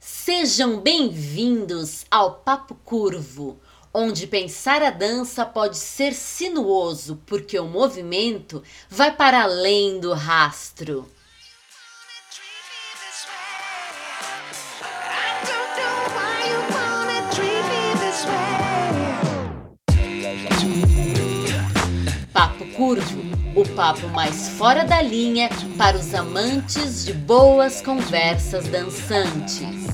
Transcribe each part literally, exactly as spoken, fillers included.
Sejam bem-vindos ao Papo Curvo, onde pensar a dança pode ser sinuoso, porque o movimento vai para além do rastro. Papo Curvo, o papo mais fora da linha para os amantes de boas conversas dançantes.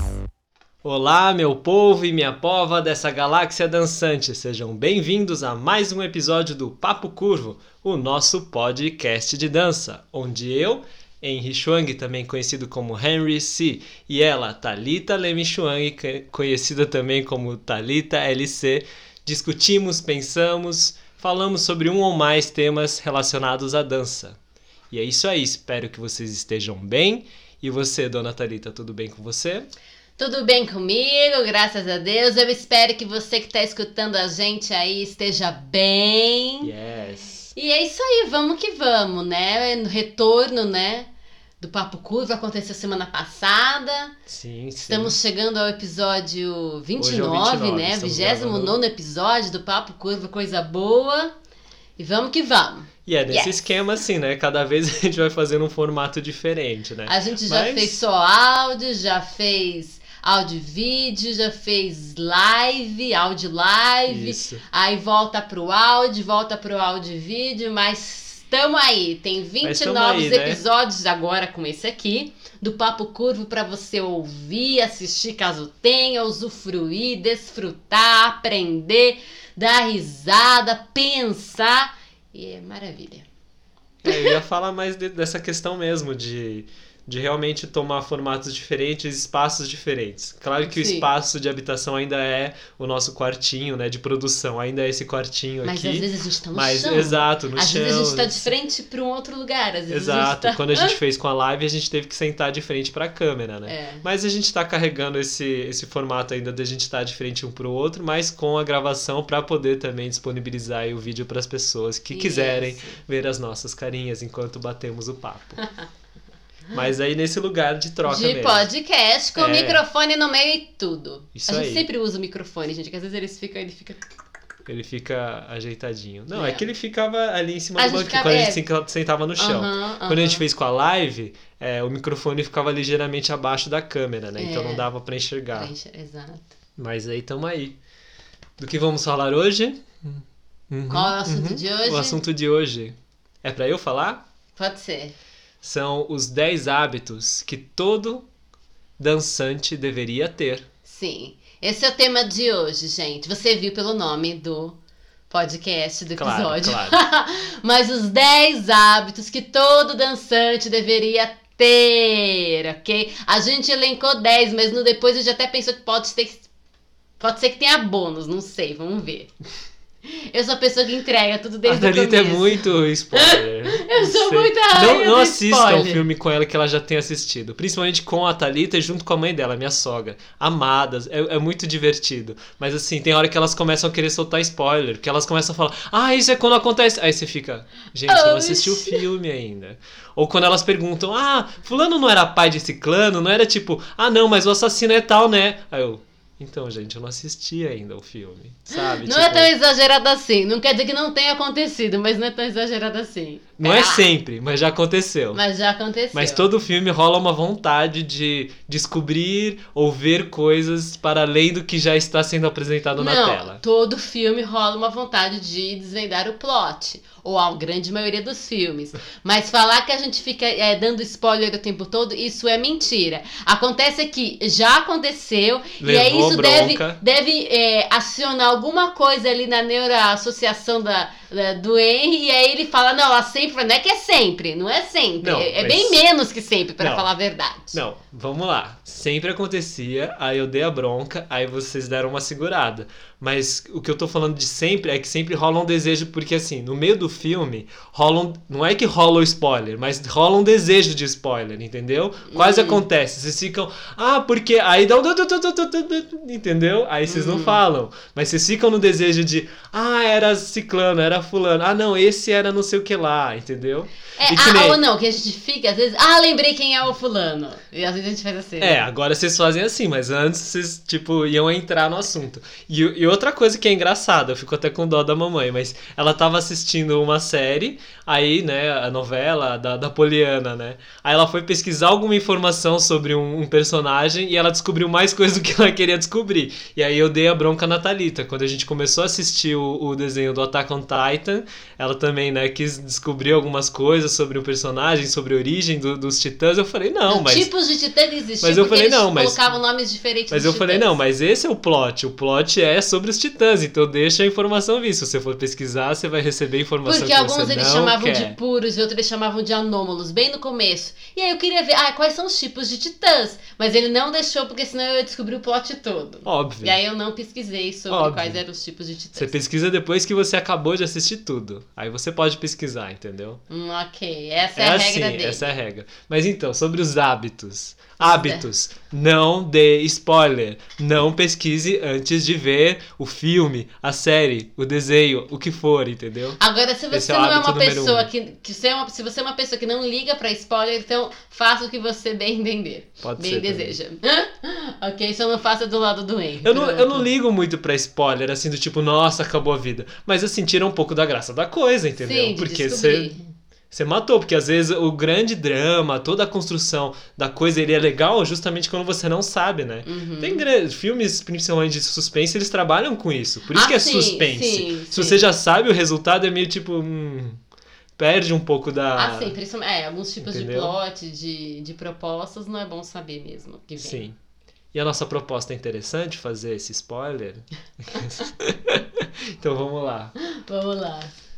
Olá, meu povo e minha pova dessa galáxia dançante. Sejam bem-vindos a mais um episódio do Papo Curvo, o nosso podcast de dança, onde eu, Henry Chuang, também conhecido como Henry C, e ela, Thalita Leme Chuang, conhecida também como Thalita L C, discutimos, pensamos, falamos sobre um ou mais temas relacionados à dança. E é isso aí, espero que vocês estejam bem. E você, dona Thalita, tudo bem com você? Tudo bem comigo, graças a Deus. Eu espero que você que está escutando a gente aí esteja bem. Yes. E é isso aí, vamos que vamos, né? No retorno, né? Do Papo Curvo aconteceu semana passada. Sim, sim. Estamos chegando ao episódio vinte e nove, Hoje é o vinte e nove, né? estamos vigésimo nono gravando. episódio do Papo Curvo, coisa boa. E vamos que vamos. E é nesse Yes. esquema assim, né? Cada vez a gente vai fazendo um formato diferente, né? A gente já Mas- fez só áudio, já fez áudio e vídeo, já fez live, áudio live. Isso. Aí volta pro áudio, volta pro áudio e vídeo, mas estamos aí. Tem vinte Mas e tamo nove aí, né? episódios agora com esse aqui, do Papo Curvo, para você ouvir, assistir caso tenha, usufruir, desfrutar, aprender, dar risada, pensar. E é maravilha. É, eu ia falar mais de- dessa questão mesmo, de, de realmente tomar formatos diferentes, espaços diferentes. Claro que Sim. o espaço de habitação ainda é o nosso quartinho, né? De produção, ainda é esse quartinho Mas aqui. às vezes a gente tá no Mas, chão. exato, no às chão. vezes a gente tá de frente para um outro lugar. Às vezes Exato, a gente tá... quando a gente fez com a live, a gente teve que sentar de frente pra câmera, né? É. Mas a gente tá carregando esse, esse formato ainda de a gente estar de frente um pro outro, mas com a gravação pra poder também disponibilizar aí o vídeo pras pessoas que quiserem Isso. ver as nossas carinhas enquanto batemos o papo. Mas aí nesse lugar de troca De mesmo. podcast, com É. o microfone no meio e tudo. Isso a gente aí. sempre usa o microfone, gente, que às vezes ele fica, ele fica... Ele fica ajeitadinho. Não, é, É. que ele ficava ali em cima A do gente banquinho, ficava- quando a é. gente senta- sentava no chão. Aham, Quando a gente aham. fez com a live, é, o microfone ficava ligeiramente abaixo da câmera, né? Então É. não dava pra enxergar. Preenche- Exato. Mas aí tamo aí. Do que vamos falar hoje? Uhum, Qual é o assunto uhum. de hoje? O assunto de hoje é pra eu falar? Pode ser. São os dez hábitos que todo dançante deveria ter. Sim. Esse é o tema de hoje, gente. Você viu pelo nome do podcast do Claro, episódio. claro. Mas os dez hábitos que todo dançante deveria ter, ok? A gente elencou dez, mas no depois a gente até pensou que pode ter pode ser que tenha bônus, não sei, vamos ver. Eu sou a pessoa que entrega tudo A desde o Thalita é começo. muito spoiler. Eu sou Sei. muito Não, rainha não do assista o spoiler. filme com ela que ela já tem assistido. Principalmente com a Thalita e junto com a mãe dela, minha sogra. Amadas. É, é muito divertido. Mas assim, tem hora que elas começam a querer soltar spoiler. Que elas começam a falar, ah, isso é quando acontece. Aí você fica, gente, eu não assisti o Oxi. filme ainda. Ou quando elas perguntam, ah, fulano não era pai de ciclano? Não era tipo, ah não, mas o assassino é tal, né? Aí eu... Então, gente, eu não assisti ainda o filme, sabe? Não Tipo, é tão exagerado assim. Não quer dizer que não tenha acontecido, mas não é tão exagerado assim. não é Ah, sempre, mas já aconteceu. Mas já aconteceu. Mas todo filme rola uma vontade de descobrir ou ver coisas para além do que já está sendo apresentado na Não, tela. todo filme rola uma vontade de desvendar o plot. Ou a grande maioria dos filmes. Mas falar que a gente fica é, dando spoiler o tempo todo, isso é mentira. Acontece que já aconteceu. e aí Levou isso deve, bronca. deve é, acionar alguma coisa ali na neuroassociação da, da, do Henry. E aí ele fala, não, ela sempre... Não é que é sempre, não é sempre. Não, é é mas- bem menos que sempre, pra Não. falar a verdade. Não, vamos lá. Sempre acontecia, aí eu dei a bronca, aí vocês deram uma segurada. Mas o que eu tô falando de sempre é que sempre rola um desejo, porque assim, no meio do filme, rola um, não é que rola o spoiler, mas rola um desejo de spoiler, entendeu? Quase Hum. acontece. Vocês ficam, ah, porque... Aí dá um... Entendeu? Aí vocês não Hum. falam. Mas vocês ficam no desejo de, ah, era ciclano, era fulano. Ah, não, esse era não sei o que lá, entendeu? É, E que ah, nem- ou não, que a gente fica, às vezes, ah, lembrei quem é o fulano. E às vezes a gente faz assim. É, agora vocês fazem assim, mas antes vocês, tipo, iam entrar no assunto. E, e outra coisa que é engraçada, eu fico até com dó da mamãe, mas ela tava assistindo uma série, aí, né, a novela da, da Poliana, né? Aí ela foi pesquisar alguma informação sobre um, um personagem e ela descobriu mais coisas do que ela queria descobrir. E aí eu dei a bronca na Thalita. Quando a gente começou a assistir o, o desenho do Attack on Titan, ela também, né, quis descobrir algumas coisas sobre o personagem, sobre a origem do- dos titãs. Eu falei, não, mas... Tipos de titã existiam Mas eu porque falei, eles não, mas- colocavam nomes diferentes Mas dos eu falei, titãs. não, mas esse é o plot. O plot é sobre os titãs, então deixa a informação vir. Se você for pesquisar, você vai receber informação Porque que alguns você eles não chamavam quer. de puros e outros eles chamavam de anômalos, bem no começo. E aí eu queria ver, ah, quais são os tipos de titãs. Mas ele não deixou, porque senão eu ia descobrir o plot todo. Óbvio. E aí eu não pesquisei sobre Óbvio. quais eram os tipos de titãs. Você pesquisa depois que você acabou de assistir tudo. Aí você pode pesquisar, entendeu? Hum, ok, essa é, É a assim, regra dele. essa é a regra. Mas então, sobre os hábitos. Hábitos. Não dê spoiler. Não pesquise antes de ver o filme, a série, o desenho, o que for, entendeu? Agora, se Esse você é o não é hábito uma número pessoa um. que, que você é uma, se você é uma pessoa que não liga pra spoiler, então faça o que você bem entender. Pode bem ser também. deseja. Ok? Só não faça do lado do Henry. Eu não, eu não Pronto. ligo muito pra spoiler, assim, do tipo, nossa, acabou a vida. Mas assim, tira um pouco da graça da coisa, entendeu? Sim, de Porque descobrir. você. Você matou, porque às vezes o grande drama, toda a construção da coisa, ele é legal justamente quando você não sabe, né? Uhum. Tem gra- filmes, principalmente de suspense, eles trabalham com isso. Por isso Ah, que é sim, suspense. sim, Se sim. você já sabe o resultado, é meio tipo. Hum, perde um pouco da. Ah, sim, principalmente, é, alguns tipos Entendeu? de plot, de, de propostas, não é bom saber mesmo que vem. Sim. E a nossa proposta é interessante fazer esse spoiler? Então vamos lá. Vamos lá.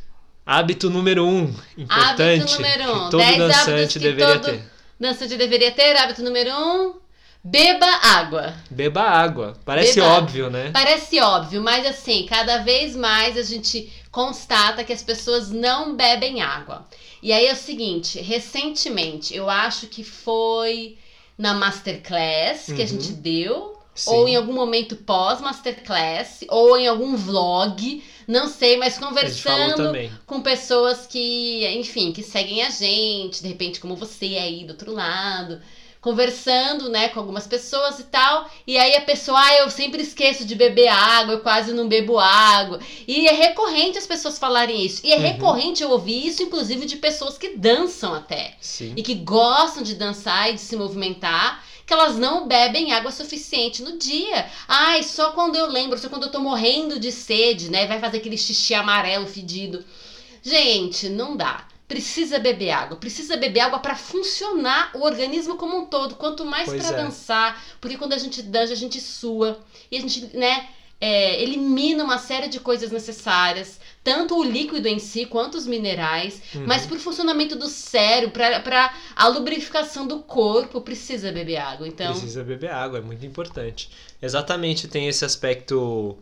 Hábito número um, importante, Hábito número um. que todo dez hábitos dançante que deveria todo ter. dançante deveria ter. Hábito número um, beba água. Beba água. Parece Beba óbvio, né? Parece óbvio, mas assim, cada vez mais a gente constata que as pessoas não bebem água. E aí é o seguinte, recentemente, eu acho que foi na Masterclass que a Uhum. gente deu, Sim. ou em algum momento pós-Masterclass, ou em algum vlog, não sei, mas A gente falou conversando também. com pessoas que, enfim, que seguem a gente, de repente como você aí do outro lado, conversando, né, com algumas pessoas e tal, e aí a pessoa, ah, eu sempre esqueço de beber água, eu quase não bebo água, e é recorrente as pessoas falarem isso, e é Uhum. recorrente eu ouvir isso, inclusive de pessoas que dançam até, Sim. e que gostam de dançar e de se movimentar, que elas não bebem água suficiente no dia. Ai, só quando eu lembro, só quando eu tô morrendo de sede, né? Vai fazer aquele xixi amarelo fedido. Gente, não dá. Precisa beber água. Precisa beber água pra funcionar o organismo como um todo. Quanto mais Pois pra é. dançar, porque quando a gente dança, a gente sua. E a gente, né, é, elimina uma série de coisas necessárias. Tanto o líquido em si, quanto os minerais. Uhum. Mas pro funcionamento do cérebro, pra, pra a lubrificação do corpo, precisa beber água. Então, Precisa beber água, é muito importante. Exatamente, tem esse aspecto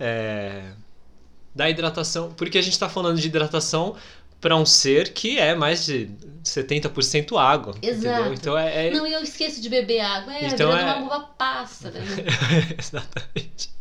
é, da hidratação, porque a gente está falando de hidratação para um ser que é mais de setenta por cento água. Exato. Entendeu? Então é. é- não, e eu esqueço de beber água. É, Então virando é- uma uva passa, né? Exatamente.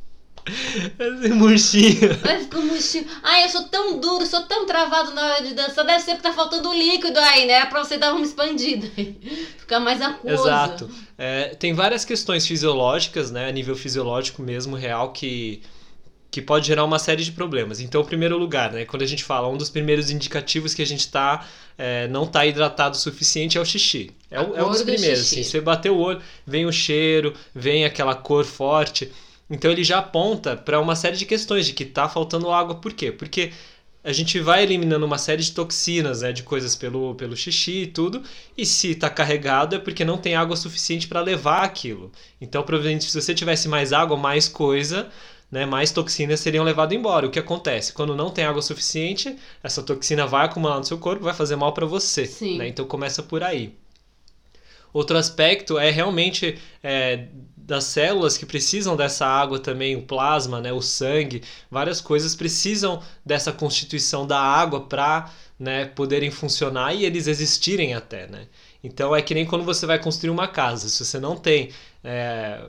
Esse murchinho. Vai ficar um murchinho. Ai, eu sou tão duro, sou tão travado na hora de dançar. Deve ser porque tá faltando líquido aí, né? Pra você dar uma expandida. Ficar mais aquoso. Exato. É, tem várias questões fisiológicas, né, a nível fisiológico mesmo, real, que, que pode gerar uma série de problemas. Então, em primeiro lugar, né, quando a gente fala, um dos primeiros indicativos que a gente tá, é, não tá hidratado o suficiente é o xixi. É, A o- é um cor dos do primeiros. xixi. Assim, você bateu o olho, vem o cheiro, vem aquela cor forte. Então, ele já aponta para uma série de questões de que tá faltando água. Por quê? Porque a gente vai eliminando uma série de toxinas, né, de coisas pelo, pelo xixi e tudo, e se está carregado é porque não tem água suficiente para levar aquilo. Então, provavelmente, se você tivesse mais água, mais coisa, né, mais toxinas seriam levadas embora. O que acontece? Quando não tem água suficiente, essa toxina vai acumular no seu corpo, vai fazer mal para você. Sim. Né? Então, começa por aí. Outro aspecto é realmente é, das células que precisam dessa água também, o plasma, né, o sangue, várias coisas precisam dessa constituição da água para, né, poderem funcionar e eles existirem até, né? Então é que nem quando você vai construir uma casa, se você não tem é,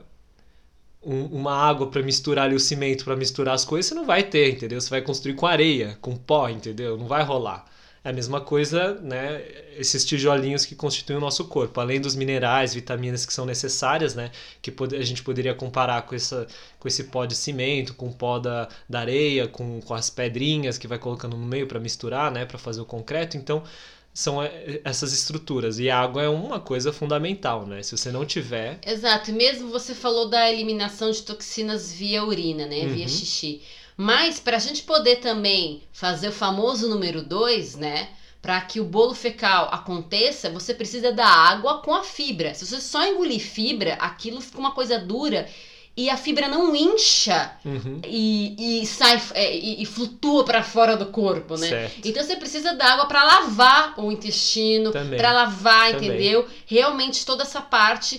um, uma água para misturar ali o cimento, para misturar as coisas, você não vai ter, entendeu? Você vai construir com areia, com pó, entendeu? Não vai rolar. É a mesma coisa, né, esses tijolinhos que constituem o nosso corpo, além dos minerais, vitaminas que são necessárias, né, que a gente poderia comparar com, essa, com esse pó de cimento, com o pó da, da areia, com, com as pedrinhas que vai colocando no meio para misturar, né, para fazer o concreto. Então, são essas estruturas. E a água é uma coisa fundamental, né? Se você não tiver... Exato. E mesmo você falou da eliminação de toxinas via urina, né, via Uhum. xixi. Mas para a gente poder também fazer o famoso número dois, né? Para que o bolo fecal aconteça, você precisa da água com a fibra. Se você só engolir fibra, aquilo fica uma coisa dura e a fibra não incha Uhum. e, e sai é, e, e flutua para fora do corpo, né? Certo. Então você precisa da água para lavar o intestino, Também. para lavar, Também. entendeu? Realmente toda essa parte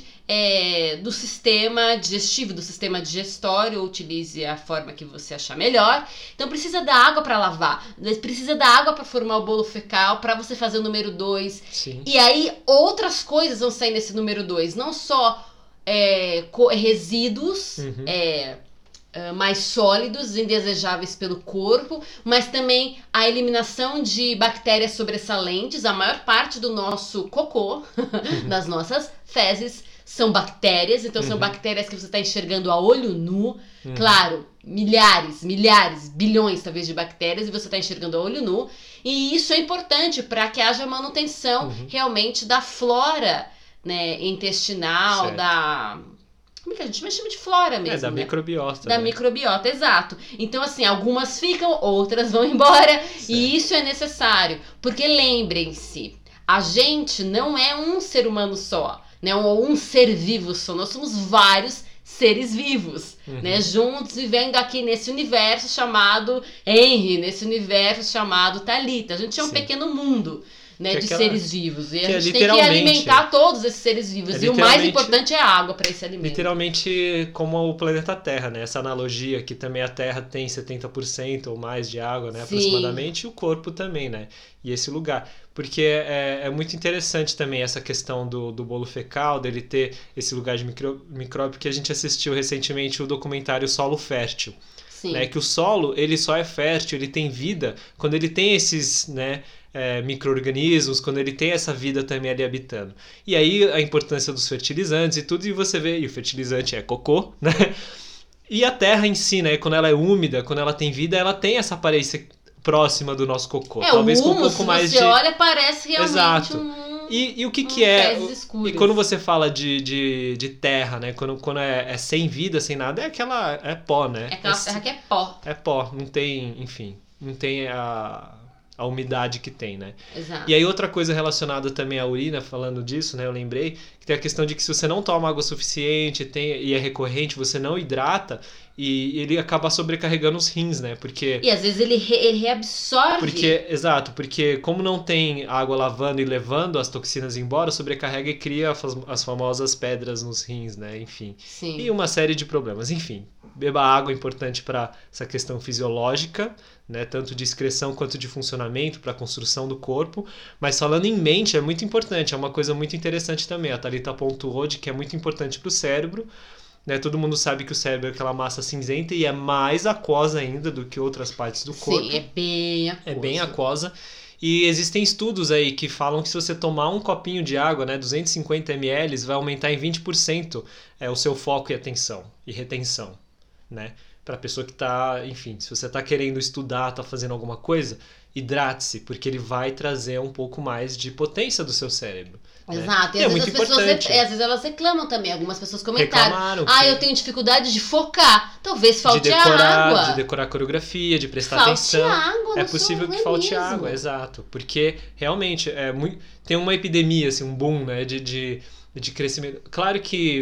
é, do sistema digestivo, do sistema digestório, utilize a forma que você achar melhor. Então precisa da água para lavar, precisa da água para formar o bolo fecal, para você fazer o número dois. Sim. E aí outras coisas vão sair nesse número dois, não só é, co- resíduos, Uhum. é, é, mais sólidos, indesejáveis pelo corpo, mas também a eliminação de bactérias sobressalentes. A maior parte do nosso cocô, das nossas fezes, são bactérias, então são Uhum. bactérias que você está enxergando a olho nu. Uhum. Claro, milhares, milhares, bilhões talvez de bactérias e você está enxergando a olho nu. E isso é importante para que haja manutenção Uhum. realmente da flora, né, intestinal, Certo. da... Como é que a gente chama de flora mesmo, É, da né? microbiota. Da né? microbiota, exato. Então, assim, algumas ficam, outras vão embora. Certo. E isso é necessário. Porque lembrem-se, a gente não é um ser humano só, né? Ou um ser vivo só. Nós somos vários seres vivos, Uhum. né? Juntos vivendo aqui nesse universo chamado Henry, nesse universo chamado Thalita. A gente é um Sim. pequeno mundo, né, Que é de aquela- seres vivos. E que a é gente tem que literalmente- alimentar todos esses seres vivos. É E o mais literalmente- importante é a água para esse alimento. Literalmente como o planeta Terra, né? Essa analogia que também a Terra tem setenta por cento ou mais de água, né? Sim. Aproximadamente, e o corpo também, né? E esse lugar. Porque é, é muito interessante também essa questão do, do bolo fecal, dele ter esse lugar de micro, micróbio, que a gente assistiu recentemente o documentário Solo Fértil. Sim. Né? Que o solo, ele só é fértil, ele tem vida quando ele tem esses, né, é, micro-organismos, quando ele tem essa vida também ali habitando. E aí a importância dos fertilizantes e tudo, e você vê, e o fertilizante é cocô, né? E a terra em si, né, quando ela é úmida, quando ela tem vida, ela tem essa aparência próxima do nosso cocô. É, Talvez o com um humus, pouco se mais você de... olha, parece realmente Exato. um... E, e o que um que é... fezes escuras. E quando você fala de, de, de terra, né, quando, quando é, é sem vida, sem nada, é aquela... é pó, né? É aquela É- terra que é pó. É pó, não tem, enfim, não tem a, a umidade que tem, né? Exato. E aí outra coisa relacionada também à urina, falando disso, né, eu lembrei, que tem a questão de que se você não toma água suficiente tem, e é recorrente, você não hidrata, e ele acaba sobrecarregando os rins, né? Porque... E às vezes ele, re, ele reabsorve. Porque, exato, porque como não tem água lavando e levando as toxinas embora, sobrecarrega e cria as, as famosas pedras nos rins, né? Enfim. Sim. E uma série de problemas. Enfim, beba água é importante para essa questão fisiológica, né? Tanto de excreção quanto de funcionamento, para a construção do corpo. Mas falando em mente, é muito importante, é uma coisa muito interessante também. A Thalita pontuou de que é muito importante para o cérebro. Né? Todo mundo sabe que o cérebro é aquela massa cinzenta e é mais aquosa ainda do que outras partes do corpo. Sim, é bem aquoso. É bem aquosa. E existem estudos aí que falam que se você tomar um copinho de água, né, duzentos e cinquenta mililitros, vai aumentar em vinte por cento é, o seu foco e atenção e retenção, né? Para a pessoa que está, enfim, se você está querendo estudar, está fazendo alguma coisa, hidrate-se, porque ele vai trazer um pouco mais de potência do seu cérebro. Né? Exato. E, E às é vezes muito as pessoas, importante. é, às vezes elas reclamam também. Algumas pessoas comentaram. Reclamaram Ah, que- eu tenho dificuldade de focar. Talvez de falte decorar, água. de decorar a coreografia, de prestar Falte atenção. água É no possível seu que falte organismo. água, exato. Porque realmente é muito, tem uma epidemia, assim, um boom, né, de, de, de crescimento. Claro que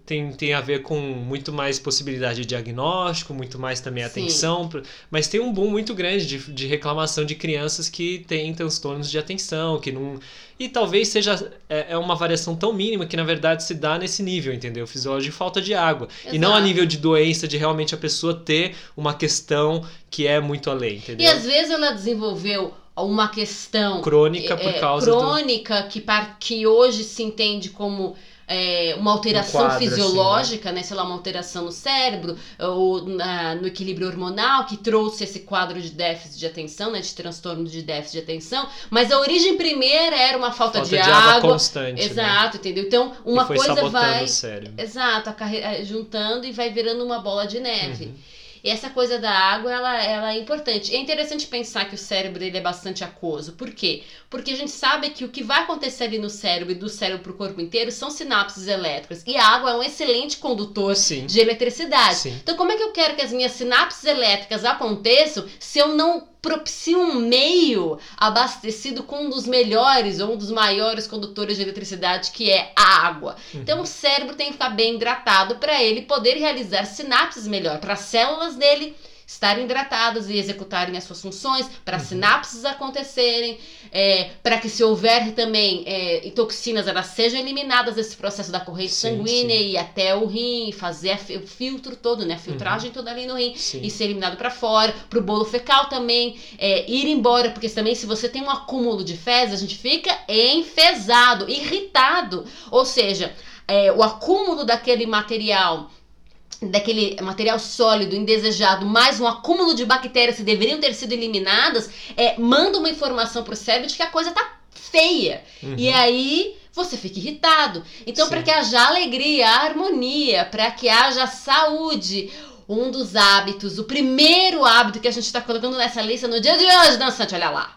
tem, tem a ver com muito mais possibilidade de diagnóstico, muito mais também atenção, Sim. mas tem um boom muito grande de, de reclamação de crianças que têm transtornos de atenção, que não... E talvez seja é, é uma variação tão mínima que na verdade se dá nesse nível, entendeu? Fisiológico de falta de água. Exato. E não a nível de doença, de realmente a pessoa ter uma questão que é muito além, entendeu? E às vezes ela desenvolveu uma questão crônica por é, causa crônica do... que, par, que hoje se entende como é, uma alteração um quadro, fisiológica, assim, né? né? Sei lá, uma alteração no cérebro ou na, no equilíbrio hormonal que trouxe esse quadro de déficit de atenção, né? De transtorno de déficit de atenção, mas a origem primeira era uma falta, falta de, de água, água constante, exato, né? Entendeu? Então uma e foi coisa vai o cérebro. Exato, acarre... juntando e vai virando uma bola de neve. Uhum. E essa coisa da água, ela, ela é importante. É interessante pensar que o cérebro ele é bastante aquoso. Por quê? Porque a gente sabe que o que vai acontecer ali no cérebro e do cérebro para o corpo inteiro são sinapses elétricas. E a água é um excelente condutor Sim. de eletricidade. Sim. Então, como é que eu quero que as minhas sinapses elétricas aconteçam se eu não propicio um meio abastecido com um dos melhores ou um dos maiores condutores de eletricidade, que é a água? Uhum. Então, o cérebro tem que ficar bem hidratado para ele poder realizar sinapses melhor, para as células dele estarem hidratadas e executarem as suas funções, para as uhum. sinapses acontecerem, é, para que se houver também é, toxinas, elas sejam eliminadas desse processo da corrente sim, sanguínea sim. e até o rim, fazer o filtro todo, né, a filtragem uhum. toda ali no rim sim. e ser eliminado para fora, para o bolo fecal também é, ir embora, porque também se você tem um acúmulo de fezes, a gente fica enfesado, irritado, ou seja, é, o acúmulo daquele material daquele material sólido, indesejado, mais um acúmulo de bactérias que deveriam ter sido eliminadas, é, manda uma informação pro cérebro de que a coisa tá feia. Uhum. E aí você fica irritado. Então, para que haja alegria, harmonia, para que haja saúde, um dos hábitos, o primeiro hábito que a gente tá colocando nessa lista no dia de hoje, dançante, olha lá.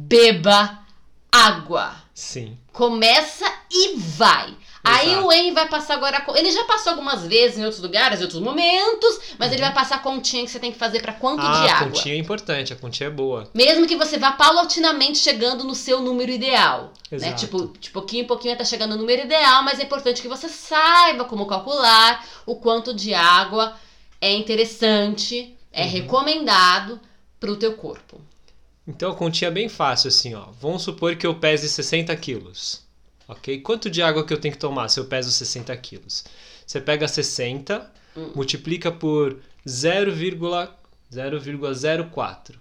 Beba água. Sim. Começa e vai. Aí Exato. O Henry vai passar agora... Ele já passou algumas vezes em outros lugares, em outros momentos, mas uhum. ele vai passar a continha que você tem que fazer para quanto ah, de água. A continha é importante, a continha é boa. Mesmo que você vá paulatinamente chegando no seu número ideal. Exato. Né? Tipo, de pouquinho em pouquinho tá chegando no número ideal, mas é importante que você saiba como calcular o quanto de água é interessante, é uhum. recomendado pro teu corpo. Então a continha é bem fácil assim, ó. Vamos supor que eu pese sessenta quilos. Ok? Quanto de água que eu tenho que tomar se eu peso sessenta quilos? Você pega sessenta, hum. multiplica por zero vírgula zero quatro.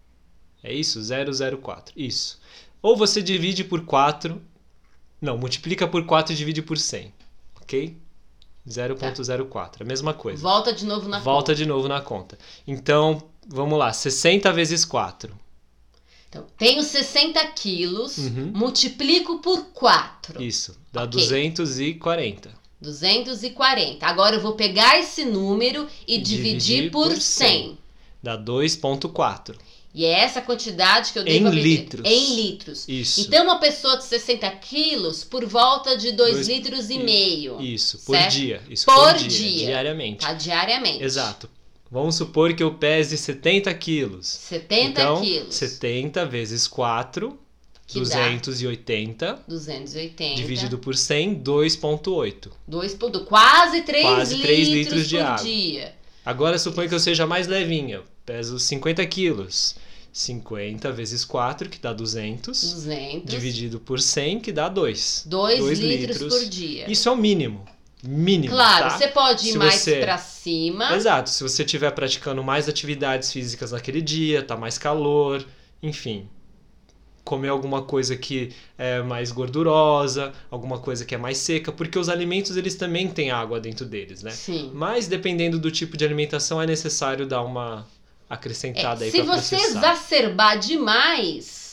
É isso? zero vírgula zero quatro. Isso. Ou você divide por quatro. Não, multiplica por quatro e divide por cem. Ok? zero vírgula zero quatro. A mesma coisa. Volta de novo na Volta conta. Volta de novo na conta. Então, vamos lá. sessenta vezes quatro. Então, tenho sessenta quilos, uhum. multiplico por quatro. Isso, dá okay. duzentos e quarenta. duzentos e quarenta. Agora eu vou pegar esse número e, e dividir, dividir por, por cem. cem. Dá dois vírgula quatro. E é essa quantidade que eu devo... Em litros. Em litros. Isso. Então, uma pessoa de sessenta quilos, por volta de dois litros e meio. Isso, por certo? dia. Isso por, por dia. dia. Diariamente. Tá, diariamente. Exato. Vamos supor que eu pese setenta quilos. setenta então, quilos. setenta vezes quatro, que duzentos e oitenta. duzentos e oitenta. Dividido por cem, dois vírgula oito. dois, quase três quase litros, três litros de por água. dia. Agora suponha que eu seja mais levinha. Eu peso cinquenta quilos. cinquenta vezes quatro, que dá duzentos. duzentos. Dividido por cem, que dá dois. dois litros por dia. Isso é o mínimo. Mínimo, claro, tá? Você pode ir se mais você... pra cima. Exato, se você estiver praticando mais atividades físicas naquele dia, tá mais calor, enfim. Comer alguma coisa que é mais gordurosa, alguma coisa que é mais seca, porque os alimentos eles também têm água dentro deles, né? Sim. Mas dependendo do tipo de alimentação é necessário dar uma acrescentada é, aí pra processar. Se você exacerbar demais...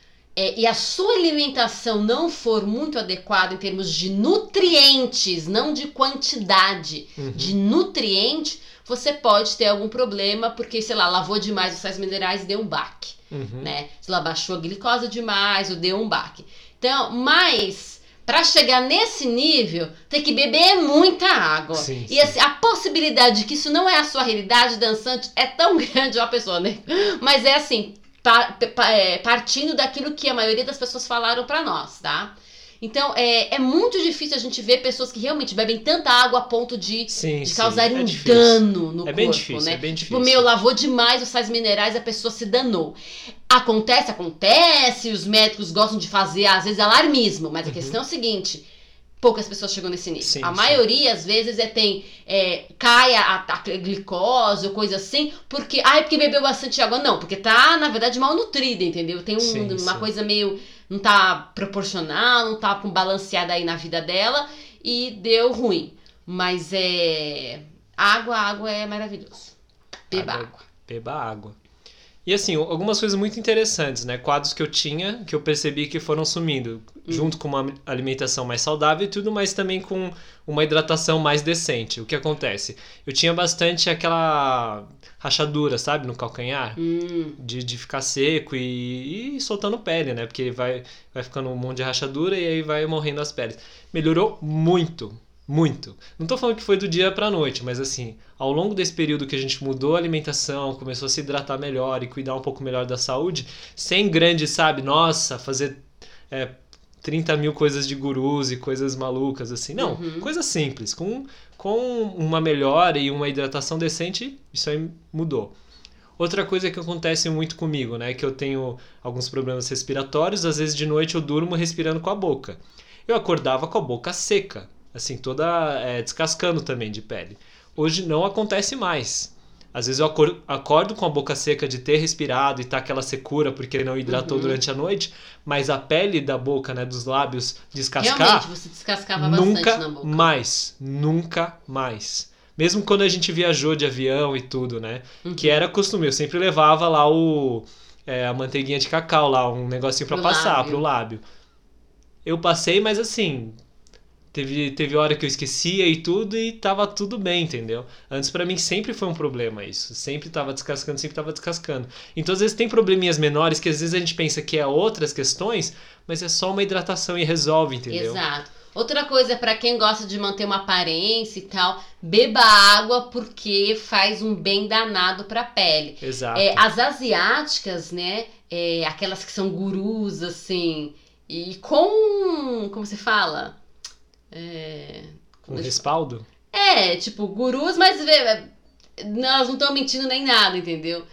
É, e a sua alimentação não for muito adequada em termos de nutrientes, não de quantidade, uhum. de nutriente, você pode ter algum problema porque, sei lá, lavou demais os sais minerais e deu um baque, uhum. né? Se lá baixou a glicose demais ou deu um baque. Então, mas para chegar nesse nível, tem que beber muita água. Sim, e sim. Assim, a possibilidade de que isso não é a sua realidade dançante é tão grande, uma pessoa, né? Mas é assim... partindo daquilo que a maioria das pessoas falaram para nós, tá? Então, é, é muito difícil a gente ver pessoas que realmente bebem tanta água a ponto de, Sim, de sim, causarem é um difícil. dano no É corpo, bem difícil, né? é bem Tipo, difícil. meu, lavou demais os sais minerais, a pessoa se danou. Acontece, acontece, os médicos gostam de fazer, às vezes, alarmismo, mas a Uhum. questão é o seguinte... Poucas pessoas chegam nesse nível. Sim, a sim. maioria, às vezes, é tem é, cai a, a glicose ou coisa assim, porque ai, porque bebeu bastante água. Não, porque tá, na verdade, mal nutrida, entendeu? Tem um, Sim, uma sim. coisa meio... Não tá proporcional, não tá balanceada aí na vida dela e deu ruim. Mas é... Água, água é maravilhoso. Beba água. Água. Beba água. E assim, algumas coisas muito interessantes, né? Quadros que eu tinha, que eu percebi que foram sumindo, Hum. junto com uma alimentação mais saudável e tudo, mas também com uma hidratação mais decente. O que acontece? Eu tinha bastante aquela rachadura, sabe? No calcanhar, Hum. de, de ficar seco e, e soltando pele, né? Porque vai, vai ficando um monte de rachadura e aí vai morrendo as peles. Melhorou muito. Muito. Não tô falando que foi do dia pra noite, mas assim, ao longo desse período que a gente mudou a alimentação, começou a se hidratar melhor e cuidar um pouco melhor da saúde, sem grande, sabe, nossa, fazer é, trinta mil coisas de gurus e coisas malucas, assim. Não, Uhum. coisa simples. Com, com uma melhora e uma hidratação decente, isso aí mudou. Outra coisa que acontece muito comigo, né, que eu tenho alguns problemas respiratórios, às vezes de noite eu durmo respirando com a boca. Eu acordava com a boca seca, assim, toda é, descascando também de pele. Hoje não acontece mais. Às vezes eu acordo com a boca seca de ter respirado e tá aquela secura porque não hidratou Uhum. durante a noite, mas a pele da boca, né, dos lábios descascar... Realmente, você descascava bastante nunca na boca. mais, nunca mais. Mesmo quando a gente viajou de avião e tudo, né? Uhum. Que era costume, eu sempre levava lá o, é, a manteiguinha de cacau lá, um negocinho pra Pro passar lábio. pro lábio. Eu passei, mas assim, teve, teve hora que eu esquecia e tudo e tava tudo bem, entendeu? Antes pra mim sempre foi um problema isso, sempre tava descascando, sempre tava descascando. Então às vezes tem probleminhas menores que às vezes a gente pensa que é outras questões, mas é só uma hidratação e resolve, entendeu? Exato. Outra coisa, pra quem gosta de manter uma aparência e tal, beba água porque faz um bem danado pra pele. Exato. É, as asiáticas, né, é, aquelas que são gurus, assim, e com, como se fala? É, Com respaldo? é tipo, gurus, mas vê, elas não estão mentindo nem nada, entendeu?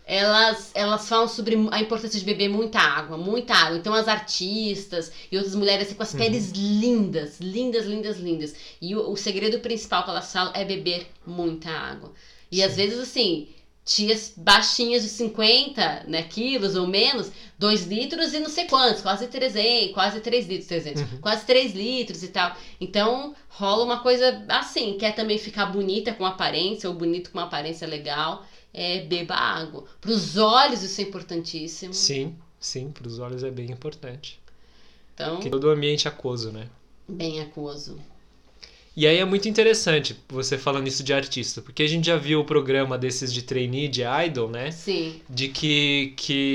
Elas, elas falam sobre a importância de beber muita água, muita água. Então as artistas e outras mulheres assim, com as peles Uhum. lindas, lindas, lindas, lindas. E o, o segredo principal que elas falam é beber muita água. E Sim. às vezes assim, tias baixinhas de cinquenta, né, quilos ou menos, dois litros e não sei quantos, quase trezentos, quase três litros, trezentos, Uhum. quase três litros e tal. Então rola uma coisa assim, quer também ficar bonita com aparência ou bonito com uma aparência legal. É, beba água. Para os olhos isso é importantíssimo. Sim, sim, para os olhos é bem importante. Então, Porque todo o ambiente aquoso, né? bem aquoso. E aí é muito interessante você falando isso de artista, porque a gente já viu o programa desses de trainee, de idol, né? Sim. De que,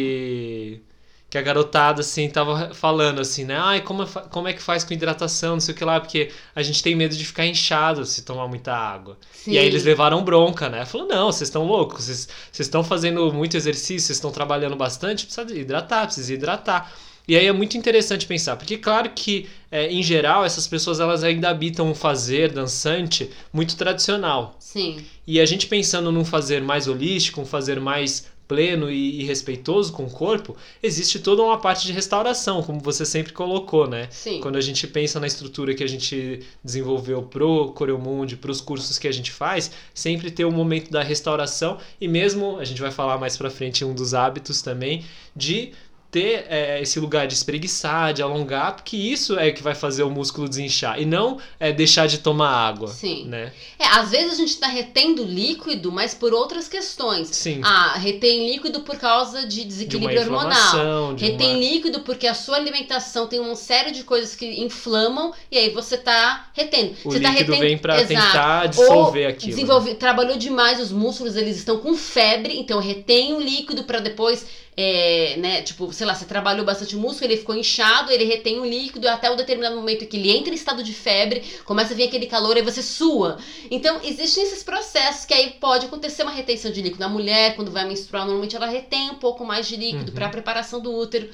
que, que a garotada, assim, tava falando assim, né? Ai, como, é fa- como é que faz com hidratação, não sei o que lá, porque a gente tem medo de ficar inchado se tomar muita água. Sim. E aí eles levaram bronca, né? Falou, não, vocês estão loucos, vocês vocês estão fazendo muito exercício, vocês estão trabalhando bastante, precisa hidratar, precisa hidratar. E aí é muito interessante pensar, porque claro que, é, em geral, essas pessoas elas ainda habitam um fazer dançante muito tradicional. Sim. E a gente pensando num fazer mais holístico, um fazer mais pleno e, e respeitoso com o corpo, existe toda uma parte de restauração, como você sempre colocou, né? Sim. Quando a gente pensa na estrutura que a gente desenvolveu pro Coreomundi, pros cursos que a gente faz, sempre tem o momento da restauração e mesmo, a gente vai falar mais pra frente, um dos hábitos também, de ter é, esse lugar de espreguiçar, de alongar, porque isso é que vai fazer o músculo desinchar e não é, deixar de tomar água. Sim. Né? É, às vezes a gente tá retendo líquido, mas por outras questões. Sim. Ah, retém líquido por causa de desequilíbrio de uma hormonal. inflamação, de Retém uma... líquido porque a sua alimentação tem uma série de coisas que inflamam e aí você tá retendo. O você líquido tá retendo... vem pra Exato. tentar dissolver Ou aquilo. Desenvolve... Trabalhou demais os músculos, eles estão com febre, então retém o líquido pra depois... É, né, tipo, sei lá, você trabalhou bastante o músculo, ele ficou inchado, ele retém o líquido até um determinado momento que ele entra em estado de febre, começa a vir aquele calor e você sua. Então, existem esses processos que aí pode acontecer uma retenção de líquido. Na mulher, quando vai menstruar, normalmente ela retém um pouco mais de líquido Uhum. para a preparação do útero.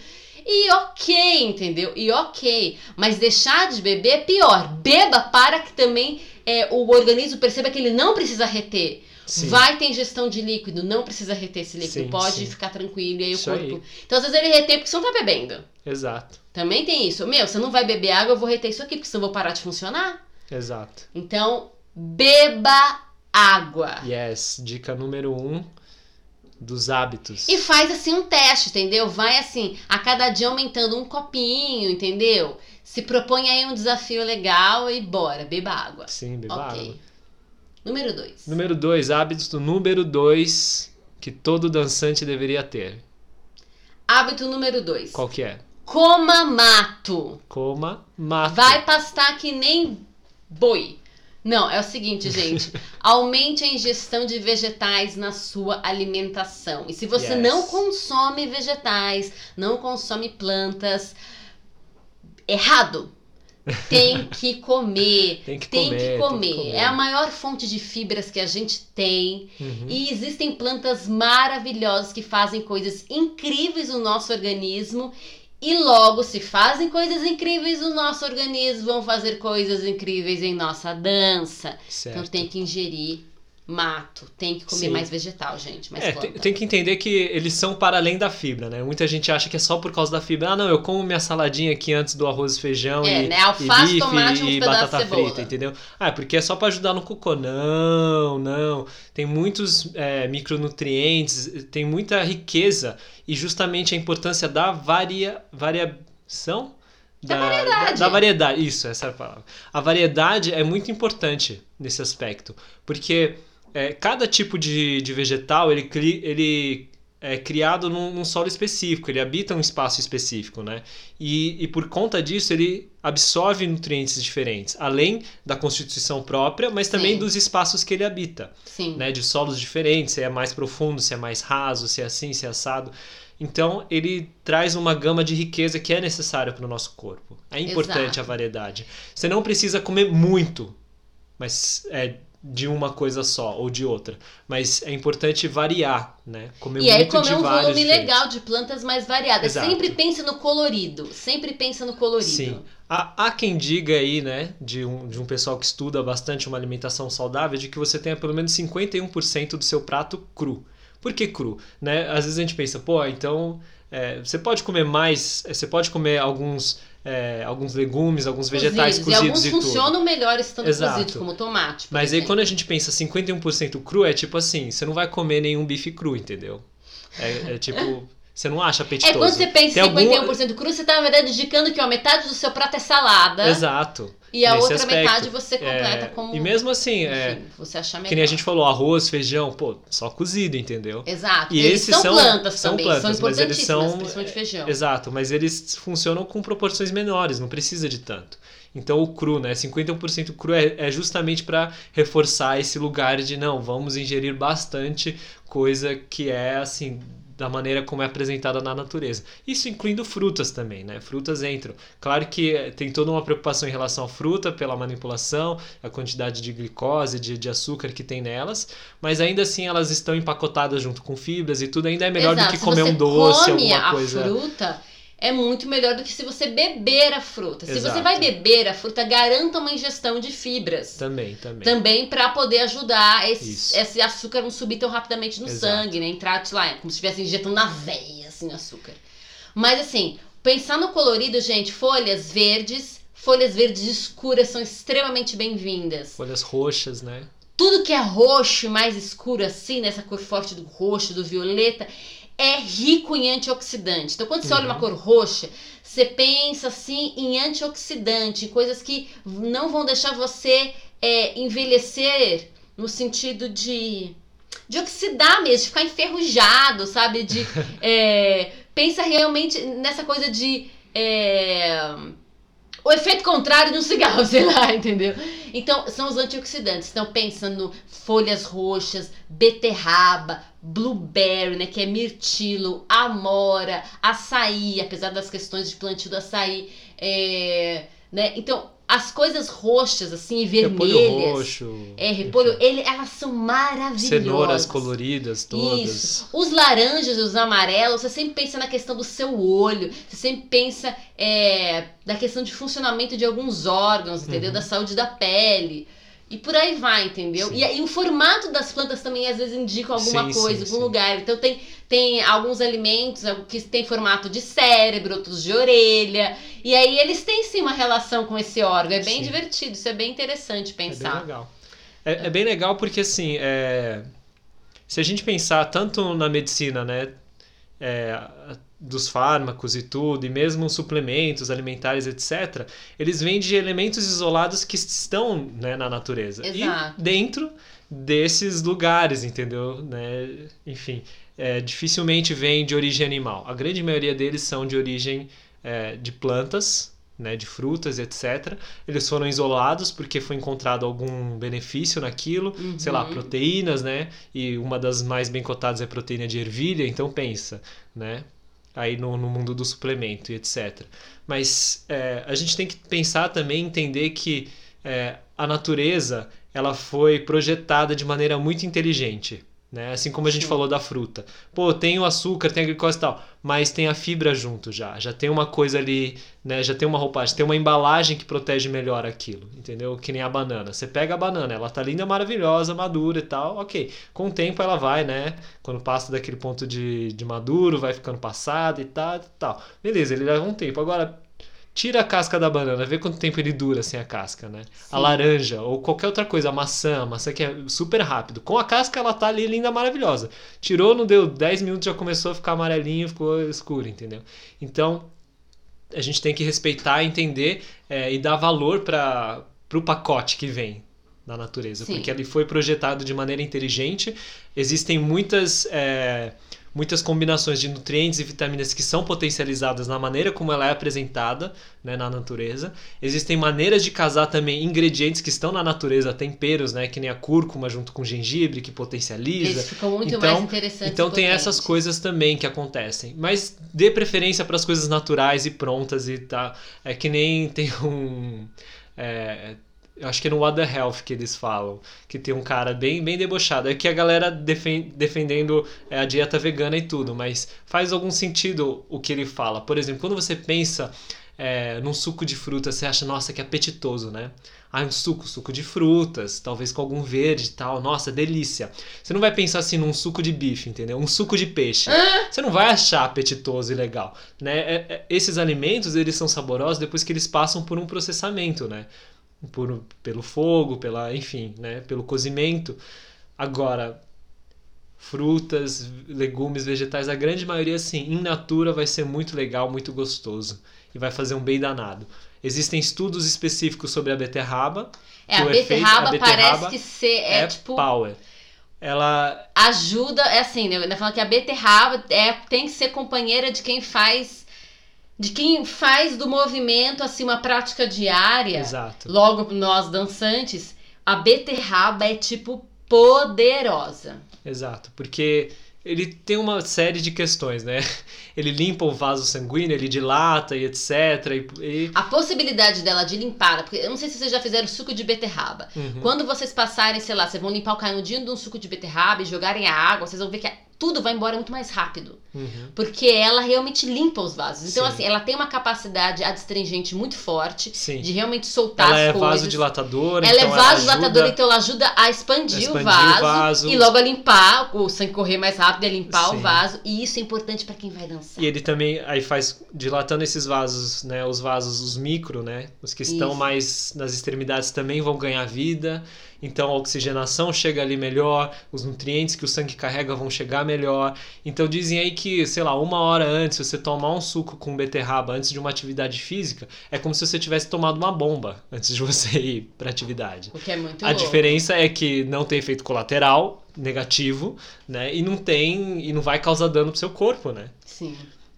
E ok, entendeu? E ok. Mas deixar de beber é pior. Beba para que também é, o organismo perceba que ele não precisa reter. Sim. Vai ter ingestão de líquido, não precisa reter esse líquido. Sim, pode sim. ficar tranquilo e aí isso o corpo... Aí. Então às vezes ele retém porque você não tá bebendo. Exato. Também tem isso. Meu, você não vai beber água, eu vou reter isso aqui, porque senão eu vou parar de funcionar. Exato. Então, beba água. Yes, dica número um dos hábitos. E faz assim um teste, entendeu? Vai assim, a cada dia aumentando um copinho, entendeu? Se propõe aí um desafio legal e bora, beba água. Sim, beba okay. água. Número dois. Número dois, hábitos do número dois que todo dançante deveria ter. Hábito número dois. Qual que é? Coma mato. Coma mato. Vai pastar que nem boi. Não, é o seguinte, gente. Aumente a ingestão de vegetais na sua alimentação. E se você Yes. não consome vegetais, não consome plantas, errado. Tem que comer. Tem que tem comer. Que comer. Tem que comer. É a maior fonte de fibras que a gente tem. Uhum. E existem plantas maravilhosas que fazem coisas incríveis no nosso organismo. E logo, se fazem coisas incríveis no nosso organismo, vão fazer coisas incríveis em nossa dança. Certo. Então tem que ingerir mato, tem que comer Sim. mais vegetal, gente, mais é, planta. tem, tem que entender que eles são para além da fibra, né? Muita gente acha que é só por causa da fibra. Ah, não, eu como minha saladinha aqui antes do arroz e feijão é, e, né? Alface, e bife tomate, e uns batata pedaços de cebola. frita, entendeu? Ah, é porque é só para ajudar no cocô. Não, não. Tem muitos é, micronutrientes, tem muita riqueza e justamente a importância da varia, variação... Da, da variedade. Da, da variedade, isso, essa é a palavra. A variedade é muito importante nesse aspecto, porque é, cada tipo de, de vegetal, ele, cri, ele é criado num, num solo específico, ele habita um espaço específico, né? E, e por conta disso, ele absorve nutrientes diferentes, além da constituição própria, mas também Sim. dos espaços que ele habita. Sim. Né? De solos diferentes, se é mais profundo, se é mais raso, se é assim, se é assado. Então, ele traz uma gama de riqueza que é necessária para o nosso corpo. É importante Exato. A variedade. Você não precisa comer muito, mas é de uma coisa só ou de outra. Mas é importante variar, né? Comer e muito aí comer de um vários volume diferentes. legal de plantas mais variadas. Exato. Sempre pense no colorido. Sempre pensa no colorido. Sim. Há, há quem diga aí, né, de um, de um pessoal que estuda bastante uma alimentação saudável, de que você tenha pelo menos cinquenta e um por cento do seu prato cru. Por que cru? Né? Às vezes a gente pensa, pô, então é, você pode comer mais, você pode comer alguns, é, alguns legumes, alguns vegetais cozidos, cozidos e, alguns e tudo. funcionam melhor estando Exato. Cozidos, como tomate. Mas exemplo. aí quando a gente pensa cinquenta e um por cento cru, é tipo assim, você não vai comer nenhum bife cru, entendeu? É, é tipo... Você não acha apetitoso. É quando você pensa em Tem cinquenta e um por cento algum... cru, você tá, na verdade, indicando que ó, metade do seu prato é salada. Exato. E a outra aspecto. metade você completa é... como... E mesmo assim, Enfim, é... você achar melhor. Que nem a gente falou, arroz, feijão, pô, só cozido, entendeu? Exato. E eles esses são, são plantas são também, plantas, são importantíssimas, mas eles são... principalmente feijão. Exato, mas eles funcionam com proporções menores, não precisa de tanto. Então o cru, né, cinquenta e um por cento cru é, é justamente para reforçar esse lugar de não, vamos ingerir bastante coisa que é assim... da maneira como é apresentada na natureza. Isso incluindo frutas também, né? Frutas entram. Claro que tem toda uma preocupação em relação à fruta, pela manipulação, a quantidade de glicose, de, de açúcar que tem nelas, mas ainda assim elas estão empacotadas junto com fibras e tudo ainda é melhor Exato. do que comer um doce, alguma coisa. Se você come a fruta, é muito melhor do que se você beber a fruta. Se Exato. Você vai beber a fruta, garanta uma ingestão de fibras. Também, também. Também para poder ajudar esse, esse açúcar não subir tão rapidamente no Exato. Sangue, né? Entrar, sei lá, como se estivesse injetando na veia, assim, açúcar. Mas assim, pensar no colorido, gente, folhas verdes, folhas verdes escuras são extremamente bem-vindas. Folhas roxas, né? Tudo que é roxo e mais escuro assim, nessa cor forte do roxo, do violeta, é rico em antioxidante. Então, quando você uhum. olha uma cor roxa, você pensa assim em antioxidante, em coisas que não vão deixar você é, envelhecer no sentido de, de oxidar mesmo, de ficar enferrujado, sabe? De, é, pensa realmente nessa coisa de... É, o efeito contrário de um cigarro, sei lá, entendeu? Então, são os antioxidantes. Então, pensa no folhas roxas, beterraba, blueberry, né, que é mirtilo, amora, açaí, apesar das questões de plantio do açaí. É, né? Então, as coisas roxas, assim, e Repolho vermelhas. roxo. É, repolho, enfim. ele, elas são maravilhosas. Cenouras coloridas todas. Isso. Os laranjas e os amarelos, você sempre pensa na questão do seu olho, você sempre pensa é, na questão de funcionamento de alguns órgãos, entendeu? Uhum. Da saúde da pele. E por aí vai, entendeu? E, e o formato das plantas também às vezes indica alguma Sim, coisa, sim, algum sim. lugar. Então tem, tem alguns alimentos que tem formato de cérebro, outros de orelha. E aí eles têm sim uma relação com esse órgão. É bem Sim. divertido, isso é bem interessante É bem pensar. legal. É, é bem legal porque, assim, é, se a gente pensar tanto na medicina, né, é, dos fármacos e tudo, e mesmo suplementos alimentares, etcétera, eles vêm de elementos isolados que estão, né, na natureza. Exato. E dentro desses lugares, entendeu? Né? Enfim, é, dificilmente vem de origem animal. A grande maioria deles são de origem é, de plantas, né, de frutas, etcétera. Eles foram isolados porque foi encontrado algum benefício naquilo, Uhum. sei lá, proteínas, né? E uma das mais bem cotadas é a proteína de ervilha, então pensa, né? Aí no, no mundo do suplemento e etcétera. Mas é, a gente tem que pensar também, entender que é, a natureza ela foi projetada de maneira muito inteligente. Né? Assim como a gente Sim. falou da fruta. Pô, tem o açúcar, tem a glicose e tal, mas tem a fibra junto já. Já tem uma coisa ali, né? Já tem uma roupagem, tem uma embalagem que protege melhor aquilo, entendeu? Que nem a banana. Você pega a banana, ela tá linda, maravilhosa, madura e tal, ok. Com o tempo ela vai, né? Quando passa daquele ponto de, de maduro, vai ficando passada e tal, e tal. Beleza, ele leva um tempo. Agora, tira a casca da banana, vê quanto tempo ele dura sem a casca, né? Sim. A laranja ou qualquer outra coisa, a maçã, a maçã que é super rápido. Com a casca ela tá ali linda, maravilhosa. Tirou, não deu dez minutos, já começou a ficar amarelinho, ficou escuro, entendeu? Então, a gente tem que respeitar, entender é, e dar valor para o pacote que vem da natureza. Sim. Porque ele foi projetado de maneira inteligente. Existem muitas... É, muitas combinações de nutrientes e vitaminas que são potencializadas na maneira como ela é apresentada, né, na natureza. Existem maneiras de casar também ingredientes que estão na natureza, temperos, né, que nem a cúrcuma junto com gengibre, que potencializa. Eles ficam muito então, mais interessantes. Então e tem potentes. essas coisas também que acontecem. Mas dê preferência para as coisas naturais e prontas e tá. É que nem tem um... É, eu acho que é no What the Health que eles falam, que tem um cara bem, bem debochado. É que a galera defend, defendendo a dieta vegana e tudo, mas faz algum sentido o que ele fala. Por exemplo, quando você pensa é, num suco de frutas, você acha, nossa, que apetitoso, né? Ah, um suco, suco de frutas, talvez com algum verde e tal, nossa, delícia. Você não vai pensar assim num suco de bife, entendeu? Um suco de peixe. Você não vai achar apetitoso e legal, né? É, é, esses alimentos, eles são saborosos depois que eles passam por um processamento, né? Por, pelo fogo, pela, enfim, né, pelo cozimento. Agora, frutas, legumes, vegetais, a grande maioria, sim, in natura vai ser muito legal, muito gostoso e vai fazer um bem danado. Existem estudos específicos sobre a beterraba. É, a que o beterraba, efeito- a beterraba parece que ser, é, é tipo... power. Ela Ajuda, é assim, né? Eu falando que a beterraba é, tem que ser companheira de quem faz... De quem faz do movimento, assim, uma prática diária. Exato. Logo, nós dançantes, a beterraba é, tipo, poderosa. Exato, porque ele tem uma série de questões, né? Ele limpa o vaso sanguíneo, ele dilata e etcétera. E, e... A possibilidade dela de limpar, porque eu não sei se vocês já fizeram suco de beterraba. Uhum. Quando vocês passarem, sei lá, vocês vão limpar o canudinho de um suco de beterraba e jogarem a água, vocês vão ver que tudo vai embora muito mais rápido. Uhum. Porque ela realmente limpa os vasos. Então, Sim. assim, ela tem uma capacidade adstringente muito forte. Sim. De realmente soltar Ela as é coisas. vasodilatadora. Ela então é vasodilatadora, ajuda... então ela ajuda a expandir, expandir o, vaso, o vaso. e logo a limpar, o sangue correr mais rápido e a limpar Sim. o vaso. E isso é importante para quem vai dançar. E ele também aí faz dilatando esses vasos, né? Os vasos, os micro, né? Os que estão Isso. mais nas extremidades também vão ganhar vida. Então a oxigenação chega ali melhor, os nutrientes que o sangue carrega vão chegar melhor. Então dizem aí que, sei lá, uma hora antes, você tomar um suco com beterraba antes de uma atividade física, é como se você tivesse tomado uma bomba antes de você ir para atividade. O que é muito A louco. diferença é que não tem efeito colateral negativo, né? E não tem e não vai causar dano pro seu corpo, né? Sim.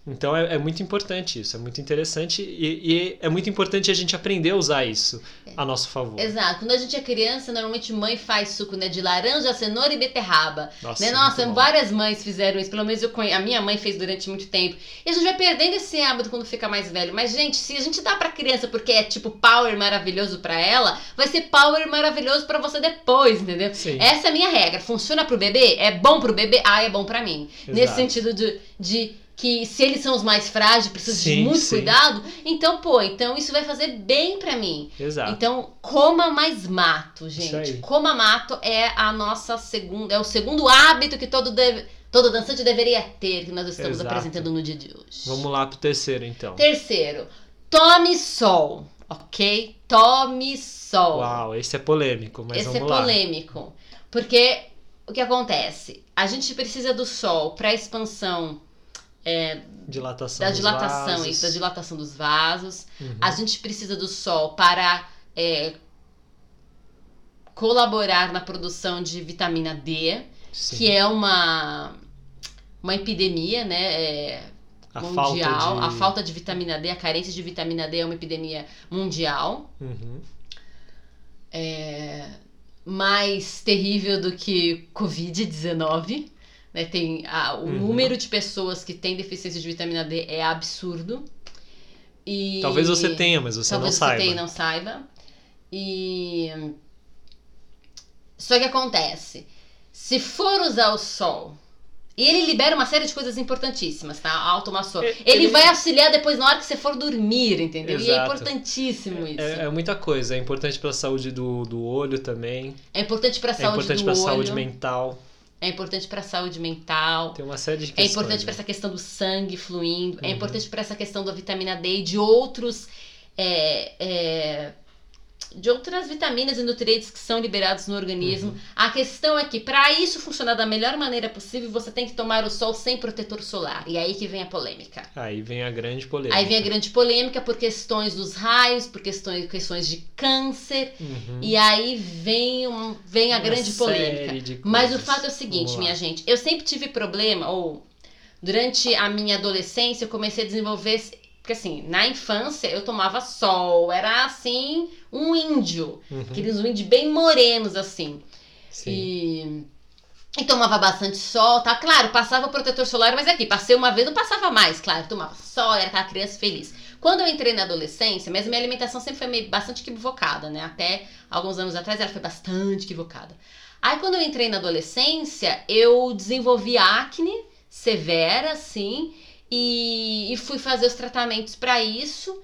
Então é, é muito importante isso, é muito interessante e, e é muito importante a gente aprender a usar isso a nosso favor. Exato. Quando a gente é criança, normalmente mãe faz suco, né, de laranja, cenoura e beterraba. Nossa, Né? muito Nossa, bom. várias mães fizeram isso, pelo menos eu conhe... a minha mãe fez durante muito tempo. E a gente vai perdendo esse hábito quando fica mais velho. Mas, gente, se a gente dá pra criança porque é tipo power maravilhoso pra ela, vai ser power maravilhoso pra você depois, entendeu? Sim. Essa é a minha regra. Funciona pro bebê? É bom pro bebê? Ah, é bom pra mim. Exato. Nesse sentido de... de que se eles são os mais frágeis, precisam Sim, de muito sim. cuidado, então, pô, então isso vai fazer bem pra mim. Exato. Então, coma mais mato, Isso gente. aí. Coma mato é a nossa segunda, é o segundo hábito que todo, deve, todo dançante deveria ter, que nós estamos Exato. apresentando no dia de hoje. Vamos lá pro terceiro, então. Terceiro, tome sol, ok? Tome sol. Uau, esse é polêmico, mas Esse vamos é lá. polêmico, porque o que acontece? A gente precisa do sol para expansão é, Dilatação da dos dilatação, vasos. isso, da dilatação dos vasos. Uhum. A gente precisa do sol para é, colaborar na produção de vitamina D, Sim. que é uma, uma epidemia, né? É, a mundial. Falta de... A falta de vitamina D, a carência de vitamina D é uma epidemia mundial. Uhum. É, mais terrível do que covid dezenove. Né, tem a, o Uhum. número de pessoas que têm deficiência de vitamina D é absurdo. E Talvez você tenha, mas você talvez não você saiba. tenha e não saiba. E só que acontece, se for usar o sol, e ele libera uma série de coisas importantíssimas, tá? Ao tomar sol. Ele- Ele, ele- vai auxiliar depois na hora que você for dormir, entendeu? E é Exato. importantíssimo isso. É, é muita coisa. É importante para a saúde do, do olho também. É importante para a É saúde importante do para a olho. saúde mental. É importante para a saúde mental. Tem uma série de É questões. importante né? para essa questão do sangue fluindo. É Uhum. importante para essa questão da vitamina D e de outros é, é, de outras vitaminas e nutrientes que são liberados no organismo. Uhum. A questão é que para isso funcionar da melhor maneira possível, você tem que tomar o sol sem protetor solar. E aí que vem a polêmica. Aí vem a grande polêmica. Aí vem a grande polêmica por questões dos raios, por questões, questões de câncer. Uhum. E aí vem, um, vem a Uma grande polêmica. série de Mas o coisas. fato é o seguinte, Vamos lá. minha gente. Eu sempre tive problema, ou durante a minha adolescência, eu comecei a desenvolver... Porque assim, na infância eu tomava sol, era assim, um índio. Uhum. Aqueles índios bem morenos, assim. Sim. E... E tomava bastante sol, tá? Claro, passava protetor solar, mas aqui, passei uma vez, não passava mais, claro. Tomava sol, era aquela criança feliz. Quando eu entrei na adolescência, mas minha alimentação sempre foi meio, bastante equivocada, né? Até alguns anos atrás ela foi bastante equivocada. Aí quando eu entrei na adolescência, eu desenvolvi acne severa, assim, e, e fui fazer os tratamentos pra isso.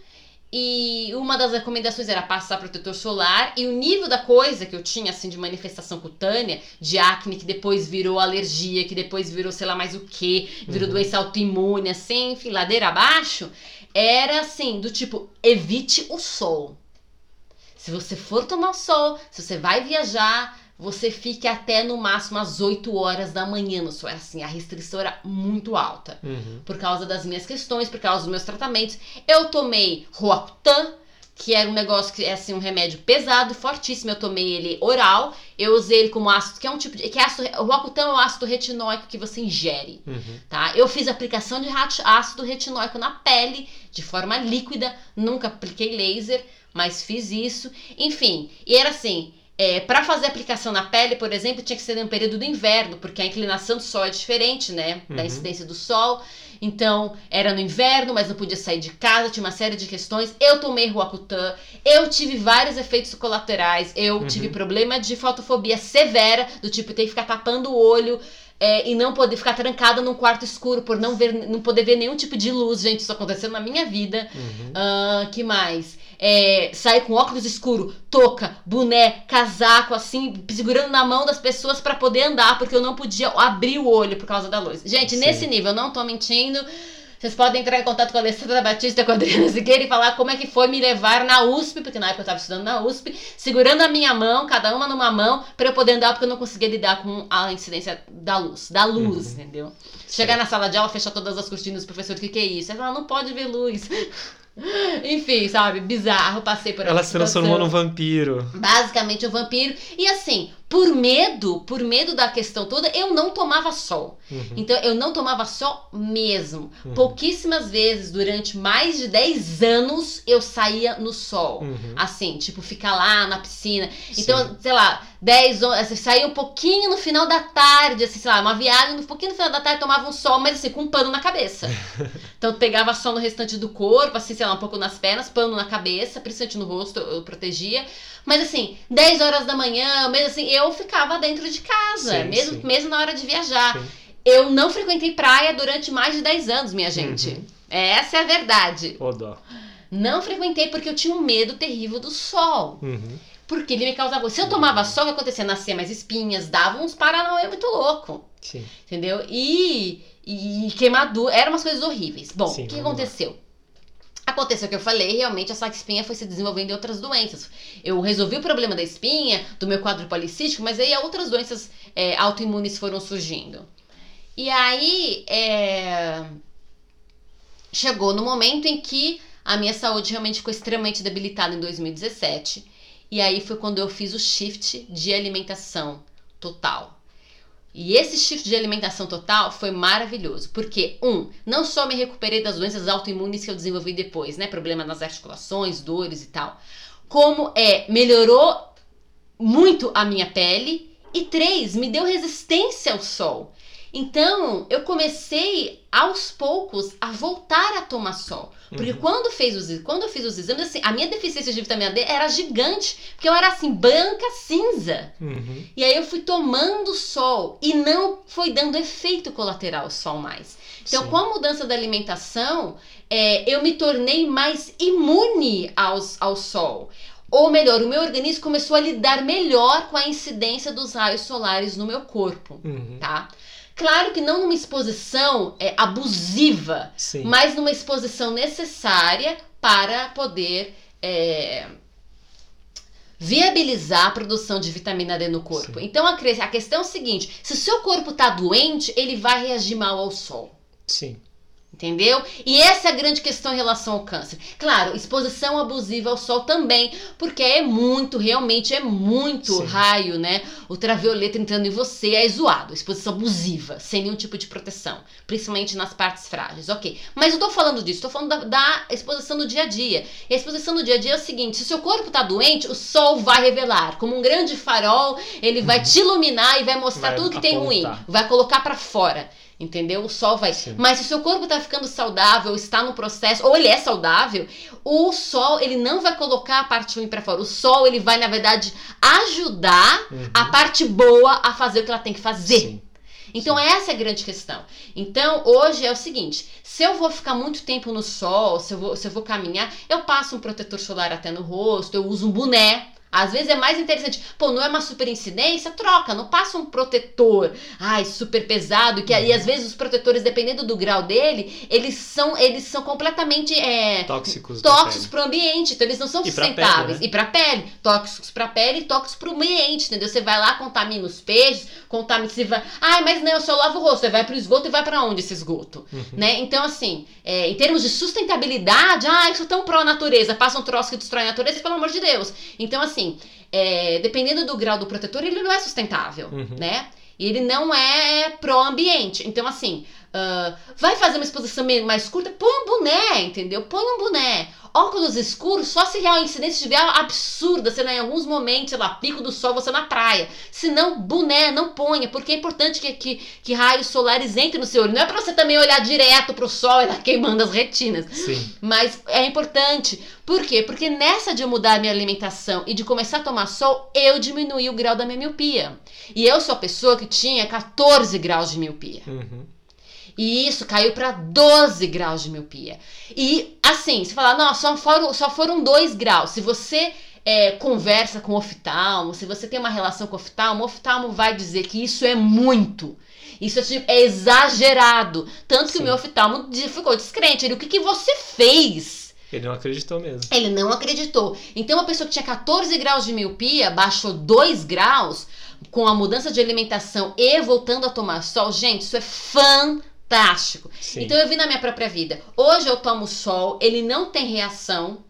E uma das recomendações era passar protetor solar. E o nível da coisa que eu tinha, assim, de manifestação cutânea, de acne, que depois virou alergia, que depois virou sei lá mais o que, virou Uhum. doença autoimune, assim, enfim, ladeira abaixo, era assim, do tipo, evite o sol. Se você for tomar sol, se você vai viajar, você fique até no máximo às oito horas da manhã no sol. Assim, a restrição era muito alta. Uhum. Por causa das minhas questões, por causa dos meus tratamentos. Eu tomei Roacutan, que era um negócio que é assim, um remédio pesado, fortíssimo. Eu tomei ele oral. Eu usei ele como ácido, que é um tipo de... Que é ácido, o Roacutan é o ácido retinóico que você ingere. Uhum. Tá? Eu fiz aplicação de rat- ácido retinóico na pele, de forma líquida. Nunca apliquei laser, mas fiz isso. Enfim, e era assim... É, para fazer aplicação na pele, por exemplo, tinha que ser no período do inverno, porque a inclinação do sol é diferente, né? Da Uhum. incidência do sol. Então, era no inverno, mas não podia sair de casa, tinha uma série de questões. Eu tomei Roacutan, eu tive vários efeitos colaterais, eu Uhum. tive problema de fotofobia severa, do tipo ter que ficar tapando o olho é, e não poder ficar trancada num quarto escuro por não, ver, não poder ver nenhum tipo de luz. Gente, isso aconteceu na minha vida. Uhum. Ah, que mais? É, sair com óculos escuro, touca, boné, casaco, assim, segurando na mão das pessoas pra poder andar, porque eu não podia abrir o olho por causa da luz. Gente, Sim. nesse nível, eu não tô mentindo. Vocês podem entrar em contato com a Alessandra Batista, com a Adriana Siqueira e falar como é que foi me levar na U S P, porque na época eu tava estudando na U S P, segurando a minha mão, cada uma numa mão, pra eu poder andar, porque eu não conseguia lidar com a incidência da luz, da luz, Uhum. entendeu? Chegar na sala de aula, fechar todas as cortinas, o professor, o que que é isso? Ela não pode ver luz. Enfim, sabe, bizarro, passei por essa Ela se transformou num situação. vampiro. Basicamente um vampiro. E assim, Por medo, por medo da questão toda, eu não tomava sol. Uhum. Então, eu não tomava sol mesmo. Uhum. Pouquíssimas vezes, durante mais de dez anos, eu saía no sol. Uhum. Assim, tipo, ficar lá na piscina. Então, Sim. sei lá, dez, onze, saía um pouquinho no final da tarde, assim, sei lá, uma viagem, um pouquinho no final da tarde, tomava um sol, mas assim, com um pano na cabeça. Então, pegava sol no restante do corpo, assim, sei lá, um pouco nas pernas, pano na cabeça, principalmente no rosto, eu, eu protegia. Mas assim, dez horas da manhã, mesmo assim, eu ficava dentro de casa, Sim, mesmo, sim. mesmo na hora de viajar. Sim. Eu não frequentei praia durante mais de dez anos, minha gente. Uhum. Essa é a verdade. Ô, dó. Não frequentei porque eu tinha um medo terrível do sol. Uhum. Porque ele me causava... Se eu tomava sol, o que acontecia? Nascia mais espinhas, dava uns paranauê muito louco. Sim. Entendeu? E, e queimadura, eram umas coisas horríveis. Bom, Sim, o que vamos lá. aconteceu? Aconteceu o que eu falei, realmente essa espinha foi se desenvolvendo em outras doenças. Eu resolvi o problema da espinha, do meu quadro policístico, mas aí outras doenças é, autoimunes foram surgindo. E aí, é... chegou no momento em que a minha saúde realmente ficou extremamente debilitada em dois mil e dezessete. E aí foi quando eu fiz o shift de alimentação total. E esse shift de alimentação total foi maravilhoso, porque, um, não só me recuperei das doenças autoimunes que eu desenvolvi depois, né, problema nas articulações, dores e tal, como é, melhorou muito a minha pele, e três, me deu resistência ao sol. Então, eu comecei aos poucos a voltar a tomar sol. Porque Uhum. quando, fez os, quando eu fiz os exames, assim, a minha deficiência de vitamina D era gigante, porque eu era assim, branca, cinza. Uhum. E aí eu fui tomando sol e não foi dando efeito colateral o sol mais. Então, Sim. com a mudança da alimentação, é, eu me tornei mais imune aos, ao sol. Ou melhor, o meu organismo começou a lidar melhor com a incidência dos raios solares no meu corpo, Uhum. tá? Claro que não numa exposição é, abusiva, Sim. mas numa exposição necessária para poder é, viabilizar a produção de vitamina D no corpo. Sim. Então a, a questão é o seguinte, se o seu corpo está doente, ele vai reagir mal ao sol. Sim. Entendeu? E essa é a grande questão em relação ao câncer. Claro, exposição abusiva ao sol também, porque é muito, realmente é muito Sim. raio, né? Ultravioleta entrando em você, é zoado. Exposição abusiva, sem nenhum tipo de proteção. Principalmente nas partes frágeis, ok. Mas eu tô falando disso, tô falando da, da exposição do dia a dia. E a exposição do dia a dia é o seguinte, se o seu corpo tá doente, o sol vai revelar. Como um grande farol, ele vai te iluminar e vai mostrar Vai tudo que tem ruim. apontar. Vai colocar pra fora. Entendeu? O sol vai... Sim. Mas se o seu corpo tá ficando saudável, está no processo, ou ele é saudável, o sol, ele não vai colocar a parte ruim pra fora. O sol, ele vai, na verdade, ajudar Uhum. a parte boa a fazer o que ela tem que fazer. Sim. Então, Sim. essa é a grande questão. Então, hoje é o seguinte, se eu vou ficar muito tempo no sol, se eu vou, se eu vou caminhar, eu passo um protetor solar até no rosto, eu uso um boné. Às vezes é mais interessante. Pô, não é uma super incidência? Troca, não passa um protetor, ai, super pesado, que aí às vezes os protetores, dependendo do grau dele, eles são, eles são completamente é, Tóxicos da tóxicos pele. para o ambiente, então eles não são E pra sustentáveis. pele, né? E para pele, tóxicos para pele e tóxicos para o ambiente, entendeu? Você vai lá, contamina os peixes, contamina, você vai, ai, mas não, eu só lavo o rosto, você vai pro esgoto e vai para onde esse esgoto? Uhum. Né? Então, assim, é, em termos de sustentabilidade, ah, eu sou tão pró-natureza, passa um troço que destrói a natureza, pelo amor de Deus. Então, assim, é, dependendo do grau do protetor, ele não é sustentável, Uhum. né? E ele não é pró-ambiente. Então, assim, uh, vai fazer uma exposição mais curta, põe um boné, entendeu? Põe um boné. Óculos escuros, só se a incidência estiver absurda, sei lá, em alguns momentos, sei lá, pico do sol, você na praia. Se não, boné, não ponha, porque é importante que, que, que raios solares entrem no seu olho. Não é pra você também olhar direto pro sol e lá queimando as retinas. Sim. Mas é importante. Por quê? Porque nessa de eu mudar a minha alimentação e de começar a tomar sol, eu diminuí o grau da minha miopia. E eu sou a pessoa que tinha catorze graus de miopia. Uhum. E isso caiu para doze graus de miopia. E assim, você fala, não, só foram, só foram dois graus. Se você é, conversa com o oftalmo, se você tem uma relação com o oftalmo, o oftalmo vai dizer que isso é muito. Isso é exagerado. Tanto que Sim. o meu oftalmo ficou descrente. Ele, o que, que você fez? Ele não acreditou mesmo. Ele não acreditou. Então, uma pessoa que tinha catorze graus de miopia, baixou dois graus, com a mudança de alimentação e voltando a tomar sol. Gente, isso é fantástico. Sim. Então, eu vi na minha própria vida. Hoje eu tomo sol, ele não tem reação.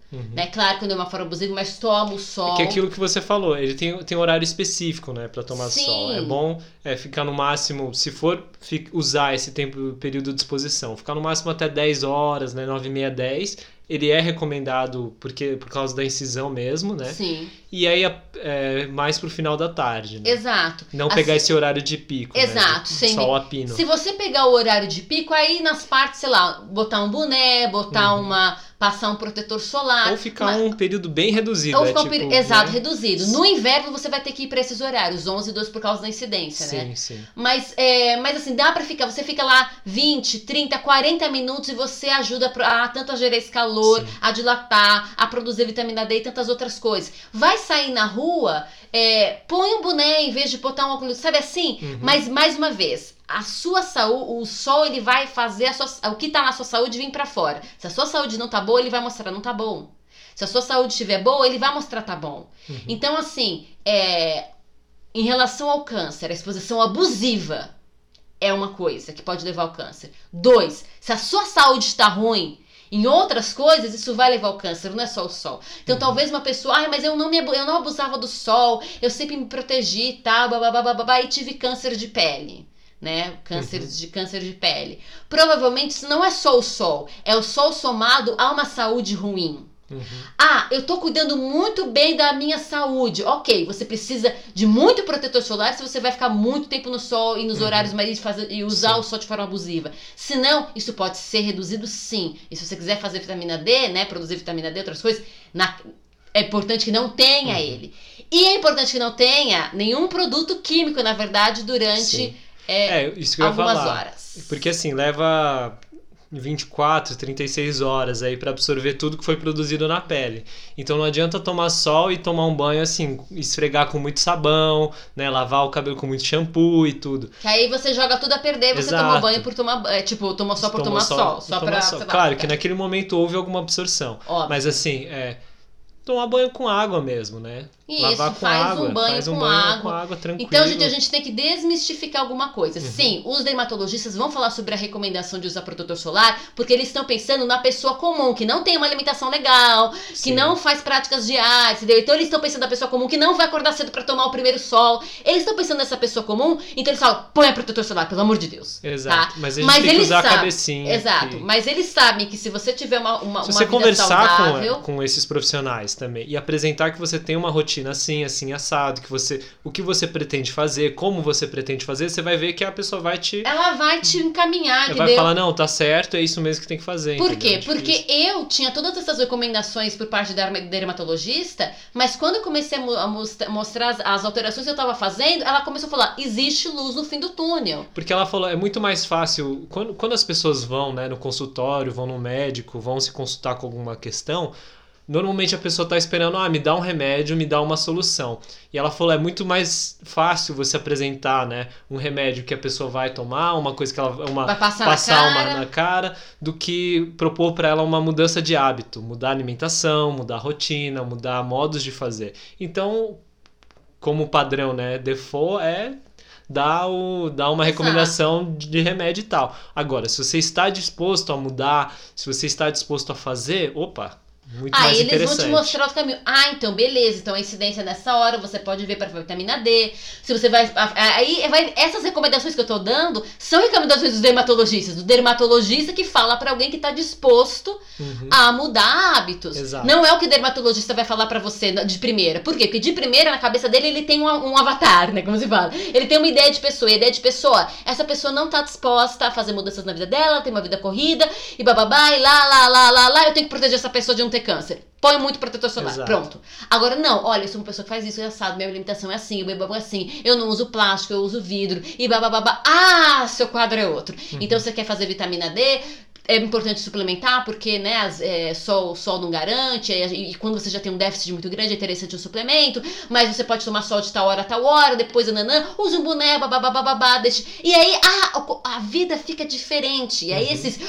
Uhum. Né? Claro que não é uma forma abusiva, mas toma o sol. É que aquilo que você falou, ele tem, tem um horário específico, né, para tomar Sim. sol. É bom é, ficar no máximo, se for fi, usar esse tempo, período de exposição, ficar no máximo até dez horas, né, nove e meia, dez. Ele é recomendado porque, por causa da incisão mesmo, né? Sim. E aí é, mais pro final da tarde, né? Exato. Não pegar assim, esse horário de pico, exato, né? De sem sol a pino. Se você pegar o horário de pico, aí nas partes, sei lá, botar um boné, botar Uhum. uma... passar um protetor solar. Ou ficar mas, um período bem reduzido. Ou é ficar tipo, um período, exato, né? reduzido. No inverno você vai ter que ir para esses horários, onze e doze por causa da incidência, sim, né? Sim, sim. Mas, é, mas assim, dá pra ficar, você fica lá vinte, trinta, quarenta minutos e você ajuda a tanto a gerar esse calor, sim. a dilatar, a produzir vitamina D e tantas outras coisas. Vai sair na rua, é, põe um boné em vez de botar um óculos, sabe assim? Uhum. Mas, mais uma vez, a sua saúde, o sol ele vai fazer a sua, o que tá na sua saúde vir pra fora. Se a sua saúde não tá boa, ele vai mostrar não tá bom. Se a sua saúde estiver boa, ele vai mostrar tá bom. Uhum. Então, assim, é, em relação ao câncer, a exposição abusiva é uma coisa que pode levar ao câncer. Dois, se a sua saúde está ruim, em outras coisas, isso vai levar ao câncer, não é só o sol. Então, uhum. talvez uma pessoa, ah, mas eu não, me, eu não abusava do sol, eu sempre me protegi e tal, babá, e tive câncer de pele. Né? Câncer, uhum. de, câncer de pele. Provavelmente isso não é só o sol, é o sol somado a uma saúde ruim. Uhum. Ah, eu tô cuidando muito bem da minha saúde. Ok, você precisa de muito protetor solar se você vai ficar muito tempo no sol e nos uhum. horários mais fazer, e usar sim. o sol de forma abusiva. Se não, isso pode ser reduzido sim. E se você quiser fazer vitamina D, né, produzir vitamina D, outras coisas, na, é importante que não tenha uhum. ele. E é importante que não tenha nenhum produto químico, na verdade, durante... Sim. É, é, isso que eu ia algumas falar. horas. Porque assim, leva vinte e quatro, trinta e seis horas aí para absorver tudo que foi produzido na pele. Então não adianta tomar sol e tomar um banho assim, esfregar com muito sabão, né, lavar o cabelo com muito shampoo e tudo. Que aí você joga tudo a perder, você Exato. tomou banho por tomar, é, tipo, tomou sol por tomar sol, sol só para Claro que naquele momento houve alguma absorção. Óbvio. Mas assim, é tomar banho com água mesmo, né? Isso, lavar com faz água, um banho, faz um com, banho água. com água tranquilo. Então, gente, a gente tem que desmistificar alguma coisa. Uhum. Sim, os dermatologistas vão falar sobre a recomendação de usar protetor solar, porque eles estão pensando na pessoa comum, que não tem uma alimentação legal, Sim. que não faz práticas diárias, entendeu? Então eles estão pensando na pessoa comum que não vai acordar cedo pra tomar o primeiro sol. Eles estão pensando nessa pessoa comum, então eles falam, põe protetor solar, pelo amor de Deus. Exato, tá? mas a gente mas tem que usar sabem, a cabecinha. Exato, que... mas eles sabem que se você tiver uma, uma, se uma você vida conversar saudável... com, com esses profissionais também e apresentar que você tem uma rotina assim, assim, assado, que você, o que você pretende fazer, como você pretende fazer, você vai ver que a pessoa vai te... Ela vai te encaminhar, Ela entendeu? vai falar, não, tá certo, é isso mesmo que tem que fazer. Por entendeu? quê? Porque eu tinha todas essas recomendações por parte da dermatologista, mas quando eu comecei a mostrar as, as alterações que eu tava fazendo, ela começou a falar, existe luz no fim do túnel. Porque ela falou, é muito mais fácil, quando, quando as pessoas vão, né, no consultório, vão no médico, vão se consultar com alguma questão... Normalmente a pessoa está esperando, ah, me dá um remédio, me dá uma solução. E ela falou, é muito mais fácil você apresentar, né, um remédio que a pessoa vai tomar, uma coisa que ela uma, vai passar, passar na, cara. Uma na cara, do que propor para ela uma mudança de hábito, mudar a alimentação, mudar a rotina, mudar modos de fazer. Então, como padrão, né, default é dar, o, dar uma Exato. recomendação de remédio e tal. Agora, se você está disposto a mudar, se você está disposto a fazer, opa... Muito ah, mais eles vão te mostrar outro caminho. Ah, então beleza, então a incidência nessa hora você pode ver para vitamina D. Se você vai, aí vai, essas recomendações que eu tô dando são recomendações dos dermatologistas, do dermatologista que fala para alguém que tá disposto uhum. a mudar hábitos. Exato. Não é o que o dermatologista vai falar para você de primeira. Por quê? Porque de primeira na cabeça dele ele tem um, um avatar, né, como se fala. Ele tem uma ideia de pessoa, e a ideia de pessoa, essa pessoa não tá disposta a fazer mudanças na vida dela, ela tem uma vida corrida e bababá e lá, lá, lá, lá, lá, eu tenho que proteger essa pessoa de não ter câncer. Põe muito protetor solar. Exato. Pronto. Agora, não, olha, eu sou uma pessoa que faz isso, é assado, minha alimentação é assim, eu bebo assim, eu não uso plástico, eu uso vidro, e bababá. Ah, seu quadro é outro. Uhum. Então, você quer fazer vitamina D, é importante suplementar, porque, né, as, é, sol, sol não garante, e, e quando você já tem um déficit muito grande, é interessante um suplemento, mas você pode tomar sol de tal hora a tal hora, depois, nanã, usa um boné, bababá, deixa... E aí, ah, a vida fica diferente. E aí, uhum. esses...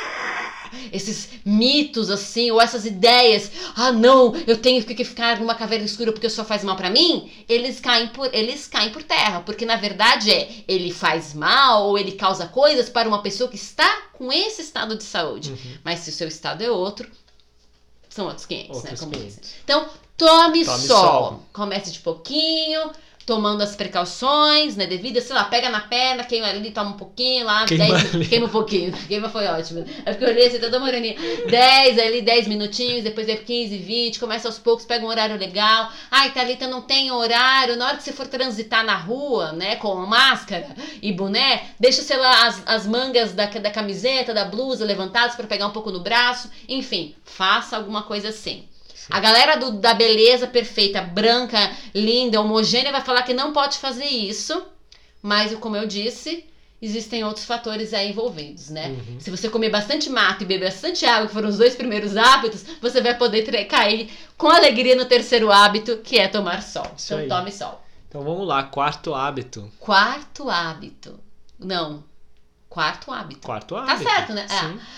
esses mitos assim, ou essas ideias, ah não, eu tenho que ficar numa caverna escura porque só faz mal pra mim, eles caem por, eles caem por terra, porque na verdade é, ele faz mal ou ele causa coisas para uma pessoa que está com esse estado de saúde, uhum. mas se o seu estado é outro, são outros quinhentos, Outros né? Como quinhentos. dizem. Então, tome, Tome sol. sol. Comece de pouquinho, tomando as precauções, né, devidas, sei lá, pega na perna, queima ali, toma um pouquinho lá, Queima dez, ali. queima um pouquinho, queima foi ótimo. É porque eu olhei, você tá toda moreninha, dez ali, dez minutinhos, depois é quinze, vinte, começa aos poucos, pega um horário legal. Ai, Thalita, não tem horário, na hora que você for transitar na rua, né, com máscara e boné, deixa, sei lá, as, as mangas da, da camiseta, da blusa levantadas para pegar um pouco no braço, enfim, faça alguma coisa assim. A galera do, da beleza perfeita, branca, linda, homogênea, vai falar que não pode fazer isso. Mas, como eu disse, existem outros fatores aí envolvidos, né? Uhum. Se você comer bastante mato e beber bastante água, que foram os dois primeiros hábitos, você vai poder tre- cair com alegria no terceiro hábito, que é tomar sol. Isso Então, aí. tome sol. Então vamos lá, quarto hábito. Quarto hábito. Não. Quarto hábito. Quarto Tá hábito. certo, né? É. Sim.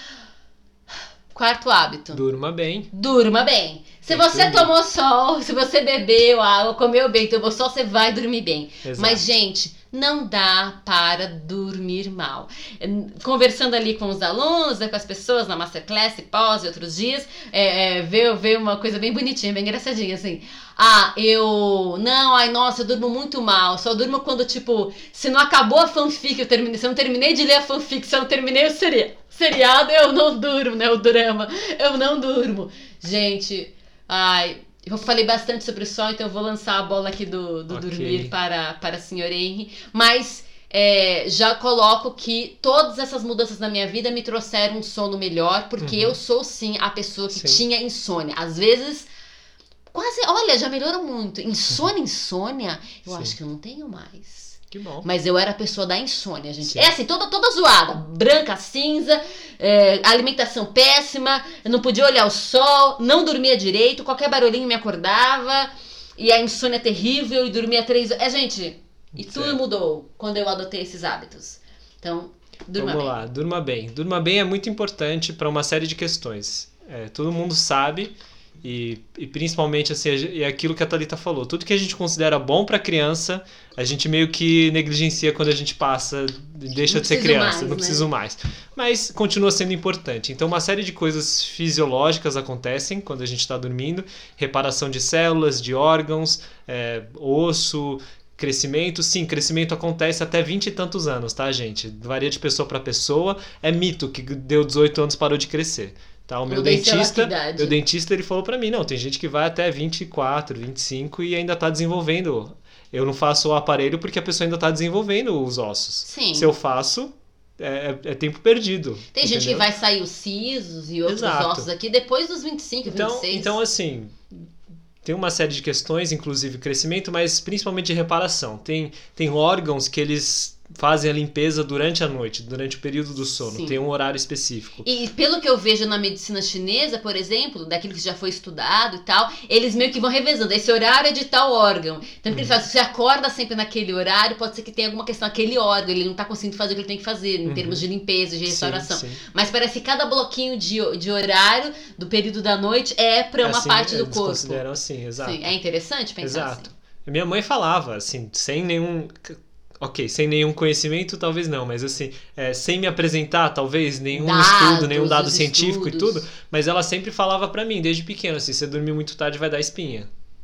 Quarto hábito. Durma bem. Durma bem. Se Tem que você dormir. tomou sol, se você bebeu água, comeu bem, tomou sol, você vai dormir bem. Exato. Mas, gente, não dá para dormir mal. Conversando ali com os alunos, né, com as pessoas na Masterclass, pós e outros dias, é, é, veio, veio uma coisa bem bonitinha, bem engraçadinha, assim. Ah, eu... Não, ai, nossa, eu durmo muito mal. Só durmo quando, tipo, se não acabou a fanfic, eu terminei, se eu não terminei de ler a fanfic, se eu não terminei o seri- seriado, eu não durmo, né? O drama. Eu não durmo. Gente, ai... Eu falei bastante sobre o sol, então eu vou lançar a bola aqui do, do Ok. dormir para, para a senhora Henry. Mas é, já coloco que todas essas mudanças na minha vida me trouxeram um sono melhor, porque Uhum. eu sou sim a pessoa que Sim. tinha insônia. Às vezes, quase, olha, já melhorou muito. Insônia, insônia, eu Sim. acho que eu não tenho mais. Que bom. Mas eu era a pessoa da insônia, gente. Sim. É assim, toda, toda zoada. Branca, cinza, é, alimentação péssima, eu não podia olhar o sol, não dormia direito, qualquer barulhinho me acordava, e a insônia terrível, e dormia três horas. É, gente, e tudo Certo. mudou quando eu adotei esses hábitos. Então, durma Vamos bem. lá, durma bem. Durma bem é muito importante para uma série de questões. É, todo mundo sabe, e, e principalmente assim, é aquilo que a Thalita falou. Tudo que a gente considera bom para criança, a gente meio que negligencia quando a gente passa, deixa Não de ser preciso criança, mais, não né? preciso mais. Mas continua sendo importante. Então, uma série de coisas fisiológicas acontecem quando a gente está dormindo: reparação de células, de órgãos, é, osso. Crescimento, sim, crescimento acontece até vinte e tantos anos, tá, gente? Varia de pessoa para pessoa. É mito que deu dezoito anos parou de crescer. Tá? O meu Ou daí, sei lá, dentista, que idade. meu dentista, ele falou para mim, não, tem gente que vai até vinte e quatro, vinte e cinco e ainda tá desenvolvendo. Eu não faço o aparelho porque a pessoa ainda tá desenvolvendo os ossos. Sim. Se eu faço, é, é tempo perdido. Tem gente que entendeu? vai sair os sisos e outros Exato. ossos aqui depois dos vinte e cinco, Então, vinte e seis. então, assim, tem uma série de questões, inclusive crescimento, mas principalmente de reparação. Tem, tem órgãos que eles fazem a limpeza durante a noite, durante o período do sono. Sim. Tem um horário específico. E pelo que eu vejo na medicina chinesa, por exemplo, daquilo que já foi estudado e tal, eles meio que vão revezando. Esse horário é de tal órgão. Então, o que eles fazem? Se você acorda sempre naquele horário, pode ser que tenha alguma questão naquele órgão. Ele não tá conseguindo fazer o que ele tem que fazer, em Uhum. termos de limpeza, de restauração. Sim, sim. Mas parece que cada bloquinho de, de horário do período da noite é pra uma Assim, parte do eles corpo. consideram assim, exato. Sim, é interessante pensar Exato. assim. Minha mãe falava, assim, sem nenhum... Ok, sem nenhum conhecimento, talvez não, mas assim, é, sem me apresentar, talvez, nenhum Dados, estudo, nenhum dado os científico estudos. e tudo, mas ela sempre falava pra mim, desde pequeno, assim, você dormir muito tarde vai dar espinha.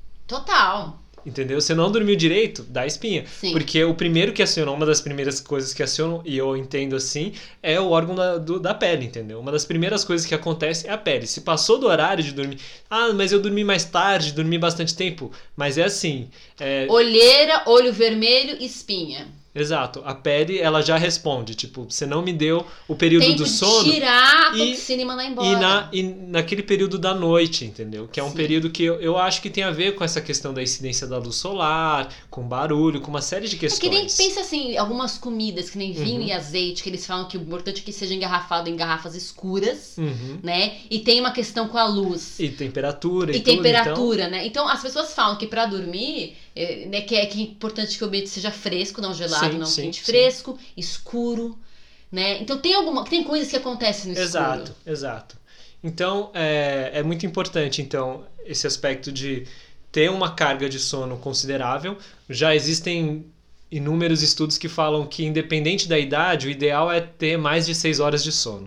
Total. Entendeu? Você não dormiu direito, dá espinha. Sim. Porque o primeiro que aciona, uma das primeiras coisas que acionam, e eu entendo assim, é o órgão da, do- da pele, entendeu? Uma das primeiras coisas que acontece é a pele. Se passou do horário de dormir, ah, mas eu dormi mais tarde, dormi bastante tempo, mas é assim, é, Olheira, olho vermelho, espinha. exato, a pele ela já responde, tipo, você não me deu o período Tempo do de sono. tirar a e- toxina e mandar embora. E, na, e naquele período da noite, entendeu? Que é um Sim. período que eu, eu acho que tem a ver com essa questão da incidência da luz solar, com barulho, com uma série de É questões. que nem pensa assim, algumas comidas, que nem vinho Uhum. e azeite, que eles falam que o importante é que seja engarrafado em garrafas escuras, Uhum. né? E tem uma questão com a luz. E temperatura e, E tudo, temperatura, né? Então as pessoas falam que pra dormir, é, né, que, é, que é importante que o ambiente seja fresco, não gelado, Sim, não sim, quente, sim. fresco, escuro, né? Então tem alguma, tem coisas que acontecem no Então, exato, escuro. exato. Então, é, é muito importante, então, esse aspecto de ter uma carga de sono considerável. Já existem inúmeros estudos que falam que, independente da idade, o ideal é ter mais de seis horas de sono.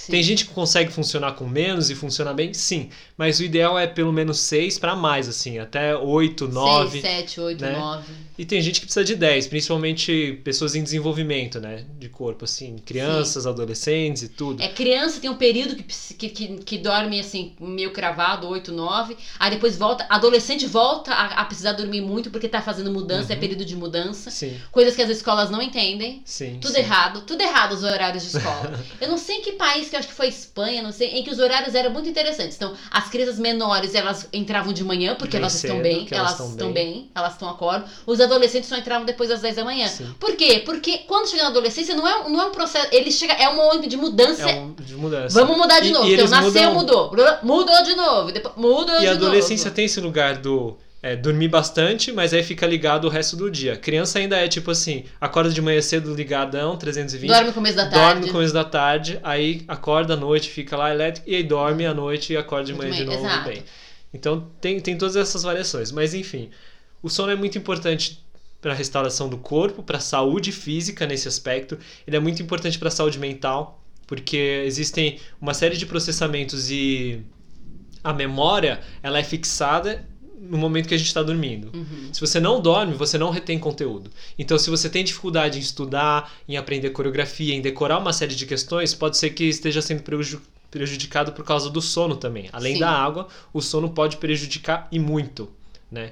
Sim. Tem gente que consegue funcionar com menos e funciona bem? Sim. Mas o ideal é pelo menos seis para mais, assim, até oito, nove. seis, sete, oito, né? nove. E tem gente que precisa de dez, principalmente pessoas em desenvolvimento, né? De corpo, assim, crianças, Sim. adolescentes e tudo. É, criança tem um período que, que, que, que dorme, assim, meio cravado, oito, nove. Aí depois volta, adolescente volta a, a precisar dormir muito porque tá fazendo mudança, uhum. é período de mudança. Sim. Coisas que as escolas não entendem. Sim, tudo sim. errado, tudo errado os horários de escola. Eu não sei em que país, que eu acho que foi Espanha, não sei, em que os horários eram muito interessantes. Então, as crianças menores, elas entravam de manhã, porque bem elas cedo, estão bem, elas, elas estão bem. bem, elas estão acordam. Os adolescentes só entravam depois das dez da manhã. Sim. Por quê? Porque quando chega na adolescência, não é, não é um processo, ele chega, é um momento de mudança. É um de mudança. Vamos mudar de e, novo. E então, nasceu, mudam... mudou. Mudou de novo. Depois, mudou e de a adolescência novo. tem esse lugar do... É, dormir bastante, mas aí fica ligado o resto do dia. Criança ainda é tipo assim, acorda de manhã cedo ligadão, trezentos e vinte. Dorme no começo da tarde. Dorme no começo da tarde, aí acorda à noite, fica lá elétrico, e aí dorme à noite e acorda de manhã de novo. Exato. Bem. Então tem, tem todas essas variações. Mas enfim, o sono é muito importante para a restauração do corpo, para a saúde física nesse aspecto. Ele é muito importante para a saúde mental, porque existem uma série de processamentos e a memória ela é fixada no momento que a gente está dormindo. Uhum. Se você não dorme, você não retém conteúdo. Então, se você tem dificuldade em estudar, em aprender coreografia, em decorar uma série de questões, pode ser que esteja sendo prejudic- prejudicado por causa do sono também. Além Sim. da água, o sono pode prejudicar e muito, né?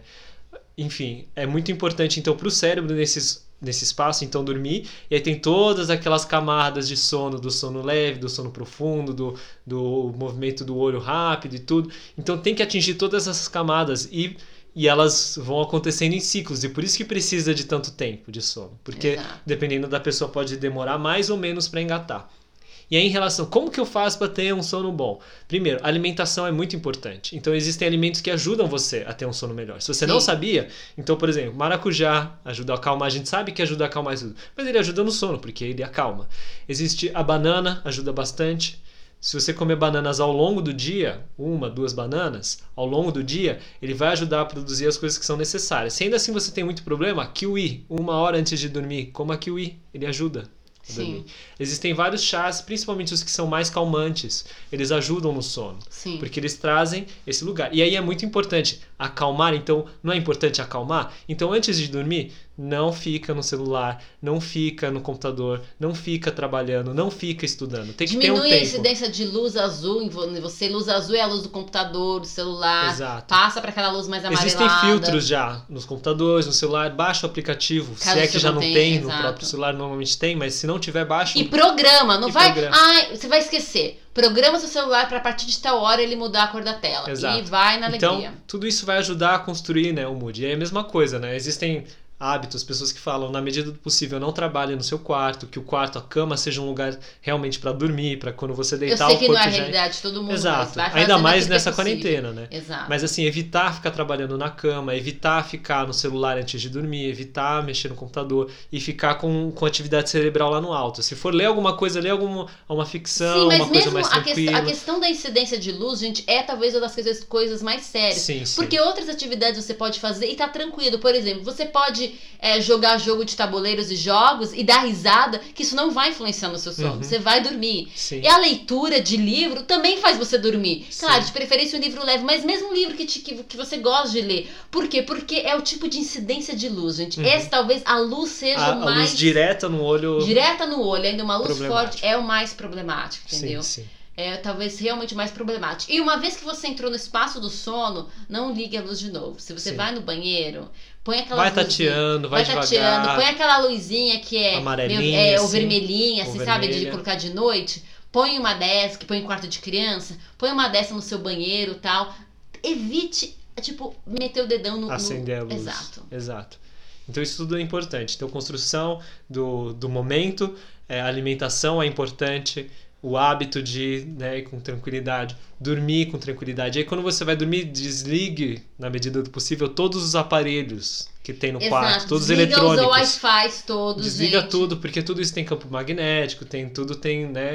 Enfim, é muito importante então para o cérebro nesses nesse espaço, então dormir, e aí tem todas aquelas camadas de sono, do sono leve, do sono profundo, do, do movimento do olho rápido e tudo, então tem que atingir todas essas camadas e, e elas vão acontecendo em ciclos, e por isso que precisa de tanto tempo de sono, porque Exato. Dependendo da pessoa pode demorar mais ou menos para engatar. E aí em relação, como que eu faço para ter um sono bom? Primeiro, a alimentação é muito importante. Então existem alimentos que ajudam você a ter um sono melhor. Se você Sim. não sabia, então por exemplo, maracujá ajuda a acalmar, a gente sabe que ajuda a acalmar tudo, mas ele ajuda no sono, porque ele acalma. Existe a banana, ajuda bastante. Se você comer bananas ao longo do dia, uma, duas bananas, ao longo do dia, ele vai ajudar a produzir as coisas que são necessárias. Se ainda assim você tem muito problema, kiwi, uma hora antes de dormir, coma kiwi, ele ajuda. Sim. Existem vários chás, principalmente os que são mais calmantes, eles ajudam no sono, Sim. porque eles trazem esse lugar. E aí é muito importante acalmar, então não é importante acalmar? Então antes de dormir, não fica no celular, não fica no computador, não fica trabalhando, não fica estudando. Tem que Diminui ter um tempo. a incidência de luz azul em você. Luz azul é a luz do computador, do celular. Exato. Passa para aquela luz mais amarelada. Existem filtros já nos computadores, no celular. Baixa o aplicativo. Caso se é que você já não não tenha, tem, no exato. próprio celular normalmente tem, mas se não tiver, baixa. E programa, não E vai. programa. Ai, você vai esquecer. Programa seu celular para a partir de tal hora ele mudar a cor da tela. Exato. E vai na alegria. Então, tudo isso vai ajudar a construir, né, o mood. E é a mesma coisa, né? Existem hábitos, pessoas que falam, na medida do possível, não trabalhe no seu quarto, que o quarto, a cama seja um lugar realmente para dormir, para quando você Eu deitar sei o que corpo não é a já... realidade de todo mundo. Exato. Mas vai Ainda fazendo mais aquilo que nessa é possível. quarentena, né? Exato. Mas assim, evitar ficar trabalhando na cama, evitar ficar no celular antes de dormir, evitar mexer no computador e ficar com, com atividade cerebral lá no alto. Se for ler alguma coisa, ler alguma uma ficção, Sim, mas uma coisa mesmo mais a, que, tranquila. a questão da incidência de luz, gente, é talvez uma das coisas, coisas mais sérias. Sim, sim. Porque outras atividades você pode fazer e tá tranquilo. Por exemplo, você pode é, jogar jogo de tabuleiros e jogos e dar risada, que isso não vai influenciar no seu sono. Uhum. Você vai dormir. Sim. E a leitura de livro também faz você dormir. Sim. Claro, de preferência um livro leve, mas mesmo um livro que, te, que, que você gosta de ler. Por quê? Porque é o tipo de incidência de luz, gente. Uhum. Essa talvez a luz seja A, o a mais... luz direta no olho... Direta no olho, ainda uma luz Problemático. forte, é o mais problemático, entendeu? Sim, sim. É talvez realmente mais problemático. E uma vez que você entrou no espaço do sono, não ligue a luz de novo. Se você Sim. vai no banheiro, põe aquela Vai luzinha, tateando, vai, vai devagar. tateando, põe aquela luzinha que é, Amarelinha, meio, é ou assim, vermelhinha, ou assim, sabe, de vermelha. colocar de noite. Põe uma dessa, que põe em quarto de criança, põe uma dessa no seu banheiro e tal. Evite, tipo, meter o dedão no... Acender no... a luz. Exato. Exato. Então isso tudo é importante. Então construção do, do momento, é, alimentação é importante, o hábito de, né, ir com tranquilidade, dormir com tranquilidade. E aí quando você vai dormir, desligue, na medida do possível, todos os aparelhos que tem no Exato. quarto, todos os Desliga eletrônicos. os Wi-Fi todos, Desliga gente. tudo, porque tudo isso tem campo magnético, tem tudo tem, né,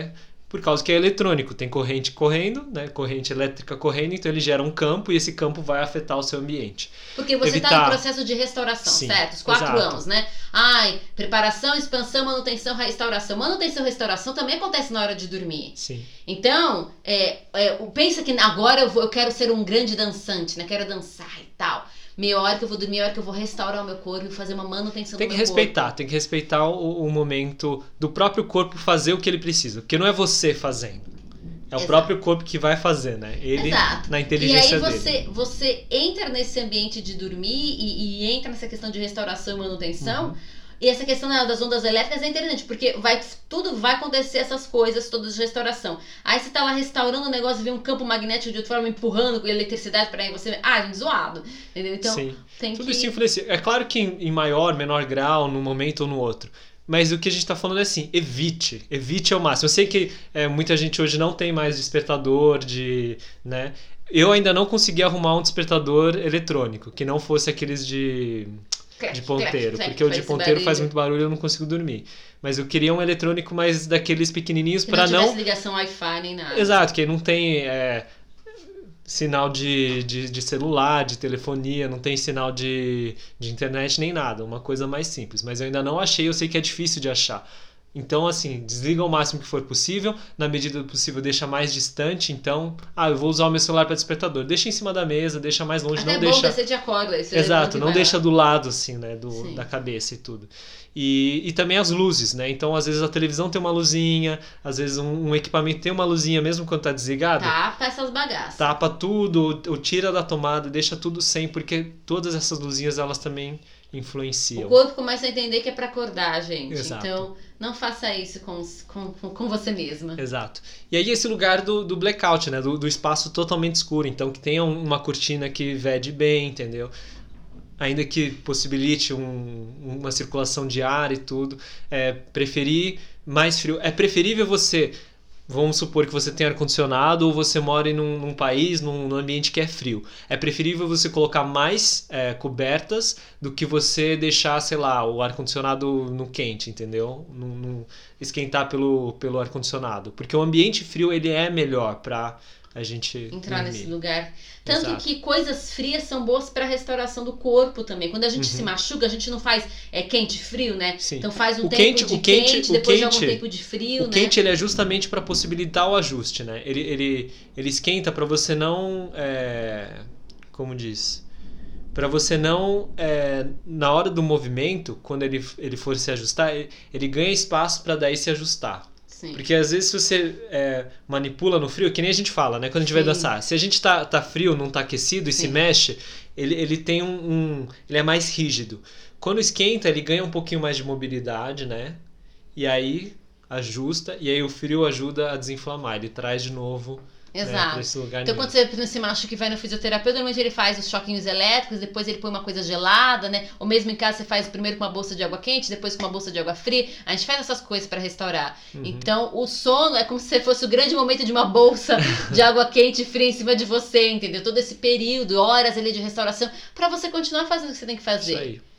por causa que é eletrônico, tem corrente correndo, né? Corrente elétrica correndo, então ele gera um campo e esse campo vai afetar o seu ambiente. Porque você está Evitar... no processo de restauração, Sim, certo? Os quatro exato. anos, né? Ai, preparação, expansão, manutenção, restauração. Manutenção e restauração também acontece na hora de dormir. Sim. Então, é, é, pensa que agora eu, vou, eu quero ser um grande dançante, né? Quero dançar e tal. Meia hora que eu vou dormir, meia hora que eu vou restaurar o meu corpo e fazer uma manutenção Tem do que meu respeitar, corpo. tem que respeitar o, o momento do próprio corpo fazer o que ele precisa. Porque não é você fazendo. É o Exato. próprio corpo que vai fazer, né? Ele, Exato. na inteligência e aí dele. você, você entra nesse ambiente de dormir e, e entra nessa questão de restauração e manutenção. Uhum. E essa questão das ondas elétricas é interessante, porque vai, tudo vai acontecer essas coisas todas de restauração. Aí você tá lá restaurando o negócio e vê um campo magnético de outra forma empurrando com eletricidade pra aí você... Ah, gente, zoado. Entendeu? Então, Sim. tem Tudo que... isso influencia. É claro que em, em maior, menor grau, num momento ou no outro. Mas o que a gente tá falando é assim, evite. Evite ao máximo. Eu sei que é, muita gente hoje não tem mais despertador de... né? Eu ainda não consegui arrumar um despertador eletrônico, que não fosse aqueles de... de ponteiro, clac, porque clac, o de ponteiro barulho. Faz muito barulho e eu não consigo dormir. Mas eu queria um eletrônico mais daqueles pequenininhos para não... não tivesse ligação Wi-Fi nem nada. Exato, que não tem é, sinal de, de, de celular, de telefonia, não tem sinal de, de internet nem nada. Uma coisa mais simples. Mas eu ainda não achei, eu sei que é difícil de achar. Então, assim, desliga o máximo que for possível. Na medida do possível, deixa mais distante. Então, ah, eu vou usar o meu celular para despertador. Deixa em cima da mesa, deixa mais longe. Até não é deixa... bom descer de acorda. Exato, não deixa lá. do lado, assim, né, do, da cabeça e tudo. E, e também as luzes, né? Então, às vezes a televisão tem uma luzinha, às vezes um, um equipamento tem uma luzinha mesmo quando tá desligado. Tapa essas bagaças. Tapa tudo, ou tira da tomada, deixa tudo sem, porque todas essas luzinhas, elas também influenciam. O corpo começa a entender que é pra acordar, gente. Exato. Então, não faça isso com, com, com você mesma. Exato. E aí esse lugar do, do blackout, né? Do, do espaço totalmente escuro. Então, que tenha uma cortina que vede bem, entendeu? Ainda que possibilite um, uma circulação de ar e tudo. É preferir mais frio. É preferível você... Vamos supor que você tem ar-condicionado ou você mora num, num país, num, num ambiente que é frio. É preferível você colocar mais é, cobertas do que você deixar, sei lá, o ar-condicionado no quente, entendeu? No, no, esquentar pelo, pelo ar-condicionado. Porque o ambiente frio ele é melhor para a gente entrar dormir. Nesse lugar. Tanto Exato. Que coisas frias são boas para a restauração do corpo também. Quando a gente uhum. se machuca, a gente não faz é, quente e frio, né? Sim. Então faz um o tempo quente, de o quente, quente, o depois quente, joga um tempo de frio, o né? O quente ele é justamente para possibilitar o ajuste, né? Ele, ele, ele esquenta para você não... É, como diz... Para você não, é, na hora do movimento, quando ele, ele for se ajustar, ele, ele ganha espaço para daí se ajustar. Sim. Porque às vezes se você é, manipula no frio, que nem a gente fala, né? Quando a gente Sim. vai dançar. Se a gente tá, tá frio, não tá aquecido e Sim. se mexe, ele, ele tem um, um... Ele é mais rígido. Quando esquenta, ele ganha um pouquinho mais de mobilidade, né? E aí ajusta, e aí o frio ajuda a desinflamar. Ele traz de novo... Exato. Né, esse lugar então, mesmo. quando você se machuca que vai no fisioterapeuta, normalmente ele faz os choquinhos elétricos, depois ele põe uma coisa gelada, né? Ou mesmo em casa você faz primeiro com uma bolsa de água quente, depois com uma bolsa de água fria. A gente faz essas coisas para restaurar. Uhum. Então, o sono é como se fosse o grande momento de uma bolsa de água quente e fria em cima de você, entendeu? Todo esse período, horas ali de restauração, para você continuar fazendo o que você tem que fazer. Isso aí.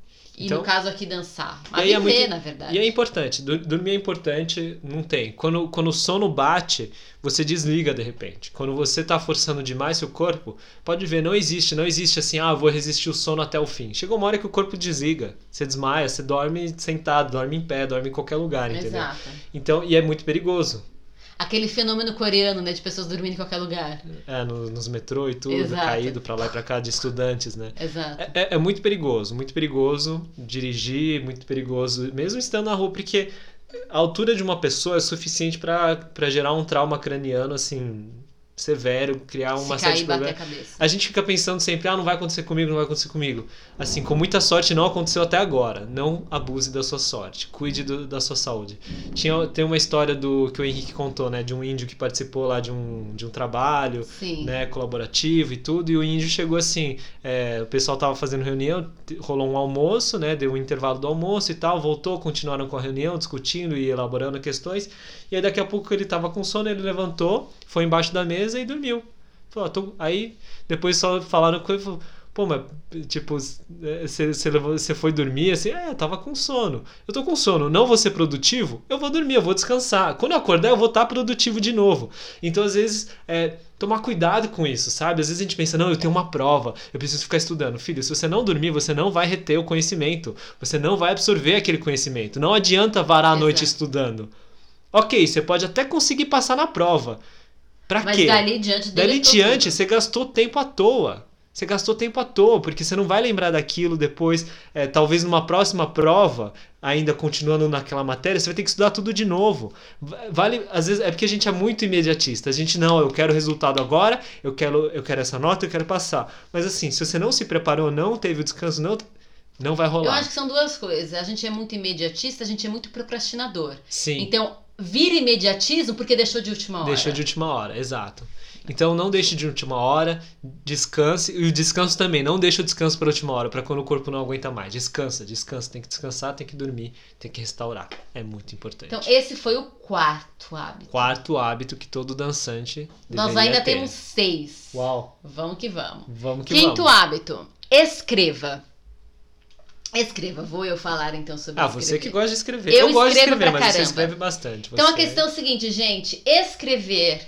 E então, no caso aqui dançar. Mas viver, é muito, na verdade. E é importante. Dormir é importante, não tem. Quando, quando o sono bate, você desliga de repente. Quando você está forçando demais seu corpo, pode ver, não existe. Não existe assim, ah, vou resistir o sono até o fim. Chega uma hora que o corpo desliga. Você desmaia, você dorme sentado, dorme em pé, dorme em qualquer lugar, entendeu? Exato. Então, e é muito perigoso. Aquele fenômeno coreano, né? De pessoas dormindo em qualquer lugar. É, no, nos metrô e tudo, Exato. Caído pra lá e pra cá, de estudantes, né? Exato. É, é, é muito perigoso, muito perigoso dirigir, muito perigoso, mesmo estando na rua, porque a altura de uma pessoa é suficiente pra, pra gerar um trauma craniano, assim, severo, criar uma Se série cair, de problemas. bater a cabeça. A gente fica pensando sempre, ah, não vai acontecer comigo, não vai acontecer comigo. Assim, com muita sorte não aconteceu até agora. Não abuse da sua sorte, cuide do, da sua saúde. Tinha, tem uma história do que o Henrique contou, né, de um índio que participou lá de um, de um trabalho, Sim. né, colaborativo e tudo, e o índio chegou assim, é, o pessoal tava fazendo reunião, rolou um almoço, né, deu um intervalo do almoço e tal, voltou, continuaram com a reunião, discutindo e elaborando questões, e aí daqui a pouco ele tava com sono, ele levantou, foi embaixo da mesa e dormiu. Falou, tô... Aí depois só falaram com ele, falou, Pô, mas, tipo, você, você, levou, você foi dormir assim, é, eu tava com sono. Eu tô com sono, não vou ser produtivo? Eu vou dormir, eu vou descansar. Quando eu acordar, eu vou estar produtivo de novo. Então, às vezes, é, tomar cuidado com isso, sabe? Às vezes a gente pensa, não, eu tenho uma prova, eu preciso ficar estudando. Filho, se você não dormir, você não vai reter o conhecimento. Você não vai absorver aquele conhecimento. Não adianta varar a Exato. noite estudando. Ok, você pode até conseguir passar na prova. Pra Mas quê? dali diante Dali deletou diante, tudo. você gastou tempo à toa. Você gastou tempo à toa, porque você não vai lembrar daquilo depois. É, talvez numa próxima prova, ainda continuando naquela matéria, você vai ter que estudar tudo de novo. Vale, às vezes é porque a gente é muito imediatista. A gente, não, eu quero o resultado agora, eu quero, eu quero essa nota, eu quero passar. Mas assim, se você não se preparou, não teve o descanso, não, não vai rolar. Eu acho que são duas coisas. A gente é muito imediatista, a gente é muito procrastinador. Sim. Então, vira imediatismo porque deixou de última hora. Deixou de última hora, exato. Então não deixe de última hora, descanse. E o descanso também, não deixe o descanso para a última hora, para quando o corpo não aguenta mais. Descansa, descansa, tem que descansar, tem que dormir, tem que restaurar. É muito importante. Então esse foi o quarto hábito. Quarto hábito que todo dançante deveria Nós ainda ter. temos seis. Uau. Vamos que vamos. Vamos que Quinto vamos. hábito, escreva. Escreva, vou eu falar então sobre Ah, escrever. você que gosta de escrever. Eu Eu, gosto de escrevo escrever, pra mas você caramba. escreve bastante. Então a Você- questão é o seguinte, gente, escrever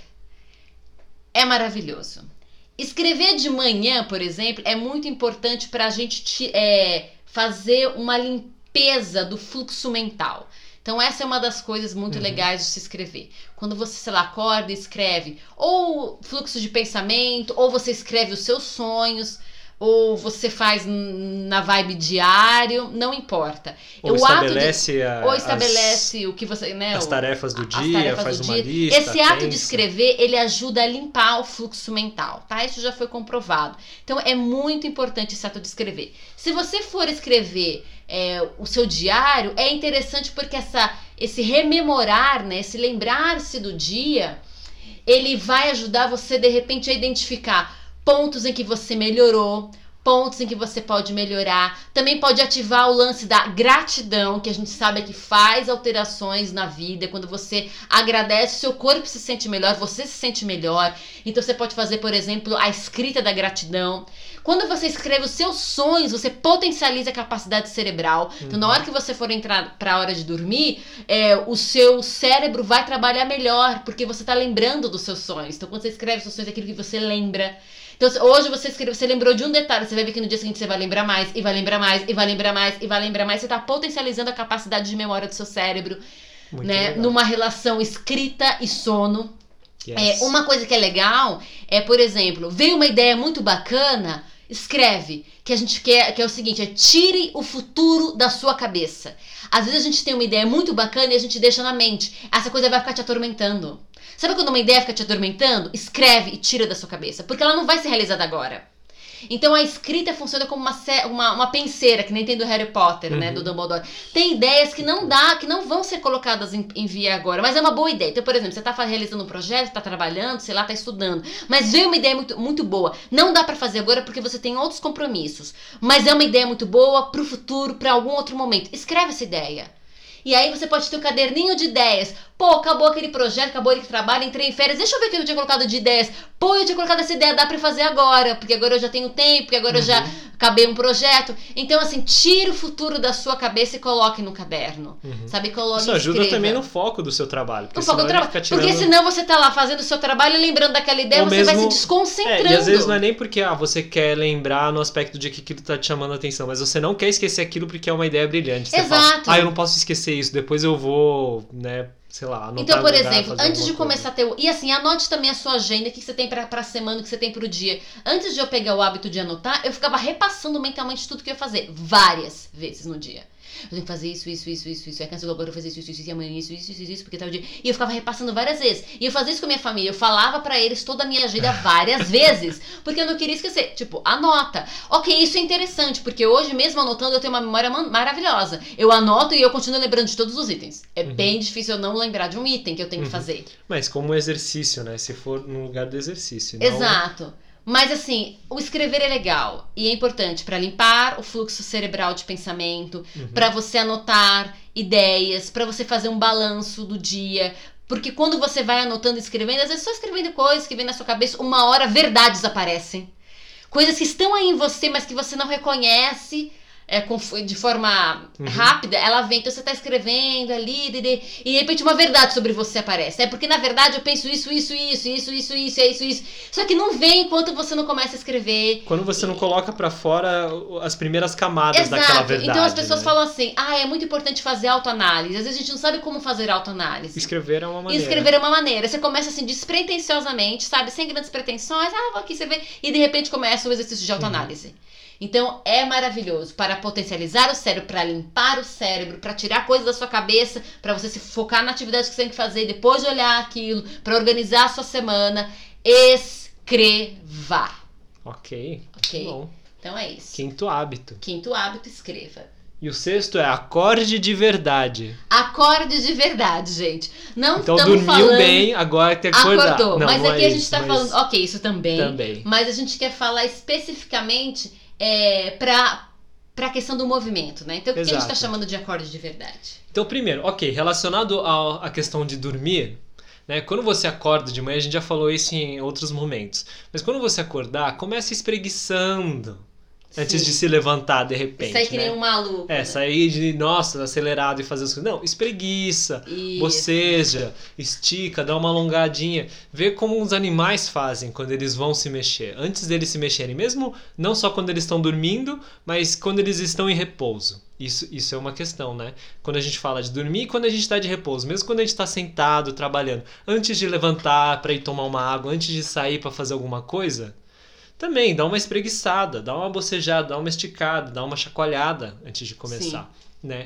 é maravilhoso. Escrever de manhã, por exemplo, é muito importante para a gente ti- é, fazer uma limpeza do fluxo mental. Então essa é uma das coisas muito Uhum. legais de se escrever. Quando você, sei lá, acorda e escreve ou fluxo de pensamento, ou você escreve os seus sonhos, ou você faz n- na vibe diário, não importa. Ou O ato de- estabelece, a- Ou estabelece o que você, né, as, as o- tarefas do as dia, tarefas faz do uma dia. lista. Esse ato de pensa. escrever, ele ajuda a limpar o fluxo mental, tá? Isso já foi comprovado. Então é muito importante esse ato de escrever. Se você for escrever é, o seu diário, é interessante porque essa, esse rememorar, né, esse lembrar-se do dia, ele vai ajudar você de repente a identificar pontos em que você melhorou, pontos em que você pode melhorar. Também pode ativar o lance da gratidão, que a gente sabe que faz alterações na vida. Quando você agradece, seu corpo se sente melhor, você se sente melhor. Então você pode fazer, por exemplo, a escrita da gratidão. Quando você escreve os seus sonhos, você potencializa a capacidade cerebral. Então na hora que você for entrar para a hora de dormir, é, o seu cérebro vai trabalhar melhor, porque você está lembrando dos seus sonhos. Então quando você escreve os seus sonhos, é aquilo que você lembra. Então hoje você escreveu, você lembrou de um detalhe, você vai ver que no dia seguinte você vai lembrar mais, e vai lembrar mais, e vai lembrar mais, e vai lembrar mais. Você está potencializando a capacidade de memória do seu cérebro, Muito né? legal. Numa relação escrita e sono. Yes. É, uma coisa que é legal é, por exemplo, veio uma ideia muito bacana, escreve, que a gente quer, que é o seguinte, é tire o futuro da sua cabeça. Às vezes a gente tem uma ideia muito bacana e a gente deixa na mente. Essa coisa vai ficar te atormentando. Sabe quando uma ideia fica te atormentando? Escreve e tira da sua cabeça, porque ela não vai ser realizada agora. Então a escrita funciona como uma, uma, uma penseira, que nem tem do Harry Potter, uhum. né, do Dumbledore. Tem ideias que não dá, que não vão ser colocadas em, em via agora, mas é uma boa ideia. Então, por exemplo, você está realizando um projeto, está trabalhando, sei lá, está estudando, mas veio uma ideia muito, muito boa. Não dá para fazer agora porque você tem outros compromissos, mas é uma ideia muito boa para o futuro, para algum outro momento. Escreve essa ideia. E aí você pode ter um caderninho de ideias. Pô, acabou aquele projeto, acabou aquele trabalho, entrei em férias. Deixa eu ver o que eu tinha colocado de ideias. Pô, eu tinha colocado essa ideia, dá pra fazer agora. Porque agora eu já tenho tempo, porque agora uhum. eu já acabei um projeto. Então, assim, tira o futuro da sua cabeça e coloque no caderno. Uhum. Sabe? Coloque Isso ajuda escreva. Também no foco do seu trabalho. No foco do trabalho. Tirando... Porque senão você tá lá fazendo o seu trabalho e lembrando daquela ideia, Ou você mesmo... vai se desconcentrando. É, e às vezes não é nem porque ah, você quer lembrar no aspecto de que aquilo tá te chamando a atenção, mas você não quer esquecer aquilo porque é uma ideia brilhante. Você Exato. Fala, ah, eu não posso esquecer isso, depois eu vou, né... sei lá, anotar Então, por lugar, exemplo, antes de começar coisa. a ter... E assim, anote também a sua agenda, o que você tem pra, pra semana, o que você tem pro dia. Antes de eu pegar o hábito de anotar, eu ficava repassando mentalmente tudo que eu ia fazer. Várias vezes no dia. Eu tenho que fazer isso, isso, isso, isso, isso. É cansado agora eu fazer isso, isso, isso, e amanhã isso, isso, isso, isso, porque tal dia. E eu ficava repassando várias vezes. E eu fazia isso com a minha família. Eu falava pra eles toda a minha agenda várias vezes. Porque eu não queria esquecer. Tipo, anota. Ok, isso é interessante, porque hoje mesmo anotando eu tenho uma memória maravilhosa. Eu anoto e eu continuo lembrando de todos os itens. É uhum. bem difícil eu não lembrar de um item que eu tenho uhum. que fazer. Mas como exercício, né? Se for no lugar do exercício. Não... Exato. Mas assim, o escrever é legal e é importante para limpar o fluxo cerebral de pensamento, uhum. para você anotar ideias, para você fazer um balanço do dia. Porque quando você vai anotando e escrevendo, às vezes só escrevendo coisas que vem na sua cabeça, uma hora verdades aparecem. coisas que estão aí em você, mas que você não reconhece é, com, de forma Uhum. rápida, ela vem. Então você tá escrevendo ali, de, de, e de repente uma verdade sobre você aparece. É porque na verdade eu penso isso, isso, isso, isso, isso, isso, é isso, isso. Só que não vem enquanto você não começa a escrever. Quando você não coloca pra fora as primeiras camadas Exato. daquela verdade. Então as pessoas né? falam assim, ah, é muito importante fazer autoanálise. Às vezes a gente não sabe como fazer autoanálise. Escrever é uma E maneira. escrever é uma maneira. Você começa assim, despretensiosamente, sabe? Sem grandes pretensões. Ah, vou aqui escrever. E de repente começa o exercício de autoanálise. Uhum. Então é maravilhoso para potencializar o cérebro, para limpar o cérebro, para tirar coisas da sua cabeça, para você se focar na atividade que você tem que fazer, depois de olhar aquilo, para organizar a sua semana. Escreva. Ok. Ok? Bom. Então é isso. Quinto hábito. Quinto hábito, escreva. E o sexto é acorde de verdade. Acorde de verdade, gente. Não então estamos dormiu falando... bem, agora tem que acordar. Acordou. Não, mas não aqui é a gente isso, tá mas... falando... Ok, isso também. Também. Mas a gente quer falar especificamente é, para a questão do movimento, né? Então o que, que a gente está chamando de acorde de verdade? Então primeiro, ok, relacionado à questão de dormir... Né? Quando você acorda de manhã, a gente já falou isso em outros momentos. Mas quando você acordar, comece espreguiçando. Sim. Antes de se levantar de repente. Sair que né? nem um maluco. É, né? sair de, nossa, acelerado e fazer as coisas. Não, espreguiça, Isso. boceja, estica, dá uma alongadinha. Vê como os animais fazem quando eles vão se mexer. Antes deles se mexerem, mesmo não só quando eles estão dormindo, mas quando eles estão em repouso. Isso, isso é uma questão, né? Quando a gente fala de dormir e quando a gente está de repouso. Mesmo quando a gente está sentado, trabalhando. Antes de levantar para ir tomar uma água, antes de sair para fazer alguma coisa... Também, dá uma espreguiçada, dá uma bocejada, dá uma esticada, dá uma chacoalhada antes de começar, Sim. né,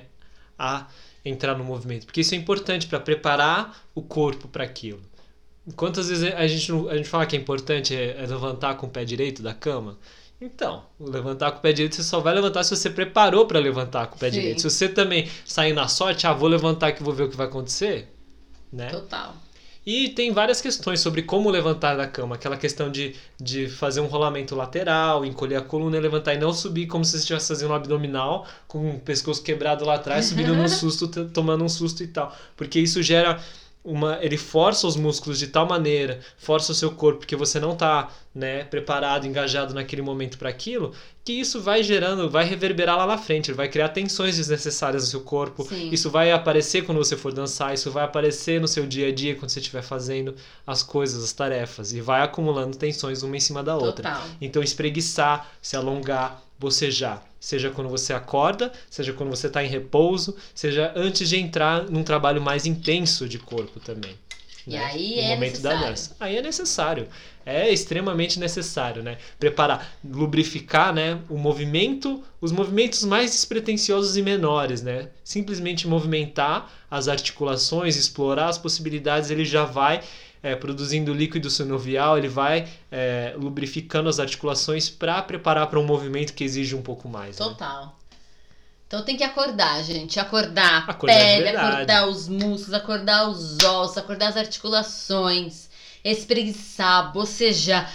a entrar no movimento. Porque isso é importante para preparar o corpo para aquilo. Quantas vezes a gente, a gente fala que é importante é, é levantar com o pé direito da cama? Então, levantar com o pé direito você só vai levantar se você preparou para levantar com o pé Sim. direito. Se você também sair na sorte, ah, vou levantar que vou ver o que vai acontecer, né? Total. E tem várias questões sobre como levantar da cama. Aquela questão de, de fazer um rolamento lateral, encolher a coluna e levantar e não subir como se você estivesse fazendo um abdominal com o pescoço quebrado lá atrás, subindo num susto, tomando um susto e tal. Porque isso gera... Uma, ele força os músculos de tal maneira, força o seu corpo, porque você não está, né, preparado, engajado naquele momento para aquilo, que isso vai gerando, vai reverberar lá na frente, ele vai criar tensões desnecessárias no seu corpo. Sim. Isso vai aparecer quando você for dançar, isso vai aparecer no seu dia a dia quando você estiver fazendo as coisas, as tarefas, e vai acumulando tensões uma em cima da outra. Total. Então espreguiçar, se alongar, bocejar, seja quando você acorda, seja quando você está em repouso, seja antes de entrar num trabalho mais intenso de corpo também. E né? aí no é momento necessário. da dança. Aí é necessário. É extremamente necessário, né? Preparar, lubrificar, né? O movimento, os movimentos mais despretensiosos e menores, né? Simplesmente movimentar as articulações, explorar as possibilidades, ele já vai É, produzindo líquido sinovial, ele vai é, lubrificando as articulações para preparar para um movimento que exige um pouco mais. Total. Né? Então tem que acordar, gente. Acordar a acordar pele, acordar os músculos, acordar os ossos, acordar as articulações, espreguiçar, bocejar.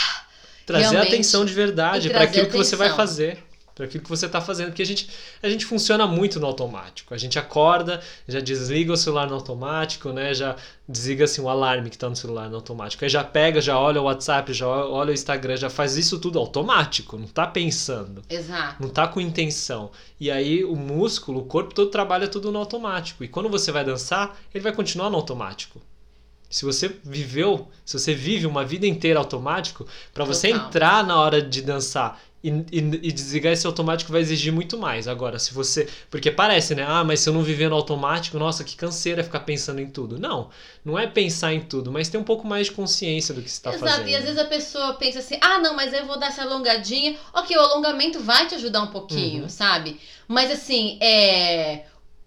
Trazer Realmente, atenção de verdade para aquilo que você vai fazer. Para aquilo que você está fazendo, porque a gente, a gente funciona muito no automático. A gente acorda, já desliga o celular no automático, né? Já desliga assim, o alarme que está no celular no automático. Aí já pega, já olha o WhatsApp, já olha o Instagram, já faz isso tudo automático, não está pensando. Exato. Não está com intenção. E aí o músculo, o corpo todo trabalha tudo no automático. E quando você vai dançar, ele vai continuar no automático. Se você viveu, se você vive uma vida inteira automático, para você entrar na hora de dançar E, e, e desligar esse automático vai exigir muito mais. Agora, se você... Porque parece, né? Ah, mas se eu não viver no automático, nossa, que canseira ficar pensando em tudo. Não, não é pensar em tudo, mas ter um pouco mais de consciência do que você está fazendo. Exato, e às vezes a pessoa pensa assim, ah, não, mas eu vou dar essa alongadinha. Ok, o alongamento vai te ajudar um pouquinho, uhum. sabe? Mas assim, é...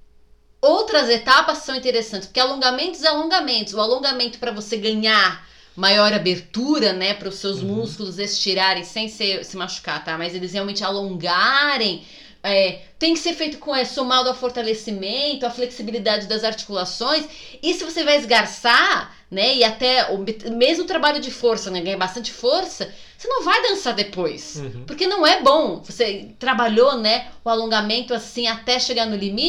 outras etapas são interessantes, porque alongamentos e alongamentos. O alongamento para você ganhar maior abertura, né, para os seus uhum. músculos estirarem sem se, se machucar, tá? Mas eles realmente alongarem, é, tem que ser feito com é, somado ao fortalecimento, à flexibilidade das articulações. E se você vai esgarçar, né, e até o mesmo trabalho de força, né, ganha bastante força, você não vai dançar depois, uhum. porque não é bom. Você trabalhou, né, o alongamento assim até chegar no limite,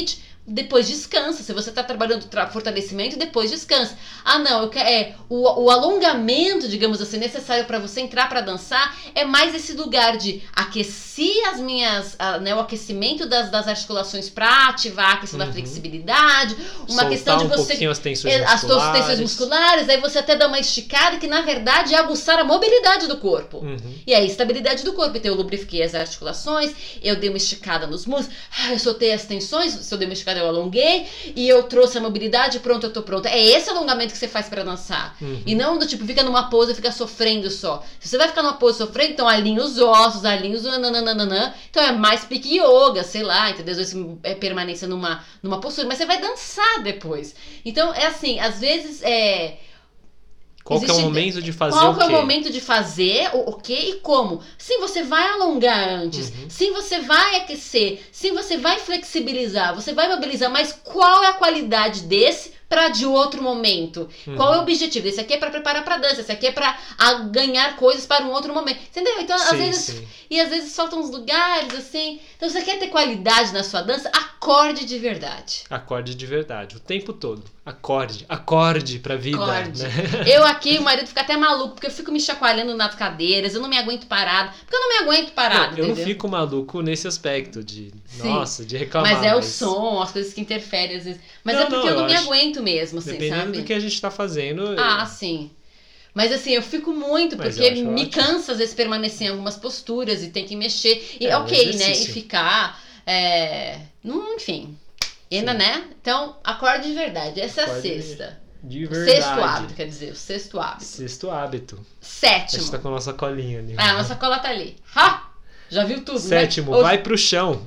depois descansa. Se você está trabalhando tra- fortalecimento, depois descansa. Ah, não, eu quero, é, o, o alongamento, digamos assim, necessário para você entrar para dançar é mais esse lugar de aquecer as minhas, a, né, o aquecimento das, das articulações para ativar a questão Uhum. da flexibilidade, uma Soltar questão de um você pouquinho as tensões é, as suas musculares. tensões musculares, aí você até dá uma esticada que na verdade é aguçar a mobilidade do corpo. Uhum. E a estabilidade do corpo. Então eu lubrifiquei as articulações, eu dei uma esticada nos músculos, eu soltei as tensões, se eu dei uma esticada eu alonguei, e eu trouxe a mobilidade, pronto, eu tô pronta. É esse alongamento que você faz pra dançar. Uhum. E não do tipo, fica numa pose e fica sofrendo só. Se você vai ficar numa pose sofrendo, então alinha os ossos, alinha os nananana. Então é mais pique yoga, sei lá, entendeu? Às vezes é permanência numa, numa postura, mas você vai dançar depois. Então é assim, às vezes é... Qual que é o Existe- momento de fazer Qual o que é quê? o momento de fazer, o, o que e como? Sim, você vai alongar antes. Uhum. Sim, você vai aquecer. Sim, você vai flexibilizar. Você vai mobilizar. Mas qual é a qualidade desse para de outro momento? Uhum. Qual é o objetivo? Esse aqui é para preparar para dança. Esse aqui é para ganhar coisas para um outro momento. Entendeu? Então, às Sim, vezes... sim. E às vezes faltam uns lugares, assim. Então, se você quer ter qualidade na sua dança, acorde de verdade. Acorde de verdade, o tempo todo. Acorde, acorde pra vida. Acorde. Né? Eu aqui, o marido fica até maluco, porque eu fico me chacoalhando nas cadeiras, eu não me aguento parado. Porque eu não me aguento parado, Não, eu não entendeu? fico maluco nesse aspecto de, Sim. nossa, de reclamar. Mas é o som, as coisas que interferem às vezes. Mas Não, é porque não, eu não eu me acho- aguento mesmo, assim, Dependendo sabe? do que a gente tá fazendo. Ah, sim. Mas assim, eu fico muito, Mas porque eu acho me ótimo. cansa às vezes permanecer em algumas posturas e tem que mexer. E É, um ok, né? E exercício. ficar. É... hum, Enfim. E ainda, Sim. né? Então, acorde de verdade. Essa é a Acorde sexta. De O verdade. sexto hábito, quer dizer, o sexto hábito. Sexto hábito. A Sétimo. gente tá com a nossa colinha ali. Ah, a nossa cola tá ali. Ha! Já viu tudo, Sétimo, né? Ou- vai pro chão.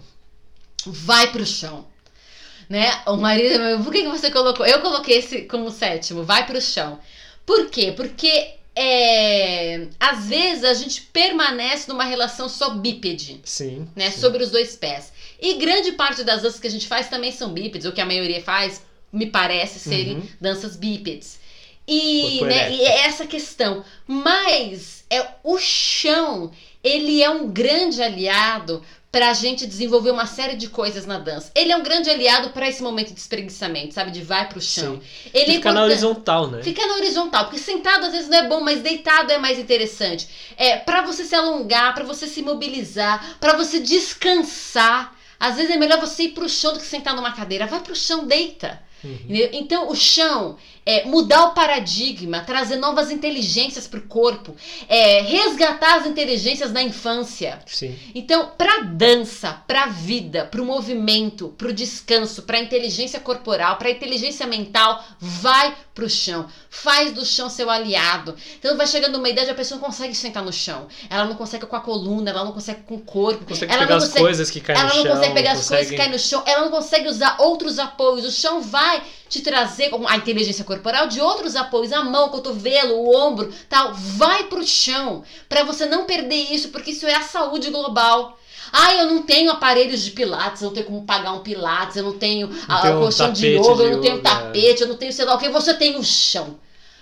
Vai pro chão. Né? O marido, por que que você colocou? Eu coloquei esse como sétimo, vai pro chão. Por quê? Porque é, às vezes a gente permanece numa relação só bípede, Sim. né? sim. Sobre os dois pés. E grande parte das danças que a gente faz também são bípedes, ou que a maioria faz, me parece serem Uhum. danças bípedes. E, Corpo né, ereto. e é essa questão. Mas é, o chão, ele é um grande aliado pra gente desenvolver uma série de coisas na dança. Ele é um grande aliado pra esse momento de espreguiçamento, sabe? De vai pro chão. Sim. Ele E é ficar na importante- horizontal, né? Fica na horizontal, porque sentado às vezes não é bom, mas deitado é mais interessante. É para você se alongar, pra você se mobilizar, pra você descansar. Às vezes é melhor você ir pro chão do que sentar numa cadeira. Vai pro chão, deita. Uhum. Entendeu? Então, o chão é mudar o paradigma, trazer novas inteligências pro corpo, é, resgatar as inteligências da infância. Sim. Então, pra dança, pra vida, pro movimento, pro descanso, pra inteligência corporal, pra inteligência mental, vai pro chão. Faz do chão seu aliado. Então, vai chegando uma idade, a pessoa não consegue sentar no chão. Ela não consegue com a coluna, ela não consegue com o corpo. Não consegue ela pegar não as consegue, coisas que caem ela no não chão. consegue pegar as consegue... coisas que caem no chão. Ela não consegue usar outros apoios. O chão vai te trazer a inteligência corporal de outros apoios. A mão, o cotovelo, o ombro, tal. Vai pro chão. Pra você não perder isso, porque isso é a saúde global. Ah, eu não tenho aparelhos de pilates, eu não tenho como pagar um pilates, eu não tenho a, tenho um colchão de tapete yoga, eu de não tenho yoga. tapete, eu não tenho sei lá o que. Você tem o chão.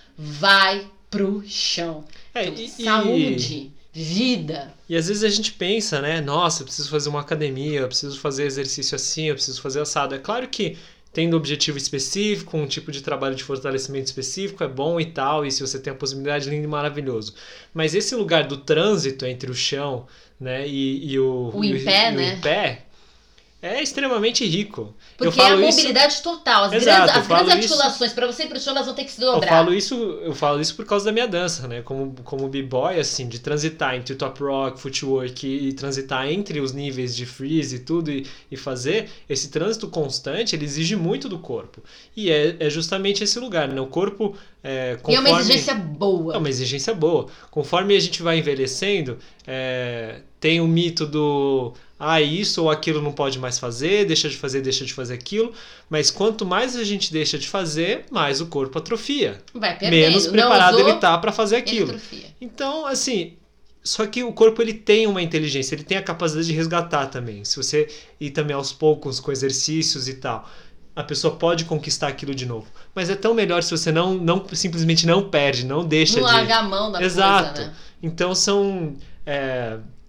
Vai pro chão. É, Então, e- e- saúde, vida. E às vezes a gente pensa, né? Nossa, eu preciso fazer uma academia, eu preciso fazer exercício assim, eu preciso fazer assado. É claro que tendo objetivo específico, um tipo de trabalho de fortalecimento específico é bom e tal, e se você tem a possibilidade, lindo e maravilhoso. Mas esse lugar do trânsito entre o chão, né, e, e o, O e em pé, e o né? em pé é extremamente rico. eu Porque é a falo isso mobilidade total. As Exato, grandes, eu as falo grandes isso- articulações, para você ir pro chão, elas vão ter que se Eu dobrar. falo isso, eu falo isso por causa da minha dança, né? Como, como b-boy, assim, de transitar entre o top rock, footwork e, e transitar entre os níveis de freeze e tudo e, e fazer esse trânsito constante, ele exige muito do corpo. E é, é justamente esse lugar, né? O corpo, é, E é conforme... uma exigência boa. É uma exigência boa. Conforme a gente vai envelhecendo, é, tem o mito do ah, isso ou aquilo não pode mais fazer, deixa de fazer, deixa de fazer aquilo. Mas quanto mais a gente deixa de fazer, mais o corpo atrofia. Vai perdendo. Menos Não preparado usou, ele tá para fazer ele aquilo. atrofia. Então, assim, só que o corpo ele tem uma inteligência, ele tem a capacidade de resgatar também. Se você ir também aos poucos com exercícios e tal, a pessoa pode conquistar aquilo de novo. Mas é tão melhor se você não, não simplesmente não perde, não deixa Não de... larga a mão da Exato. coisa, né? Então são... é,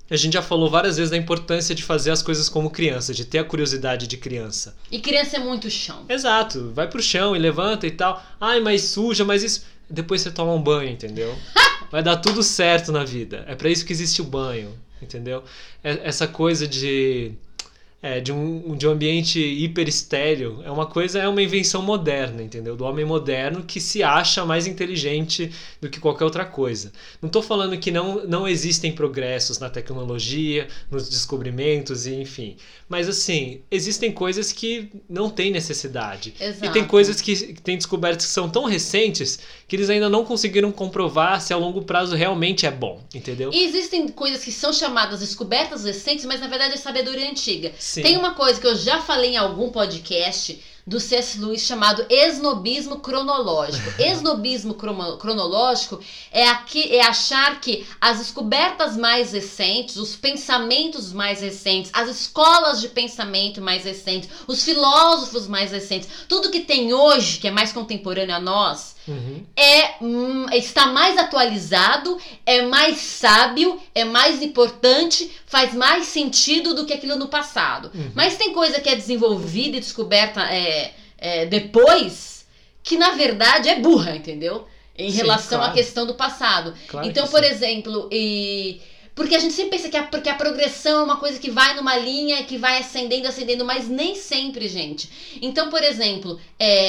A gente já falou várias vezes da importância de fazer as coisas como criança, de ter a curiosidade de criança. E criança é muito chão. Exato, vai pro chão e levanta e tal. Ai, mas suja, mas isso... Depois você toma um banho, entendeu? Vai dar tudo certo na vida. É pra isso que existe o banho, entendeu? Essa coisa de... É, de, um, de um ambiente hiper estéril é uma coisa, é uma invenção moderna, entendeu? Do homem moderno que se acha mais inteligente do que qualquer outra coisa. Não estou falando que não, não existem progressos na tecnologia, nos descobrimentos e enfim. Mas assim, existem coisas que não têm necessidade. Exato. E tem coisas que, que têm descobertas que são tão recentes que eles ainda não conseguiram comprovar se a longo prazo realmente é bom, entendeu? E existem coisas que são chamadas descobertas recentes, mas na verdade é sabedoria antiga. Sim. Tem uma coisa que eu já falei em algum podcast do C S Lewis chamado esnobismo cronológico. Esnobismo cromo- cronológico é, aqui, é achar que as descobertas mais recentes, os pensamentos mais recentes, as escolas de pensamento mais recentes, os filósofos mais recentes, tudo que tem hoje, que é mais contemporâneo a nós, Uhum. É, hum, está mais atualizado, é mais sábio, é mais importante, faz mais sentido do que aquilo no passado. Uhum. Mas tem coisa que é desenvolvida e descoberta é, é, depois que na verdade é burra, entendeu? Em Sim, relação claro. à questão do passado. Claro Então, que por sim. exemplo, e... porque a gente sempre pensa que a, porque a progressão é uma coisa que vai numa linha, que vai ascendendo, ascendendo, mas nem sempre, gente. Então, por exemplo,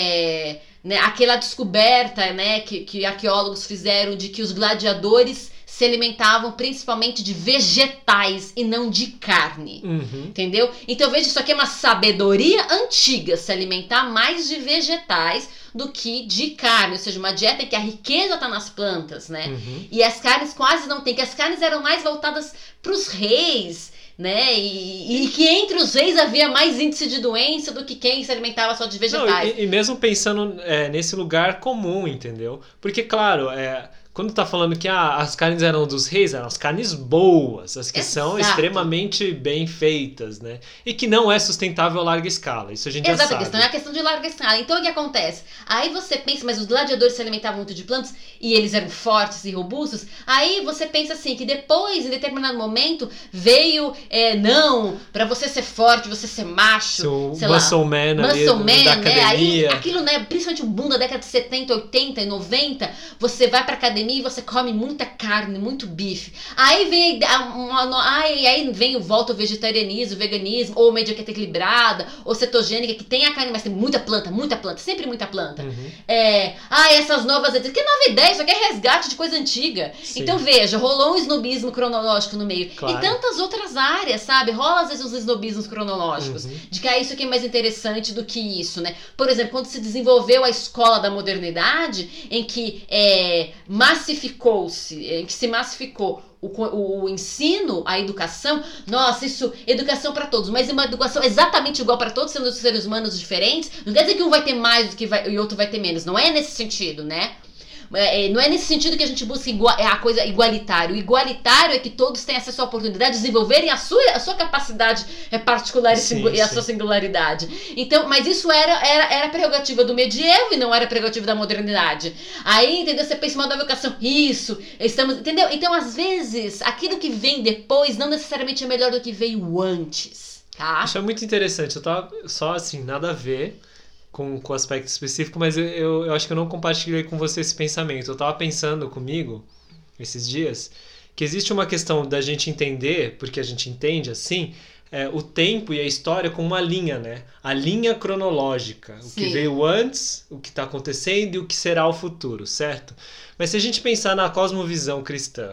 é, né, aquela descoberta, né, que, que arqueólogos fizeram de que os gladiadores se alimentavam principalmente de vegetais e não de carne. Uhum. Entendeu? Então, veja, isso aqui é uma sabedoria antiga, se alimentar mais de vegetais do que de carne, ou seja, uma dieta em que a riqueza está nas plantas, né? Uhum. E as carnes quase não tem, que as carnes eram mais voltadas para os reis, né? E, e que entre os reis havia mais índice de doença do que quem se alimentava só de vegetais. Não, e, e mesmo pensando é, nesse lugar comum, entendeu? Porque, claro, é, quando tá falando que ah, as carnes eram dos reis, eram as carnes boas, as que são Exato. extremamente bem feitas, né? E que não é sustentável a larga escala, isso a gente Exato, já a sabe. questão é a questão de larga escala. Então o que acontece? Aí você pensa, mas os gladiadores se alimentavam muito de plantas e eles eram fortes e robustos. Aí você pensa assim, que depois, em determinado momento, veio, é, não, pra você ser forte, você ser macho, Seu sei muscle lá, man ali muscle man, da né? Aí academia. aquilo, né, principalmente o boom da década de setenta, oitenta e noventa, você vai pra academia e você come muita carne, muito bife. Aí vem, a- uma- uma- aí, aí vem o volta o vegetarianismo, o veganismo, ou uma dieta equilibrada, ou cetogênica, que tem a carne, mas tem muita planta, muita planta, sempre muita planta. Uhum. É, ah, essas novas ideias. Que nova ideia? Isso aqui é resgate de coisa antiga. Sim. Então veja, rolou um snobismo cronológico no meio. Claro. E tantas outras áreas, sabe? Rola às vezes uns snobismos cronológicos. Uhum. De que ah, isso aqui é mais interessante do que isso, né? Por exemplo, quando se desenvolveu a escola da modernidade, em que é, massificou-se, em que se massificou o, co- o ensino, a educação, nossa, isso, educação para todos, mas uma educação exatamente igual para todos, sendo seres humanos diferentes, não quer dizer que um vai ter mais do que vai, e outro vai ter menos, não é nesse sentido, né? É, é, não é nesse sentido que a gente busca igua- é a coisa igualitária. O igualitário é que todos têm acesso à oportunidade de desenvolverem a sua, a sua capacidade é, particular e, Sim, singu- e a sim. sua singularidade. Então, mas isso era, era, era prerrogativa do medievo e não era prerrogativa da modernidade. Aí, entendeu? Você pensa em uma nova educação, isso, estamos, entendeu? Então, às vezes, aquilo que vem depois não necessariamente é melhor do que veio antes, tá? Isso é muito interessante. Eu tava só assim, nada a ver com, com o aspecto específico, mas eu, eu, eu acho que eu não compartilhei com você esse pensamento. Eu tava pensando comigo esses dias que existe uma questão da gente entender, porque a gente entende assim, é, o tempo e a história como uma linha, né? A linha cronológica. O que Sim. veio antes, o que está acontecendo e o que será o futuro, certo? Mas se a gente pensar na cosmovisão cristã,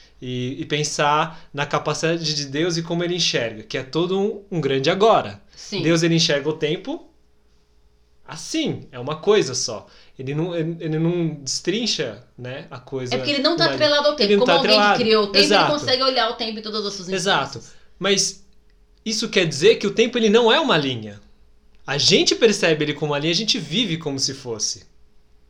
E, e pensar na capacidade de Deus e como ele enxerga, que é todo um, um grande agora. Sim. Deus ele enxerga o tempo assim, é uma coisa só. Ele não, ele, ele não destrincha, né, a coisa. É porque ele não está uma- atrelado ao tempo. Ele não Como tá alguém atrelado. que criou o tempo, Exato. ele consegue olhar o tempo em todas as suas instâncias. Exato. Mas isso quer dizer que o tempo ele não é uma linha. A gente percebe ele como uma linha, a gente vive como se fosse.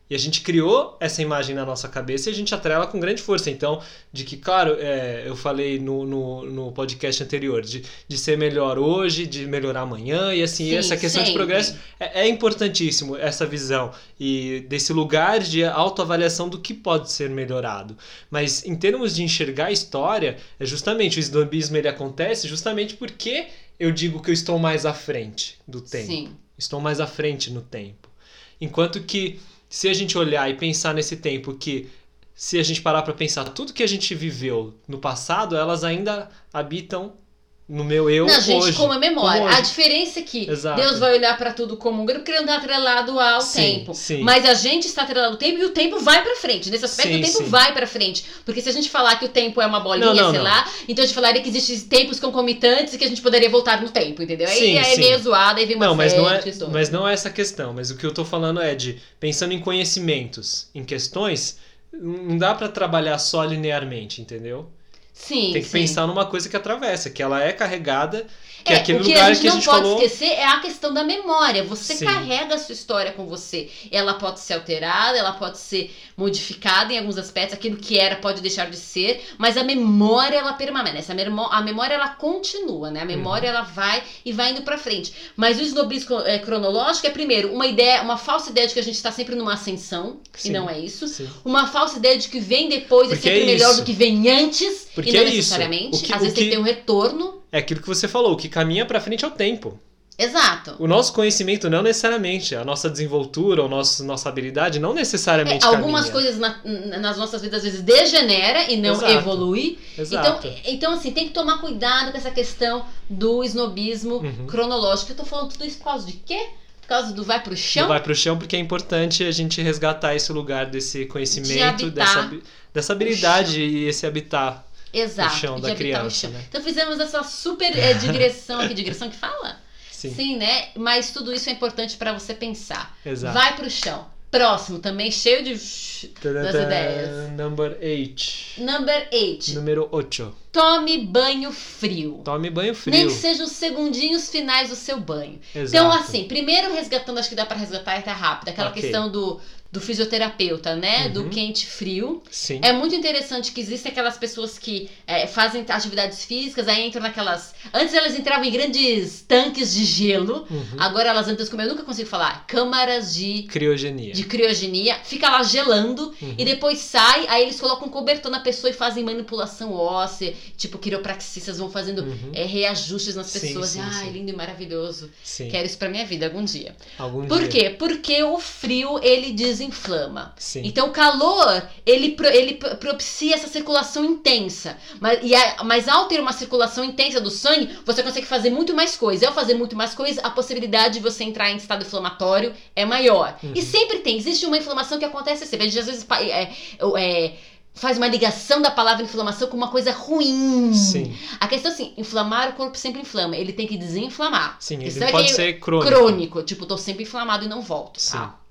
E a gente criou essa imagem na nossa cabeça e a gente atrela com grande força. Então, de que, claro, é, eu falei no, no, no podcast anterior, de, de ser melhor hoje, de melhorar amanhã, e assim, Sim, essa questão sempre. de progresso é, é importantíssimo, essa visão. E desse lugar de autoavaliação do que pode ser melhorado. Mas em termos de enxergar a história, é justamente o snobismo ele acontece justamente porque eu digo que eu estou mais à frente do tempo. Sim. Estou mais à frente no tempo. Enquanto que se a gente olhar e pensar nesse tempo que, se a gente parar para pensar, tudo que a gente viveu no passado, elas ainda habitam no meu eu Não, hoje. gente, como é memória. Como A hoje. diferença é que Exato. Deus vai olhar para tudo como um grupo, porque ele não está atrelado ao Sim, tempo. sim. Mas a gente está atrelado ao tempo e o tempo vai para frente. Nesse aspecto, Sim, o tempo sim. vai para frente. Porque se a gente falar que o tempo é uma bolinha, Não, não, sei não. lá, então a gente falaria que existem tempos concomitantes e que a gente poderia voltar no tempo, entendeu? Aí Sim, é sim. meio zoado, aí vem uma Não, mas série não, é, de questões. mas não é essa questão. Mas o que eu tô falando é de, pensando em conhecimentos, em questões, não dá para trabalhar só linearmente, entendeu? Sim, Tem que sim. pensar numa coisa que atravessa, que ela é carregada, que É, é aquele o que lugar a gente que a não gente pode falou. esquecer é a questão da memória. Você Sim. carrega a sua história com você. Ela pode ser alterada, ela pode ser modificada em alguns aspectos. Aquilo que era pode deixar de ser, mas a memória ela permanece. A, memó- a memória ela continua, né? A memória Uhum. ela vai e vai indo pra frente. Mas o snobismo é, cronológico é primeiro uma ideia, uma falsa ideia de que a gente está sempre numa ascensão Sim. e não é isso. Sim. Uma falsa ideia de que vem depois é Porque sempre é melhor isso. do que vem antes Porque e não é isso. necessariamente. O que- Às o vezes tem que- que ter um retorno. É aquilo que você falou, o que caminha pra frente é o tempo. Exato. O nosso conhecimento não necessariamente, a nossa desenvoltura, a nossa, nossa habilidade não necessariamente É, algumas caminha. coisas na- nas nossas vidas às vezes degenera e não Exato. evolui. Exato. Então, então, assim, tem que tomar cuidado com essa questão do snobismo Uhum. cronológico. Eu tô falando tudo isso por causa de quê? Por causa do vai pro chão? Não vai pro chão porque é importante a gente resgatar esse lugar desse conhecimento, habitar dessa, habi- dessa habilidade e esse habitar. Exato, o chão de da habitar o criança, chão. né? Então fizemos essa super é, digressão aqui, digressão que fala? Sim, Sim, né? Mas tudo isso é importante pra você pensar. exato. Vai pro chão. Próximo, também cheio de das ideias. Number eight. Number eight. Número oito. Tome banho frio. Tome banho frio. Nem que sejam os segundinhos finais do seu banho. Exato. Então, assim, primeiro resgatando, acho que dá pra resgatar até rápido, aquela Ok. questão do, do fisioterapeuta, né? Uhum. Do quente-frio. Sim. É muito interessante que existem aquelas pessoas que é, fazem atividades físicas, aí entram naquelas... Antes elas entravam em grandes tanques de gelo, Uhum. agora elas entram, como eu nunca consigo falar, câmaras de... Criogenia. de criogenia, fica lá gelando Uhum. e depois sai, aí eles colocam um cobertor na pessoa e fazem manipulação óssea, tipo quiropraxistas vão fazendo Uhum. é, reajustes nas Sim, pessoas. sim, Ai, sim. lindo e maravilhoso. Sim. Quero isso pra minha vida algum dia. Algum Por dia. quê? Porque o frio, ele desinflama. Sim. Então o calor, ele, pro- ele pro- propicia essa circulação intensa. Mas, e a- mas ao ter uma circulação intensa do sangue, você consegue fazer muito mais coisa. Ao fazer muito mais coisa, a possibilidade de você entrar em estado inflamatório é maior. Uhum. E sempre tem, existe uma inflamação que acontece sempre. A gente às vezes pa- é, é, faz uma ligação da palavra inflamação com uma coisa ruim. Sim. A questão é assim, inflamar, o corpo sempre inflama. Ele tem que desinflamar. Sim, A ele questão é pode que ser crônico. crônico. Tipo, tô sempre inflamado e não volto. Sim. Tá?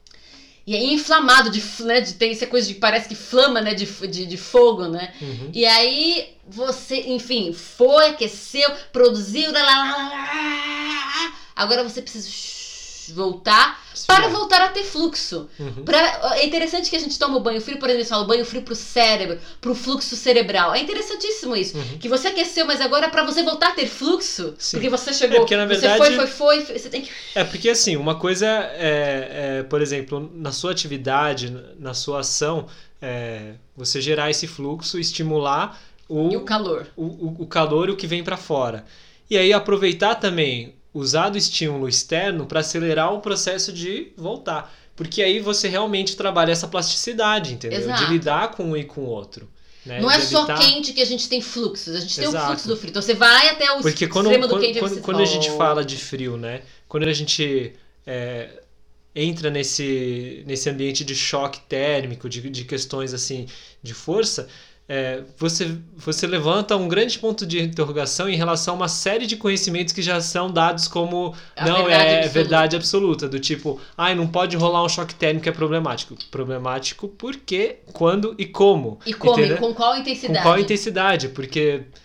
E aí, inflamado, de, né, de, tem essa coisa de, parece que flama, né, de, de, de fogo, né? Uhum. E aí, você, enfim, foi, aqueceu, produziu, lá, lá, lá, lá, lá. Agora você precisa shh, voltar Esfriar. para voltar a ter fluxo. Uhum. Pra, é interessante que a gente toma o banho frio, por exemplo, eles falam banho frio pro cérebro, pro fluxo cerebral. É interessantíssimo isso. Uhum. Que você aqueceu, mas agora é pra você voltar a ter fluxo, Sim. porque você chegou, É, porque, na verdade- você foi, foi, foi, você tem que... É porque assim, uma coisa é, é, por exemplo, na sua atividade, na sua ação, é, você gerar esse fluxo, estimular o, E o calor. o, o, o calor e o que vem para fora. E aí aproveitar também, usar do estímulo externo para acelerar o processo de voltar. Porque aí você realmente trabalha essa plasticidade, entendeu? Exato. De lidar com um e com o outro. Né? Não é De só evitar- quente que a gente tem fluxos, a gente tem o Exato. fluxo do frio. Então você vai até o Porque quando, extremo do quando, quente e quando, você quando a gente volta. fala de frio, né? Quando a gente é, entra nesse, nesse ambiente de choque térmico, de, de questões assim de força, é, você, você levanta um grande ponto de interrogação em relação a uma série de conhecimentos que já são dados como A não verdade é absoluta. verdade absoluta, do tipo, ai, não pode rolar um choque térmico, é problemático. Problemático porque, quando e como. E como? entendeu? Com qual Com intensidade? qual intensidade? Porque,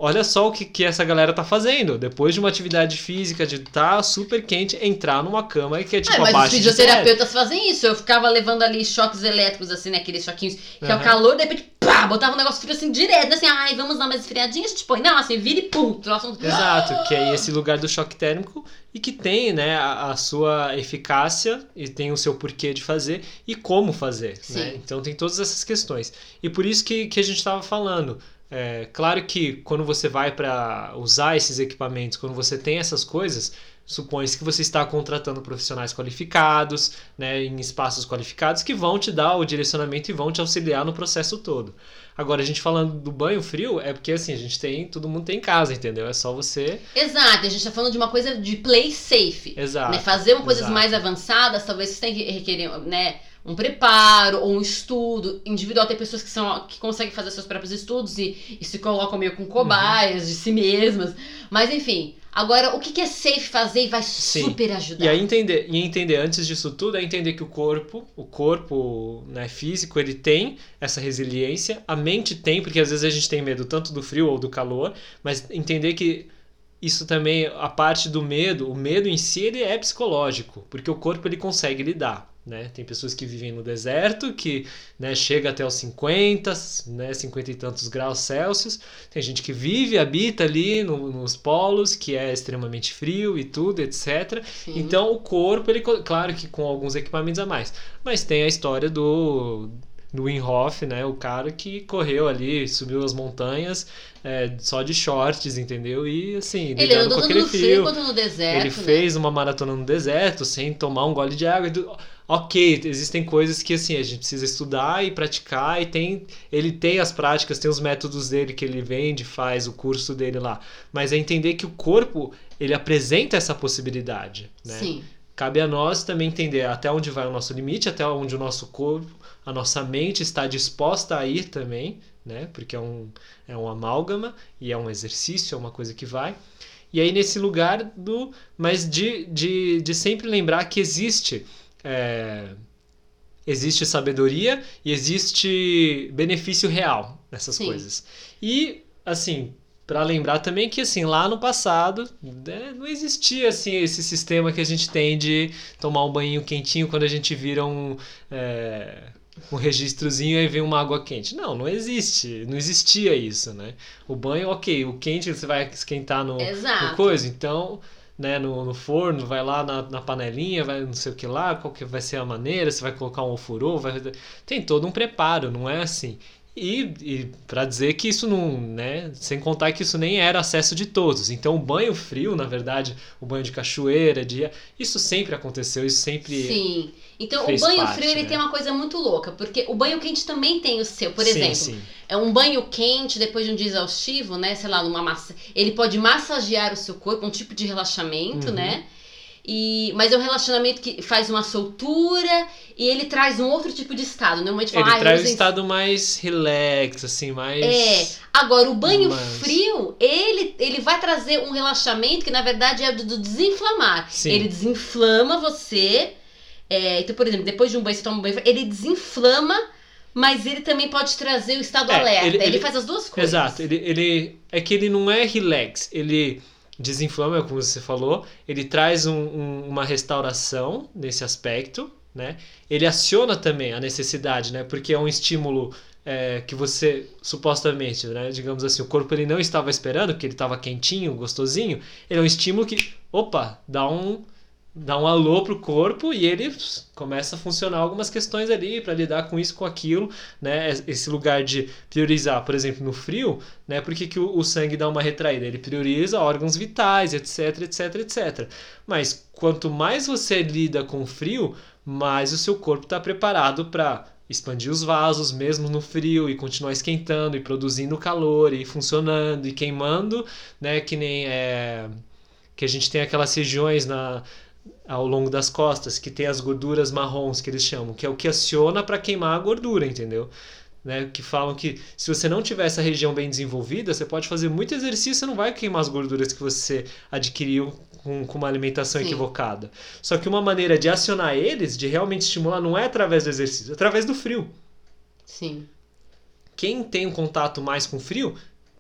olha só o que, que essa galera tá fazendo. Depois de uma atividade física, de estar tá super quente, entrar numa cama que é tipo ah, mas abaixo os fisioterapeutas fazem isso. Eu ficava levando ali choques elétricos, assim, né? Aqueles choquinhos que uhum. é o calor, de repente, pá, botava um negócio frio assim, direto, assim, ai, vamos dar mais esfriadinha, tipo, não, assim, vira e pum, troço. Exato, que é esse lugar do choque térmico e que tem, né, a, a sua eficácia e tem o seu porquê de fazer e como fazer, né? Então tem todas essas questões. E por isso que, que a gente estava falando. É, claro que quando você vai para usar esses equipamentos, quando você tem essas coisas, supõe-se que você está contratando profissionais qualificados, né, em espaços qualificados que vão te dar o direcionamento e vão te auxiliar no processo todo. Agora, a gente falando do banho frio, é porque assim, a gente tem, todo mundo tem em casa, entendeu? É só você... Exato, a gente tá falando de uma coisa de play safe. Exato. Né? Fazer uma coisas exato. mais avançadas, talvez você tenha que requerer, né, um preparo ou um estudo individual. Tem pessoas que, são, que conseguem fazer seus próprios estudos e, e se colocam meio com cobaias uhum. de si mesmas. Mas enfim, agora o que é safe fazer e vai Sim. super ajudar? E aí entender, e entender antes disso tudo é entender que o corpo, o corpo, né, físico, ele tem essa resiliência, a mente tem, porque às vezes a gente tem medo tanto do frio ou do calor, mas entender que isso também, a parte do medo, o medo em si ele é psicológico, porque o corpo ele consegue lidar. Né? Tem pessoas que vivem no deserto, que, né, chega até os cinquenta, né, cinquenta e tantos graus Celsius. Tem gente que vive, habita ali no, nos polos, que é extremamente frio e tudo, etcétera. Sim. Então o corpo, ele, claro que com alguns equipamentos a mais, mas tem a história do... do Wim Hof, né, o cara que correu ali, subiu as montanhas é, só de shorts, entendeu? E assim, ele andou tanto no frio quanto no deserto. Ele né? fez uma maratona no deserto sem tomar um gole de água. Ok, existem coisas que assim a gente precisa estudar e praticar e tem, ele tem as práticas, tem os métodos dele que ele vende, faz o curso dele lá. Mas é entender que o corpo, ele apresenta essa possibilidade, né? Sim. Cabe a nós também entender até onde vai o nosso limite, até onde o nosso corpo, a nossa mente está disposta a ir também, né? Porque é um, é um amálgama e é um exercício, é uma coisa que vai. E aí nesse lugar do... Mas de, de, de sempre lembrar que existe... É, existe sabedoria e existe benefício real nessas Sim. coisas. E, assim... Para lembrar também que assim, lá no passado, né, não existia assim, esse sistema que a gente tem de tomar um banho quentinho quando a gente vira um, é, um registrozinho e vem uma água quente. Não, não existe. Não existia isso, né? O banho, ok, o quente você vai esquentar no, no coisa, então... Né, no, no forno, vai lá na, na panelinha, vai não sei o que lá, qual que vai ser a maneira, você vai colocar um ofurô, vai... tem todo um preparo, não é assim. E, e para dizer que isso não, né, sem contar que isso nem era acesso de todos. Então o banho frio, na verdade, o banho de cachoeira, de, isso sempre aconteceu, isso sempre Sim. Então o banho parte, frio ele né? tem uma coisa muito louca, porque o banho quente também tem o seu. Por sim, exemplo, sim. é um banho quente depois de um dia exaustivo, né, sei lá, numa massa, ele pode massagear o seu corpo, um tipo de relaxamento, uhum. né? E, mas é um relaxamento que faz uma soltura e ele traz um outro tipo de estado. Normalmente fala, ele ah, traz um usei... estado mais relax, assim, mais... É, agora o banho mas... frio, ele, ele vai trazer um relaxamento que na verdade é do, do desinflamar. Sim. Ele desinflama você. É, então, por exemplo, depois de um banho, você toma um banho frio, ele desinflama, mas ele também pode trazer o estado é, alerta. Ele, ele, ele faz as duas coisas. Exato, ele, ele, é que ele não é relax, ele... desinflama, como você falou, ele traz um, um, uma restauração nesse aspecto, né? Ele aciona também a necessidade, né? Porque é um estímulo é, que você, supostamente, né? Digamos assim, o corpo ele não estava esperando, porque ele estava quentinho, gostosinho. Ele é um estímulo que, opa, dá um, dá um alô pro corpo e ele começa a funcionar algumas questões ali para lidar com isso, com aquilo, né? Esse lugar de priorizar, por exemplo, no frio, né? Por que que o, o sangue dá uma retraída? Ele prioriza órgãos vitais, etc, etc, etcétera. Mas quanto mais você lida com o frio, mais o seu corpo está preparado para expandir os vasos mesmo no frio e continuar esquentando e produzindo calor e funcionando e queimando, né? Que nem é, que a gente tem aquelas regiões na ao longo das costas, que tem as gorduras marrons, que eles chamam, que é o que aciona para queimar a gordura, entendeu? Né? Que falam que se você não tiver essa região bem desenvolvida, você pode fazer muito exercício, você não vai queimar as gorduras que você adquiriu com, com uma alimentação Sim. equivocada. Só que uma maneira de acionar eles, de realmente estimular, não é através do exercício, é através do frio. Sim. Quem tem um contato mais com frio,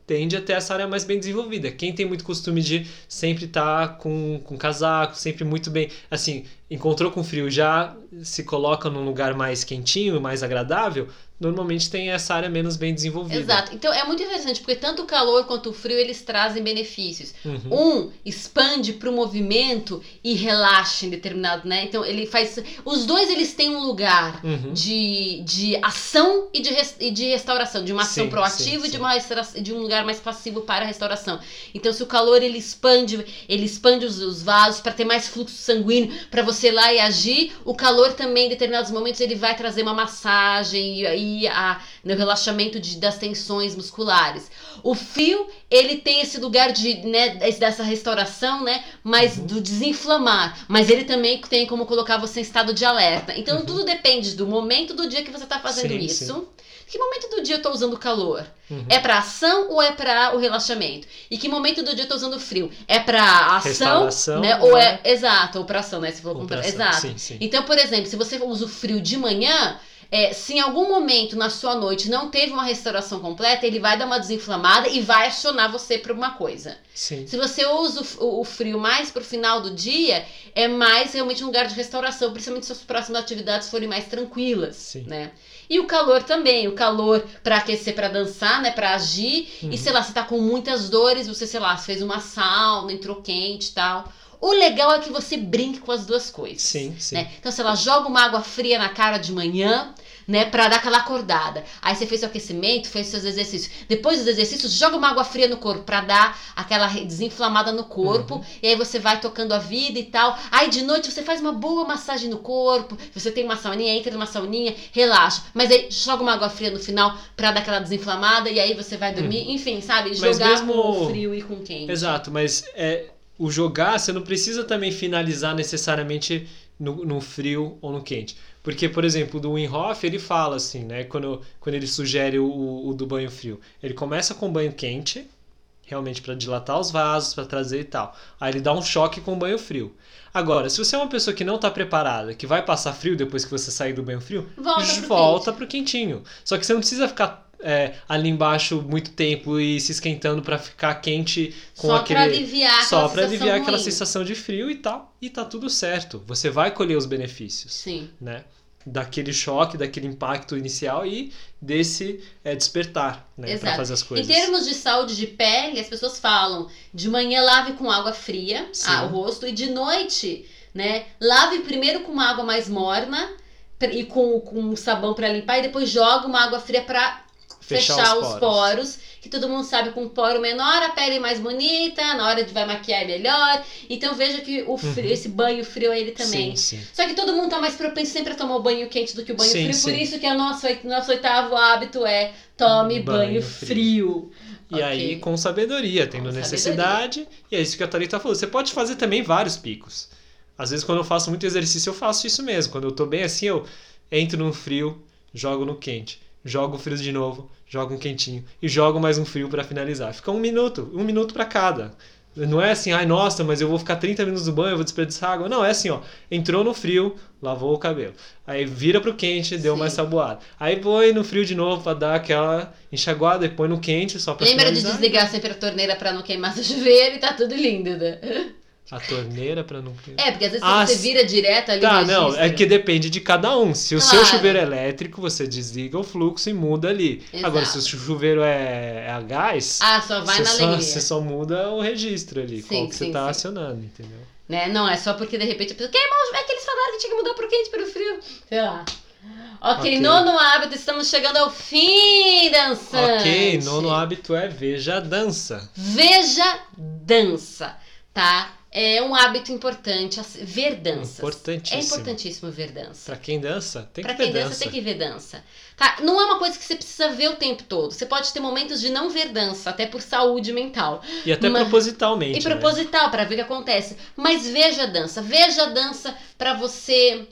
tende a ter essa área mais bem desenvolvida. Quem tem muito costume de sempre estar com, com casaco, sempre muito bem, assim, encontrou com frio, já se coloca num lugar mais quentinho, mais agradável, normalmente tem essa área menos bem desenvolvida. Exato. Então é muito interessante, porque tanto o calor quanto o frio, eles trazem benefícios. Uhum. Um expande para o movimento e relaxa em determinado, né? Então ele faz... Os dois, eles têm um lugar Uhum. de, de ação e de, res, e de restauração. De uma ação Sim, proativa sim, e de, sim. uma restaura, de um lugar mais passivo para a restauração. Então se o calor, ele expande, ele expande os, os vasos para ter mais fluxo sanguíneo, para você ir lá e agir. O calor também, em determinados momentos, ele vai trazer uma massagem e, e a, no relaxamento de, das tensões musculares. O frio, ele tem esse lugar de, né, dessa restauração, né, mas Uhum. do desinflamar. Mas ele também tem como colocar você em estado de alerta. Então Uhum. tudo depende do momento do dia que você está fazendo Sim, isso. sim. Que momento do dia eu tô usando calor? Uhum. É pra ação ou é pra o relaxamento? E que momento do dia eu tô usando frio? É pra ação, Restauração, né? Ou né? é exato, ou pra ação, né? Se for Ou pra comprar, ação, exato. sim, sim. Então, por exemplo, se você usa o frio de manhã, é, se em algum momento na sua noite não teve uma restauração completa, ele vai dar uma desinflamada e vai acionar você para uma coisa. Sim. Se você usa o, o frio mais pro final do dia, é mais realmente um lugar de restauração, principalmente se as próximas atividades forem mais tranquilas, Sim. né? E o calor também, o calor para aquecer, para dançar, né, para agir. Uhum. E sei lá, você tá com muitas dores, você, sei lá, fez uma sauna, entrou quente e tal. O legal é que você brinque com as duas coisas. Sim, sim. Né? Então, sei lá, joga uma água fria na cara de manhã, né, pra dar aquela acordada. Aí você fez seu aquecimento, fez seus exercícios. Depois dos exercícios, joga uma água fria no corpo pra dar aquela desinflamada no corpo. Uhum. E aí você vai tocando a vida e tal. Aí de noite você faz uma boa massagem no corpo. Você tem uma sauninha, entra numa sauninha, relaxa. Mas aí joga uma água fria no final pra dar aquela desinflamada. E aí você vai dormir. Uhum. Enfim, sabe? Mas Jogar mesmo... com frio e com quente. Exato, mas é, o jogar, você não precisa também finalizar necessariamente no, no frio ou no quente. Porque, por exemplo, do Wim Hof, ele fala assim, né? Quando, quando ele sugere o, o do banho frio. Ele começa com banho quente, realmente para dilatar os vasos, para trazer e tal. Aí ele dá um choque com o banho frio. Agora, se você é uma pessoa que não está preparada, que vai passar frio depois que você sair do banho frio, volta pro, volta pro quentinho. Só que você não precisa ficar é, ali embaixo muito tempo e se esquentando para ficar quente com só aquele... Pra aliviar só para aliviar ruim. aquela sensação de frio e tal. E tá tudo certo. Você vai colher os benefícios. Sim. Né? Daquele choque, daquele impacto inicial e desse é, despertar, né, para fazer as coisas. Em termos de saúde de pele, as pessoas falam de manhã lave com água fria ah, o rosto e de noite, né, lave primeiro com uma água mais morna e com, com sabão para limpar e depois joga uma água fria para fechar, fechar os, os poros. poros, que todo mundo sabe, com um poro menor a pele é mais bonita, na hora de vai maquiar é melhor. Então veja que o frio, uhum. esse banho frio é ele também. Sim, sim. Só que todo mundo tá mais propenso sempre a tomar o banho quente do que o banho sim, frio, sim. por isso que o nosso, nosso oitavo hábito é tome banho, banho frio. frio. E okay. aí com sabedoria, tendo com necessidade, sabedoria. E é isso que a Thalita falou. Você pode fazer também vários picos. Às vezes quando eu faço muito exercício eu faço isso mesmo. Quando eu tô bem assim, eu entro no frio, jogo no quente. Jogo o frio de novo, jogo um quentinho e jogo mais um frio para finalizar. Fica um minuto, um minuto para cada. Não é assim, ai nossa, mas eu vou ficar trinta minutos no banho, eu vou desperdiçar água. Não, é assim, ó, entrou no frio, lavou o cabelo. Aí vira pro quente, deu Sim. mais saboada. Aí põe no frio de novo para dar aquela enxaguada e põe no quente só para Lembra finalizar. de desligar sempre a torneira para não queimar seu chuveiro e tá tudo lindo, né? A torneira para não... É, porque às vezes ah, você vira direto ali Tá, no não, registro. é que depende de cada um. Se claro. o seu chuveiro é elétrico, você desliga o fluxo e muda ali. Exato. Agora, se o chuveiro é, é a gás... Ah, só vai na só, alegria. Você só muda o registro ali, sim, qual que sim, você tá sim. acionando, entendeu? Né? Não, é só porque de repente a pessoa... Queimou, é que eles falaram que tinha que mudar pro quente, pro frio. Sei lá. Ok, okay. Nono hábito, estamos chegando ao fim, dançante. Ok, nono hábito é veja a dança. Veja dança, tá? É um hábito importante, ver danças. Importantíssimo. É importantíssimo ver dança. Pra quem dança, tem pra que ver dança. Pra quem dança, tem que ver dança. Tá? Não é uma coisa que você precisa ver o tempo todo. Você pode ter momentos de não ver dança, até por saúde mental. E até Mas... propositalmente. E proposital, né? Pra ver o que acontece. Mas veja a dança. Veja a dança pra você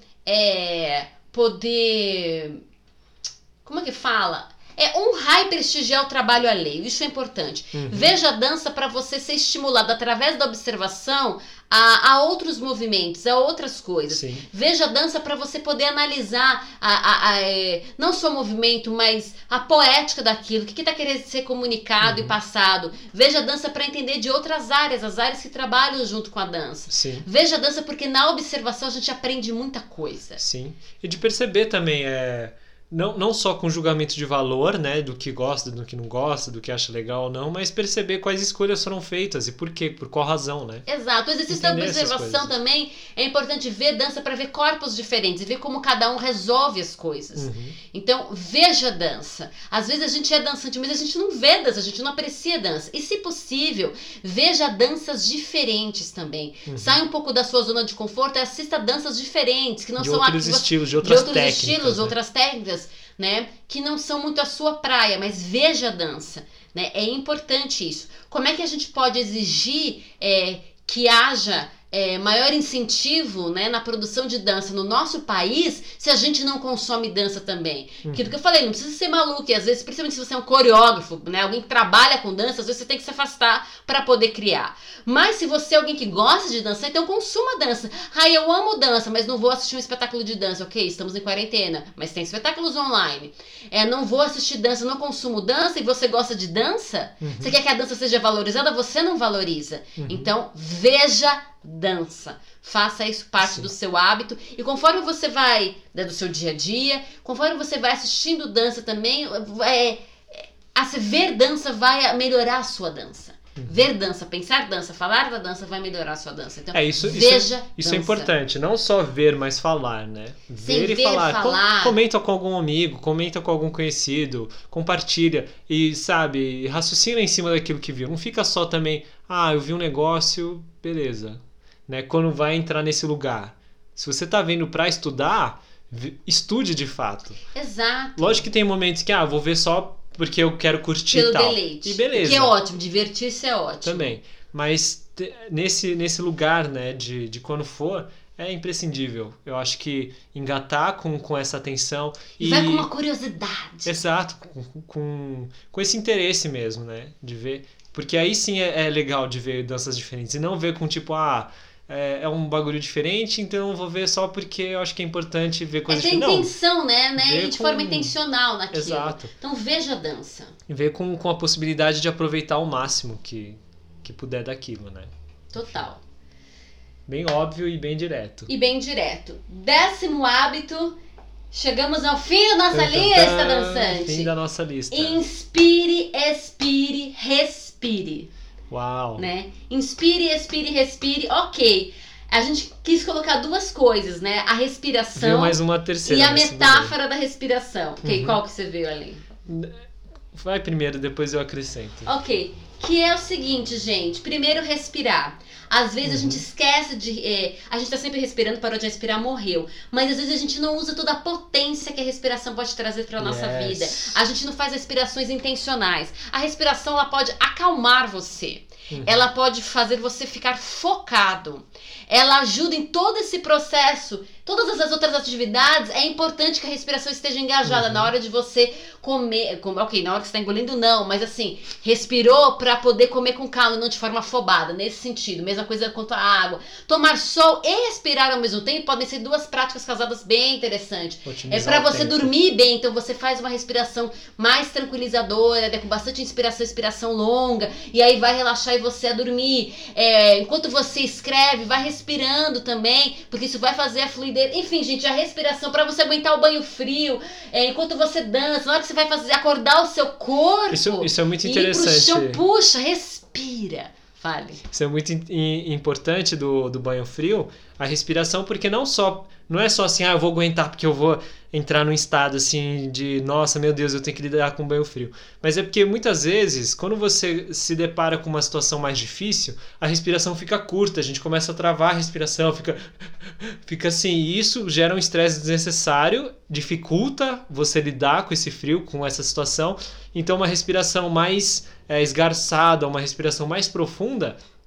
é, poder... Como é que fala? É honrar e prestigiar o trabalho alheio, isso é importante. Uhum. Veja a dança para você ser estimulado através da observação a, a outros movimentos, a outras coisas. Sim. Veja a dança para você poder analisar a, a, a, é, não só o movimento, mas a poética daquilo, o que está querendo ser comunicado uhum. e passado. Veja a dança para entender de outras áreas, as áreas que trabalham junto com a dança. Sim. Veja a dança porque na observação a gente aprende muita coisa. Sim. E de perceber também, é, não, não só com julgamento de valor, né, do que gosta, do que não gosta, do que acha legal ou não, mas perceber quais escolhas foram feitas e por quê, por qual razão, né? Exato. O exercício da observação também é importante ver dança para ver corpos diferentes e ver como cada um resolve as coisas. Uhum. Então, veja a dança. Às vezes a gente é dançante, mas a gente não vê dança, a gente não aprecia dança. E, se possível, veja danças diferentes também. Uhum. Sai um pouco da sua zona de conforto e assista danças diferentes, que não de são outros aqui, estilos, de outras de outros técnicas, estilos, né? outras técnicas, né? Que não são muito a sua praia, mas veja a dança, né? É importante isso. Como é que a gente pode exigir é, que haja É, maior incentivo, né, na produção de dança no nosso país se a gente não consome dança também? Uhum. Aquilo que eu falei, não precisa ser maluco, e às vezes, principalmente se você é um coreógrafo, né, alguém que trabalha com dança, às vezes você tem que se afastar para poder criar. Mas se você é alguém que gosta de dançar, então consuma dança. Ah, eu amo dança, mas não vou assistir um espetáculo de dança. Ok, estamos em quarentena, mas tem espetáculos online. É, não vou assistir dança, não consumo dança, e você gosta de dança? Uhum. Você quer que a dança seja valorizada? Você não valoriza. Uhum. Então, veja dança. Faça isso parte Sim. do seu hábito. E conforme você vai, né, do seu dia a dia, conforme você vai assistindo dança também, é, a ver dança vai melhorar a sua dança. Uhum. Ver dança, pensar dança, falar da dança vai melhorar a sua dança. Então, é, isso, veja isso, é, isso é importante. Não só ver, mas falar, né? Ver Sem e ver, falar. falar. Com, comenta com algum amigo, comenta com algum conhecido, compartilha e, sabe, raciocina em cima daquilo que viu. Não fica só também, ah, eu vi um negócio, beleza. Né? Quando vai entrar nesse lugar. Se você tá vendo para estudar, estude de fato. Exato. Lógico que tem momentos que, ah, vou ver só porque eu quero curtir Pelo e tal. deleite. E beleza. Que é ótimo, divertir-se é ótimo. Também. Mas te, nesse, nesse lugar, né, de, de quando for, é imprescindível. Eu acho que engatar com, com essa atenção e... Vai com uma curiosidade. Exato. Com, com, com esse interesse mesmo, né? De ver. Porque aí sim é, é legal de ver danças diferentes. E não ver com tipo, ah... É, é um bagulho diferente, então eu vou ver só porque eu acho que é importante ver coisas diferentes. É ter intenção, né? né? E de com... forma intencional naquilo. Exato. Então veja a dança. E ver com, com a possibilidade de aproveitar o máximo que, que puder daquilo, né? Total. Bem óbvio e bem direto. E bem direto. Décimo hábito. Chegamos ao fim da nossa linha, está dançante. Fim da nossa lista. Inspire, expire, respire. Uau. Né? Inspire, expire, respire. Ok. A gente quis colocar duas coisas, né? A respiração. Viu mais uma terceira. E a metáfora da respiração. Ok, uhum. Qual que você viu ali? Vai primeiro, depois eu acrescento. Ok. Que é o seguinte, gente. Primeiro, respirar. Às vezes uhum. a gente esquece de... É, a gente tá sempre respirando, parou de respirar, morreu. Mas às vezes a gente não usa toda a potência que a respiração pode trazer para a nossa yes. vida. A gente não faz respirações intencionais. A respiração, ela pode acalmar você. Uhum. Ela pode fazer você ficar focado. Ela ajuda em todo esse processo. Todas as outras atividades, é importante que a respiração esteja engajada uhum. na hora de você comer. Com, ok, na hora que você está engolindo, não. Mas assim, respirou para poder comer com calma, não de forma afobada. Nesse sentido. Mesma coisa quanto a água. Tomar sol e respirar ao mesmo tempo podem ser duas práticas casadas bem interessantes. Otimizar é para você dormir bem. Então você faz uma respiração mais tranquilizadora, né, com bastante inspiração, expiração longa. E aí vai relaxar e você a dormir. É, enquanto você escreve, vai respirando também. Porque isso vai fazer a fluidez. Enfim, gente, a respiração para você aguentar o banho frio, é, enquanto você dança, na hora que você vai fazer acordar o seu corpo. Isso, isso é muito interessante. Ir pro chão, puxa, respira. Fale. Isso é muito in, importante do, do banho frio, a respiração, porque não só não é só assim, ah, eu vou aguentar porque eu vou entrar num estado assim de, nossa, meu Deus, eu tenho que lidar com banho frio. Mas é porque muitas vezes, quando você se depara com uma situação mais difícil, a respiração fica curta, a gente começa a travar a respiração, fica, fica assim, e isso gera um estresse desnecessário, dificulta você lidar com esse frio, com essa situação. Então uma respiração mais é, esgarçada, uma respiração mais profunda,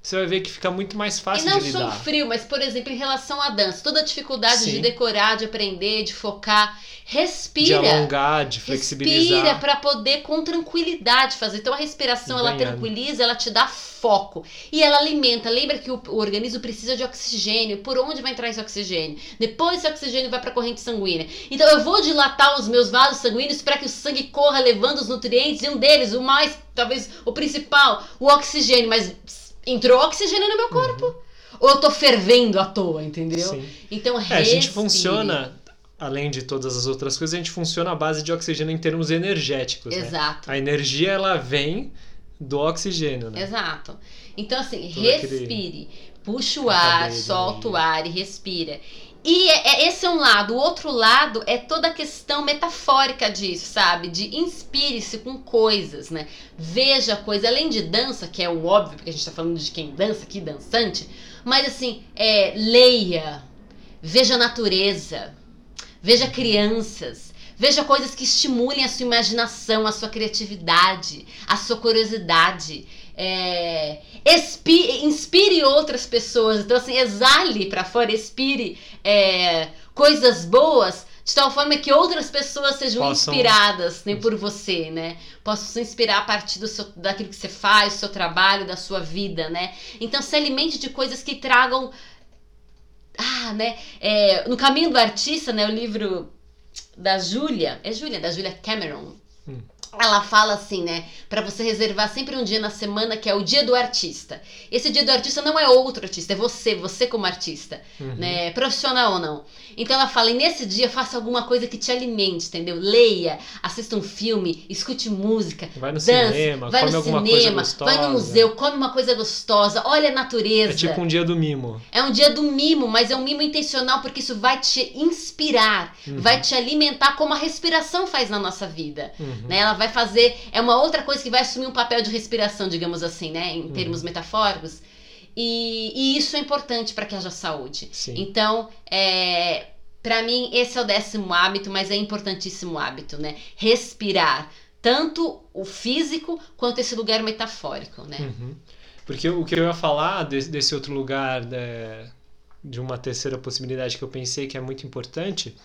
você vai ver que fica muito mais fácil e não de lidar. sou frio, mas, por exemplo, em relação à dança, toda a dificuldade Sim. de decorar, de aprender, de focar, respira. De alongar, de flexibilizar. Respira para poder com tranquilidade fazer. Então a respiração, ela Ganhando. tranquiliza, ela te dá foco. E ela alimenta. Lembra que o, o organismo precisa de oxigênio. Por onde vai entrar esse oxigênio? Depois esse oxigênio vai para a corrente sanguínea. Então eu vou dilatar os meus vasos sanguíneos para que o sangue corra levando os nutrientes. E um deles, o mais, talvez o principal, o oxigênio. Mas entrou oxigênio no meu corpo. Uhum. Ou eu tô fervendo à toa, entendeu? Sim. Então respire. É, a gente funciona, além de todas as outras coisas, a gente funciona à base de oxigênio em termos energéticos. Exato. Né? A energia, ela vem do oxigênio, né? Exato. Então, assim, Todo respire. aquele... Puxa o ar, solta o ar e respira. E é, é, esse é um lado. O outro lado é toda a questão metafórica disso, sabe? De inspire-se com coisas, né? Veja coisa. Além de dança, que é um óbvio, porque a gente tá falando de quem dança aqui, dançante. Mas, assim, é, leia. Veja a natureza. Veja crianças. Veja coisas que estimulem a sua imaginação, a sua criatividade, a sua curiosidade. É, expire, inspire outras pessoas. Então, assim, exale para fora, expire é, coisas boas, de tal forma que outras pessoas sejam Possam... inspiradas, né, por você, né? Possam se inspirar a partir do seu, daquilo que você faz, do seu trabalho, da sua vida, né? Então, se alimente de coisas que tragam... Ah, né? É, no Caminho do Artista, né? O livro da Julia... É Julia, da Julia Cameron. Hum. Ela fala assim, né? Pra você reservar sempre um dia na semana que é o dia do artista. Esse dia do artista não é outro artista, é você, você como artista, uhum. né? Profissional ou não. Então ela fala, e nesse dia faça alguma coisa que te alimente, entendeu? Leia, assista um filme, escute música, vai no dança, cinema, vai come no alguma cinema, coisa gostosa. vai no museu, come uma coisa gostosa, olha a natureza. É tipo um dia do mimo. É um dia do mimo, mas é um mimo intencional porque isso vai te inspirar, uhum. vai te alimentar como a respiração faz na nossa vida, uhum. né? Ela vai fazer, é uma outra coisa que vai assumir um papel de respiração, digamos assim, né, em termos uhum. metafóricos, e, e isso é importante para que haja saúde. Sim. Então, é, para mim, esse é o décimo hábito, mas é importantíssimo hábito, né, respirar, tanto o físico quanto esse lugar metafórico, né. Uhum. Porque o que eu ia falar desse, desse outro lugar, de, de uma terceira possibilidade que eu pensei que é muito importante,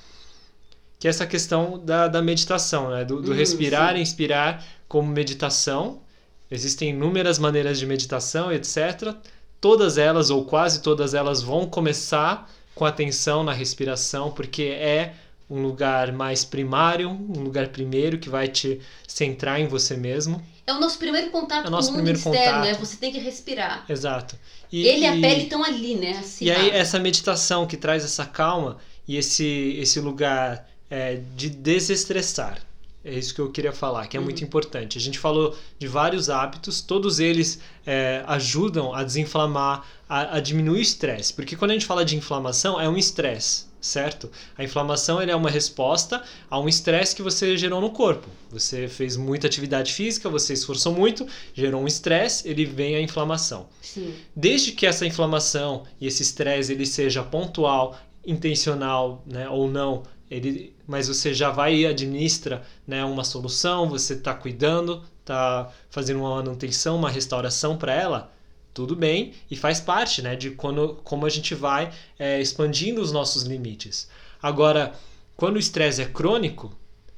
que é essa questão da, da meditação, né? Do, do hum, respirar e inspirar como meditação. Existem inúmeras maneiras de meditação, etcétera. Todas elas, ou quase todas elas, vão começar com atenção na respiração, porque é um lugar mais primário, um lugar primeiro que vai te centrar em você mesmo. É o nosso primeiro contato é o nosso com o mundo externo, contato. né? Você tem que respirar. Exato. E, Ele e a e, pele estão ali, né? Assim, e aí ah. essa meditação que traz essa calma e esse, esse lugar... É, de desestressar. É isso que eu queria falar, que é uhum. muito importante. A gente falou de vários hábitos, todos eles é, ajudam a desinflamar, a, a diminuir o estresse. Porque quando a gente fala de inflamação, é um estresse, certo? A inflamação ele é uma resposta a um estresse que você gerou no corpo. Você fez muita atividade física, você esforçou muito, gerou um estresse, ele vem a inflamação. Sim. Desde que essa inflamação e esse estresse ele seja pontual, intencional, né, ou não, Ele, mas você já vai e administra, né, uma solução, você está cuidando, está fazendo uma manutenção, uma restauração para ela, tudo bem, e faz parte, né, de quando, como a gente vai é, expandindo os nossos limites. Agora, quando o estresse é crônico,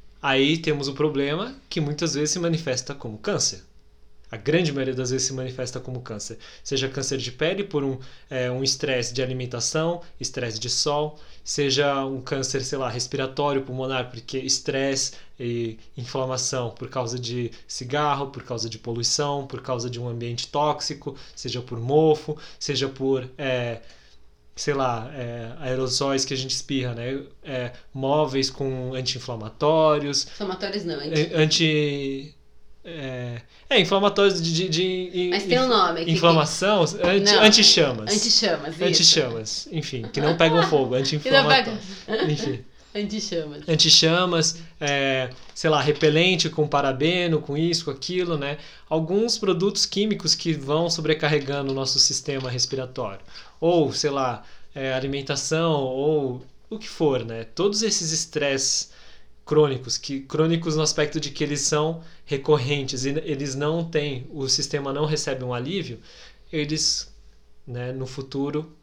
aí temos o problema que muitas vezes se manifesta como câncer. A grande maioria das vezes se manifesta como câncer. Seja câncer de pele por um é, um estresse de alimentação, estresse de sol, seja um câncer, sei lá, respiratório, pulmonar, porque estresse e inflamação por causa de cigarro, por causa de poluição, por causa de um ambiente tóxico, seja por mofo, seja por... É, sei lá, é, aerosóis que a gente espirra, né? É, móveis com anti-inflamatórios. Inflamatórios não, anti... anti É, é inflamatórios de, de, de Mas tem um nome. Inflamação, que... anti, anti-chamas. Anti-chamas, isso. Anti-chamas, enfim, que não pegam fogo, anti-inflamatório. Enfim. Anti-chamas. Anti-chamas, é, sei lá, repelente com parabeno, com isso, com aquilo, né? Alguns produtos químicos que vão sobrecarregando o nosso sistema respiratório. Ou, sei lá, é, alimentação, ou o que for, né? Todos esses estresses crônicos, que crônicos no aspecto de que eles são recorrentes e eles não têm, o sistema não recebe um alívio, eles né, no futuro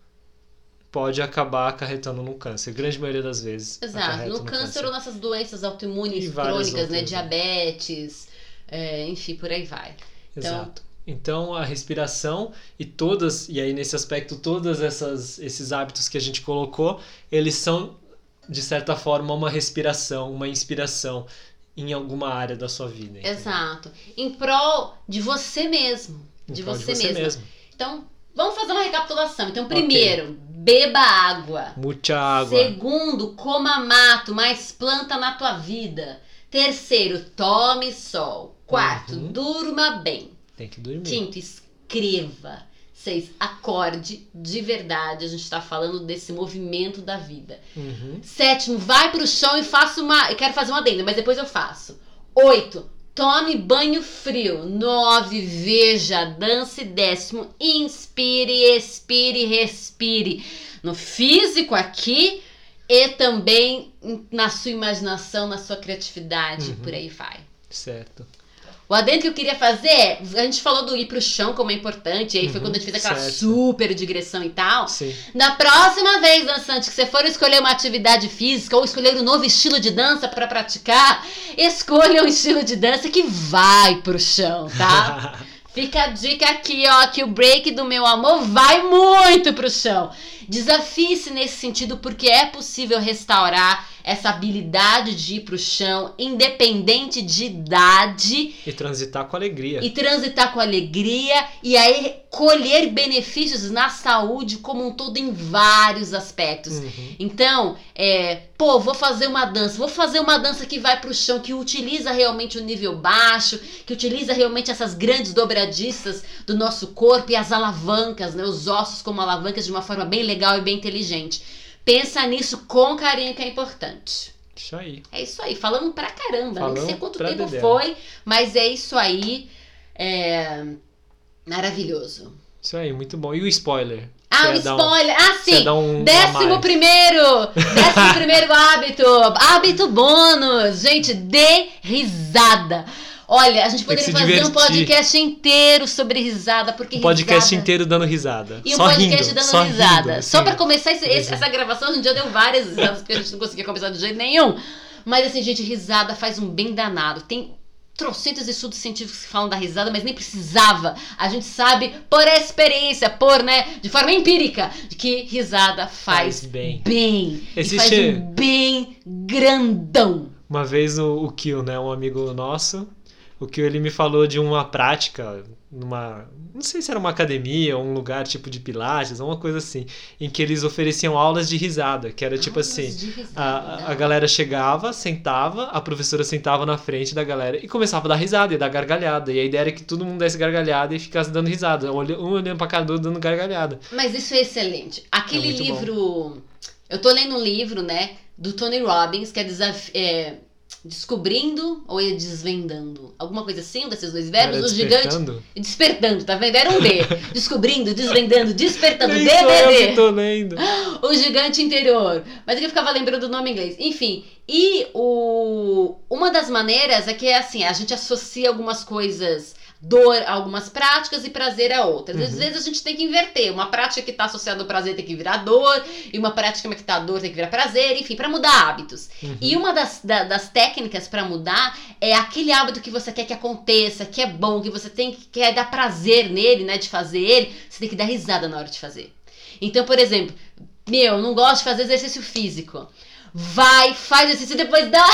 pode acabar acarretando no câncer. A grande maioria das vezes. Exato. No, no câncer, câncer ou nessas doenças autoimunes crônicas, né? Diabetes, é, enfim, por aí vai. Exato. Então, então, a respiração e todas, e aí nesse aspecto, todos esses hábitos que a gente colocou, eles são, de certa forma, uma respiração, uma inspiração em alguma área da sua vida. Entendeu? Exato. Em prol de você mesmo. De, você, de você mesmo. Então, vamos fazer uma recapitulação. Então, primeiro, okay. beba água. Muita água. Segundo, coma mato, mais planta na tua vida. Terceiro, tome sol. Quarto, uhum. durma bem. Tem que dormir. Quinto, escreva. Seis, acorde de verdade. A gente está falando desse movimento da vida. Uhum. Sétimo, vai pro chão e faça uma... Eu quero fazer uma adenda, mas depois eu faço. Oito, tome banho frio. Nove, veja, dance. Décimo, inspire, expire, respire. No físico aqui e também na sua imaginação, na sua criatividade. Uhum. Por aí vai. Certo. O adendo que eu queria fazer é, a gente falou do ir pro chão como é importante, e aí uhum, foi quando a gente fez aquela certo. super digressão e tal. Sim. Na próxima vez, dançante, que você for escolher uma atividade física ou escolher um novo estilo de dança para praticar, escolha um estilo de dança que vai pro chão, tá? Fica a dica aqui, ó, que o break do meu amor vai muito pro chão. Desafie-se nesse sentido, porque é possível restaurar essa habilidade de ir pro chão, independente de idade. E transitar com alegria. E transitar com alegria, e aí colher benefícios na saúde como um todo em vários aspectos. Uhum. Então, é, pô, vou fazer uma dança, vou fazer uma dança que vai pro chão, que utiliza realmente o nível baixo, que utiliza realmente essas grandes dobradiças do nosso corpo e as alavancas, né, os ossos como alavancas de uma forma bem legal e bem inteligente. Pensa nisso com carinho, que é importante. Isso aí. É isso aí. Falamos pra caramba. Falamos Nem sei quanto tempo dedéu. foi, mas é isso aí. É... Maravilhoso. Isso aí, muito bom. E o spoiler? Ah, o spoiler. Um... Ah, sim. Um décimo primeiro. Décimo primeiro hábito. Hábito bônus. Gente, dê risada. Olha, a gente poderia fazer divertir. um podcast inteiro sobre risada, porque um podcast risada... inteiro dando risada. E um só podcast rindo, dando só risada. Rindo, só pra começar esse, esse, essa gravação, a gente já deu várias risadas, porque a gente não conseguia começar de jeito nenhum. Mas assim, gente, risada faz um bem danado. Tem trocentos estudos científicos que falam da risada, mas nem precisava. A gente sabe, por experiência, por, né, de forma empírica, que risada faz, faz bem. bem. Existe... E faz um bem grandão. Uma vez o, o Kio, né, um amigo nosso, o que ele me falou de uma prática, numa, não sei se era uma academia ou um lugar tipo de pilates, uma coisa assim, em que eles ofereciam aulas de risada, que era aulas tipo assim, risada, a, a galera chegava, sentava, a professora sentava na frente da galera e começava a dar risada e dar gargalhada, e a ideia era que todo mundo desse gargalhada e ficasse dando risada, um olhando pra cada um dando gargalhada. Mas isso é excelente. Aquele é livro, bom. Eu tô lendo um livro, né, do Tony Robbins, que é desafio... É... Descobrindo ou é desvendando? Alguma coisa assim, um desses dois verbos. Era o gigante. Despertando, tá vendo? Era um D. Descobrindo, desvendando, despertando. Nem D, sou D, eu D. que tô lendo. O gigante interior. Mas é que eu ficava lembrando do nome em inglês. Enfim. E o... uma das maneiras é que é assim, a gente associa algumas coisas, dor a algumas práticas e prazer a outras. Uhum. Às vezes a gente tem que inverter. Uma prática que está associada ao prazer tem que virar dor, e uma prática que está a dor tem que virar prazer, enfim, para mudar hábitos. Uhum. E uma das, da, das técnicas para mudar é aquele hábito que você quer que aconteça, que é bom, que você tem que quer dar prazer nele, né, de fazer ele, você tem que dar risada na hora de fazer. Então, por exemplo, meu, não gosto de fazer exercício físico. Vai, faz exercício e depois dá...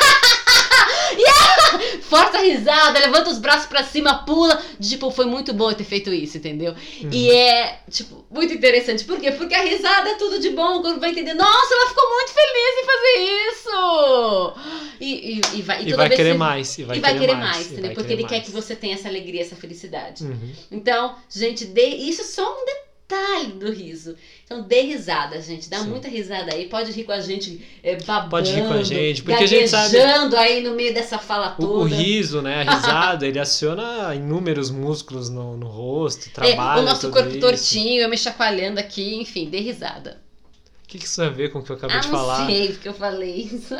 Yeah! Força a risada, levanta os braços pra cima, pula. Tipo, foi muito bom eu ter feito isso, entendeu? Uhum. E é, tipo, muito interessante. Por quê? Porque a risada é tudo de bom. Quando vai entender, nossa, ela ficou muito feliz em fazer isso. E, e, e vai, e e vai querer você... mais. E vai, e vai querer, querer mais, mais, entendeu? Porque ele mais. quer que você tenha essa alegria, essa felicidade. Uhum. Então, gente, dê... isso é só um detalhe do riso. Então dê risada, gente. Dá Sim. muita risada aí. Pode rir com a gente é, babando. Pode rir com a gente. Porque a gente sabe... aí no meio dessa fala toda. O, o riso, né? A risada, ele aciona inúmeros músculos no, no rosto, trabalha. É, o nosso corpo isso. tortinho, eu me chacoalhando aqui. Enfim, dê risada. O que, que isso tem a ver com o que eu acabei ah, de falar? Não sei porque eu falei isso.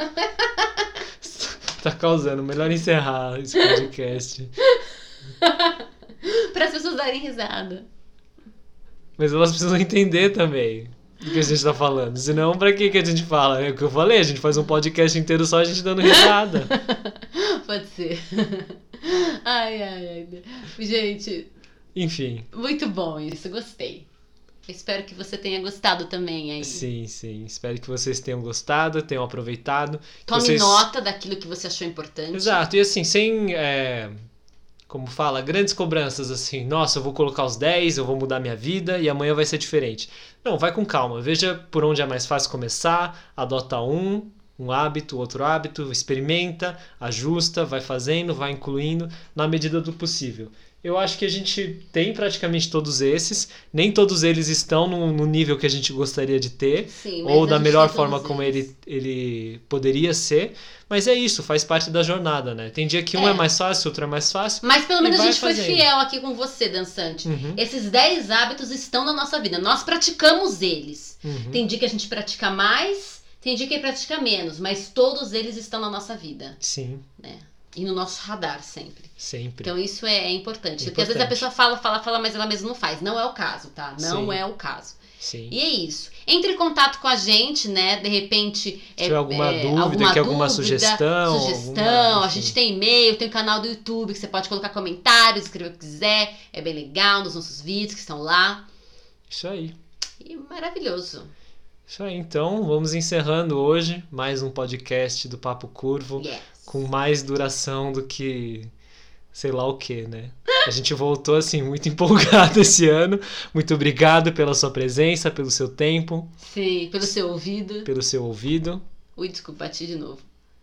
Tá causando. Melhor encerrar esse podcast. Para as pessoas darem risada. Mas elas precisam entender também do que a gente tá falando. Senão, pra que que a gente fala? É o que eu falei, a gente faz um podcast inteiro só a gente dando risada. Pode ser. Ai, ai, ai. Gente... Enfim. Muito bom isso, gostei. Eu espero que você tenha gostado também aí. Sim, sim. Espero que vocês tenham gostado, tenham aproveitado. Tome vocês... nota daquilo que você achou importante. Exato. E assim, sem... É... Como fala, grandes cobranças assim, nossa, eu vou colocar os dez, eu vou mudar minha vida e amanhã vai ser diferente. Não, vai com calma, veja por onde é mais fácil começar, adota um, um hábito, outro hábito, experimenta, ajusta, vai fazendo, vai incluindo na medida do possível. Eu acho que a gente tem praticamente todos esses, nem todos eles estão no, no nível que a gente gostaria de ter, Sim, mas ou a da gente melhor tem forma todos como eles. ele, ele poderia ser, mas é isso, faz parte da jornada, né? Tem dia que um É. é mais fácil, outro é mais fácil. Mas pelo E menos a vai gente foi fazendo. fiel aqui com você, dançante. Uhum. Esses dez hábitos estão na nossa vida. Nós praticamos eles. Uhum. Tem dia que a gente pratica mais, tem dia que pratica menos, mas todos eles estão na nossa vida, Sim, né? E no nosso radar sempre. sempre. Então isso é, é importante. É Porque às vezes a importante. pessoa fala, fala, fala, mas ela mesma não faz. Não é o caso, tá? Não Sim. é o caso. Sim. E é isso. Entre em contato com a gente, né? De repente... Se tiver alguma dúvida, quer alguma sugestão, Sugestão. alguma- A enfim. gente tem e-mail, tem o canal do YouTube, que você pode colocar comentários, escrever o que quiser. É bem legal nos nossos vídeos que estão lá. Isso aí. E maravilhoso. Isso aí, então, vamos encerrando hoje mais um podcast do Papo Curvo, Yes. com mais duração do que sei lá o que, né? A gente voltou, assim, muito empolgado esse ano. Muito obrigado pela sua presença, pelo seu tempo, Sim, pelo seu ouvido. pelo seu ouvido. Ui, desculpa, bati de novo.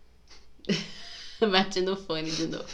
Bati no fone de novo.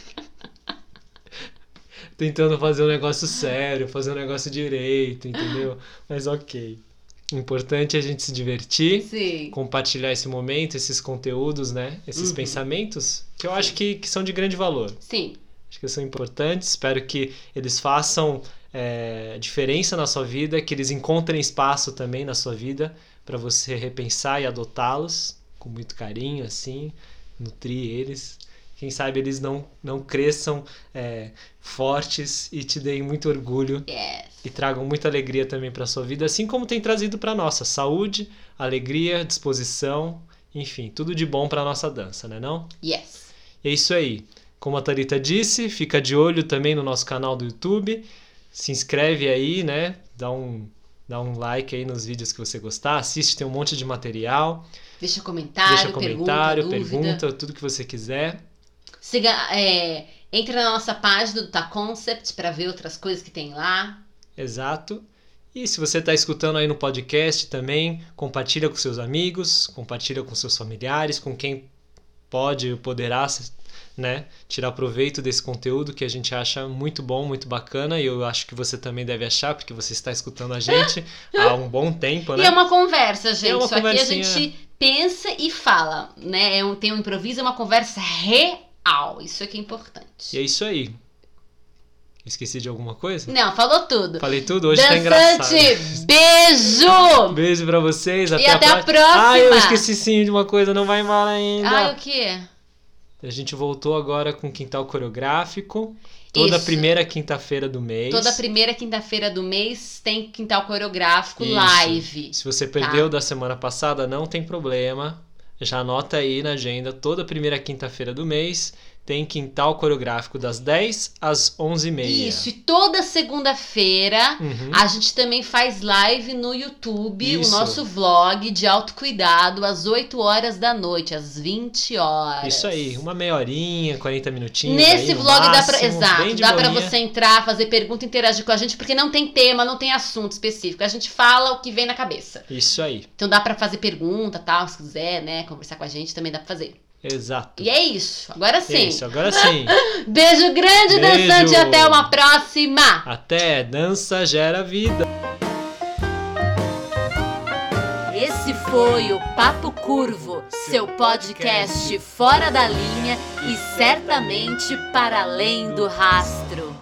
Tentando fazer um negócio sério, fazer um negócio direito, entendeu? Mas ok. O importante é a gente se divertir, Sim. compartilhar esse momento, esses conteúdos, né? Esses Uhum. pensamentos, que eu acho que, que são de grande valor. Sim. Acho que são importantes. Espero que eles façam é, diferença na sua vida, que eles encontrem espaço também na sua vida para você repensar e adotá-los com muito carinho, assim, nutrir eles. Quem sabe eles não, não cresçam é, fortes e te deem muito orgulho Yes. e tragam muita alegria também para sua vida, assim como tem trazido para nossa saúde, alegria, disposição, enfim, tudo de bom para nossa dança, né não? Yes. E é isso aí. Como a Thalita disse, fica de olho também no nosso canal do YouTube, se inscreve aí, né? Dá um, dá um like aí nos vídeos que você gostar, assiste, tem um monte de material, Deixa comentário, deixa comentário, pergunta, dúvida. pergunta, tudo que você quiser. Siga, é, entre na nossa página do Tá Concept para ver outras coisas que tem lá. Exato. E se você está escutando aí no podcast também, compartilha com seus amigos, compartilha com seus familiares, com quem pode ou poderá, né, tirar proveito desse conteúdo que a gente acha muito bom, muito bacana, e eu acho que você também deve achar, porque você está escutando a gente há um bom tempo, né? E é uma conversa, gente. É uma Só que a conversinha. gente pensa e fala, né? É um, tem um improviso, é uma conversa real. Isso é que é importante. E é isso aí. Esqueci de alguma coisa? Não, falou tudo. Falei tudo? Hoje tá engraçado. Dançante, beijo! Beijo pra vocês, até, E até a, a próxima. Ah, eu esqueci sim de uma coisa, não vai embora ainda. Ai, o quê? A gente voltou agora com quintal coreográfico. Toda Isso. primeira quinta-feira do mês. Toda primeira quinta-feira do mês tem quintal coreográfico Isso. live. Se você perdeu Tá. da semana passada, não tem problema. Já anota aí na agenda. Toda primeira quinta-feira do mês tem quintal coreográfico das dez às onze e meia. Isso, e toda segunda-feira Uhum. a gente também faz live no YouTube, Isso. o nosso vlog de autocuidado, às oito horas da noite, às vinte horas. Isso aí, uma meia horinha, quarenta minutinhos. Nesse aí, no vlog dá pra, máximo, bem exato, de dá pra boinha. você entrar, fazer pergunta, interagir com a gente, porque não tem tema, não tem assunto específico. A gente fala o que vem na cabeça. Isso aí, Então dá pra fazer pergunta, tal, se quiser, né, conversar com a gente, também dá pra fazer. exato. E é isso. Agora sim. Isso, agora sim. Beijo grande, Beijo. dançante, e até uma próxima. Até, dança gera vida. Esse foi o Papo Curvo, seu podcast fora da linha e certamente para além do rastro.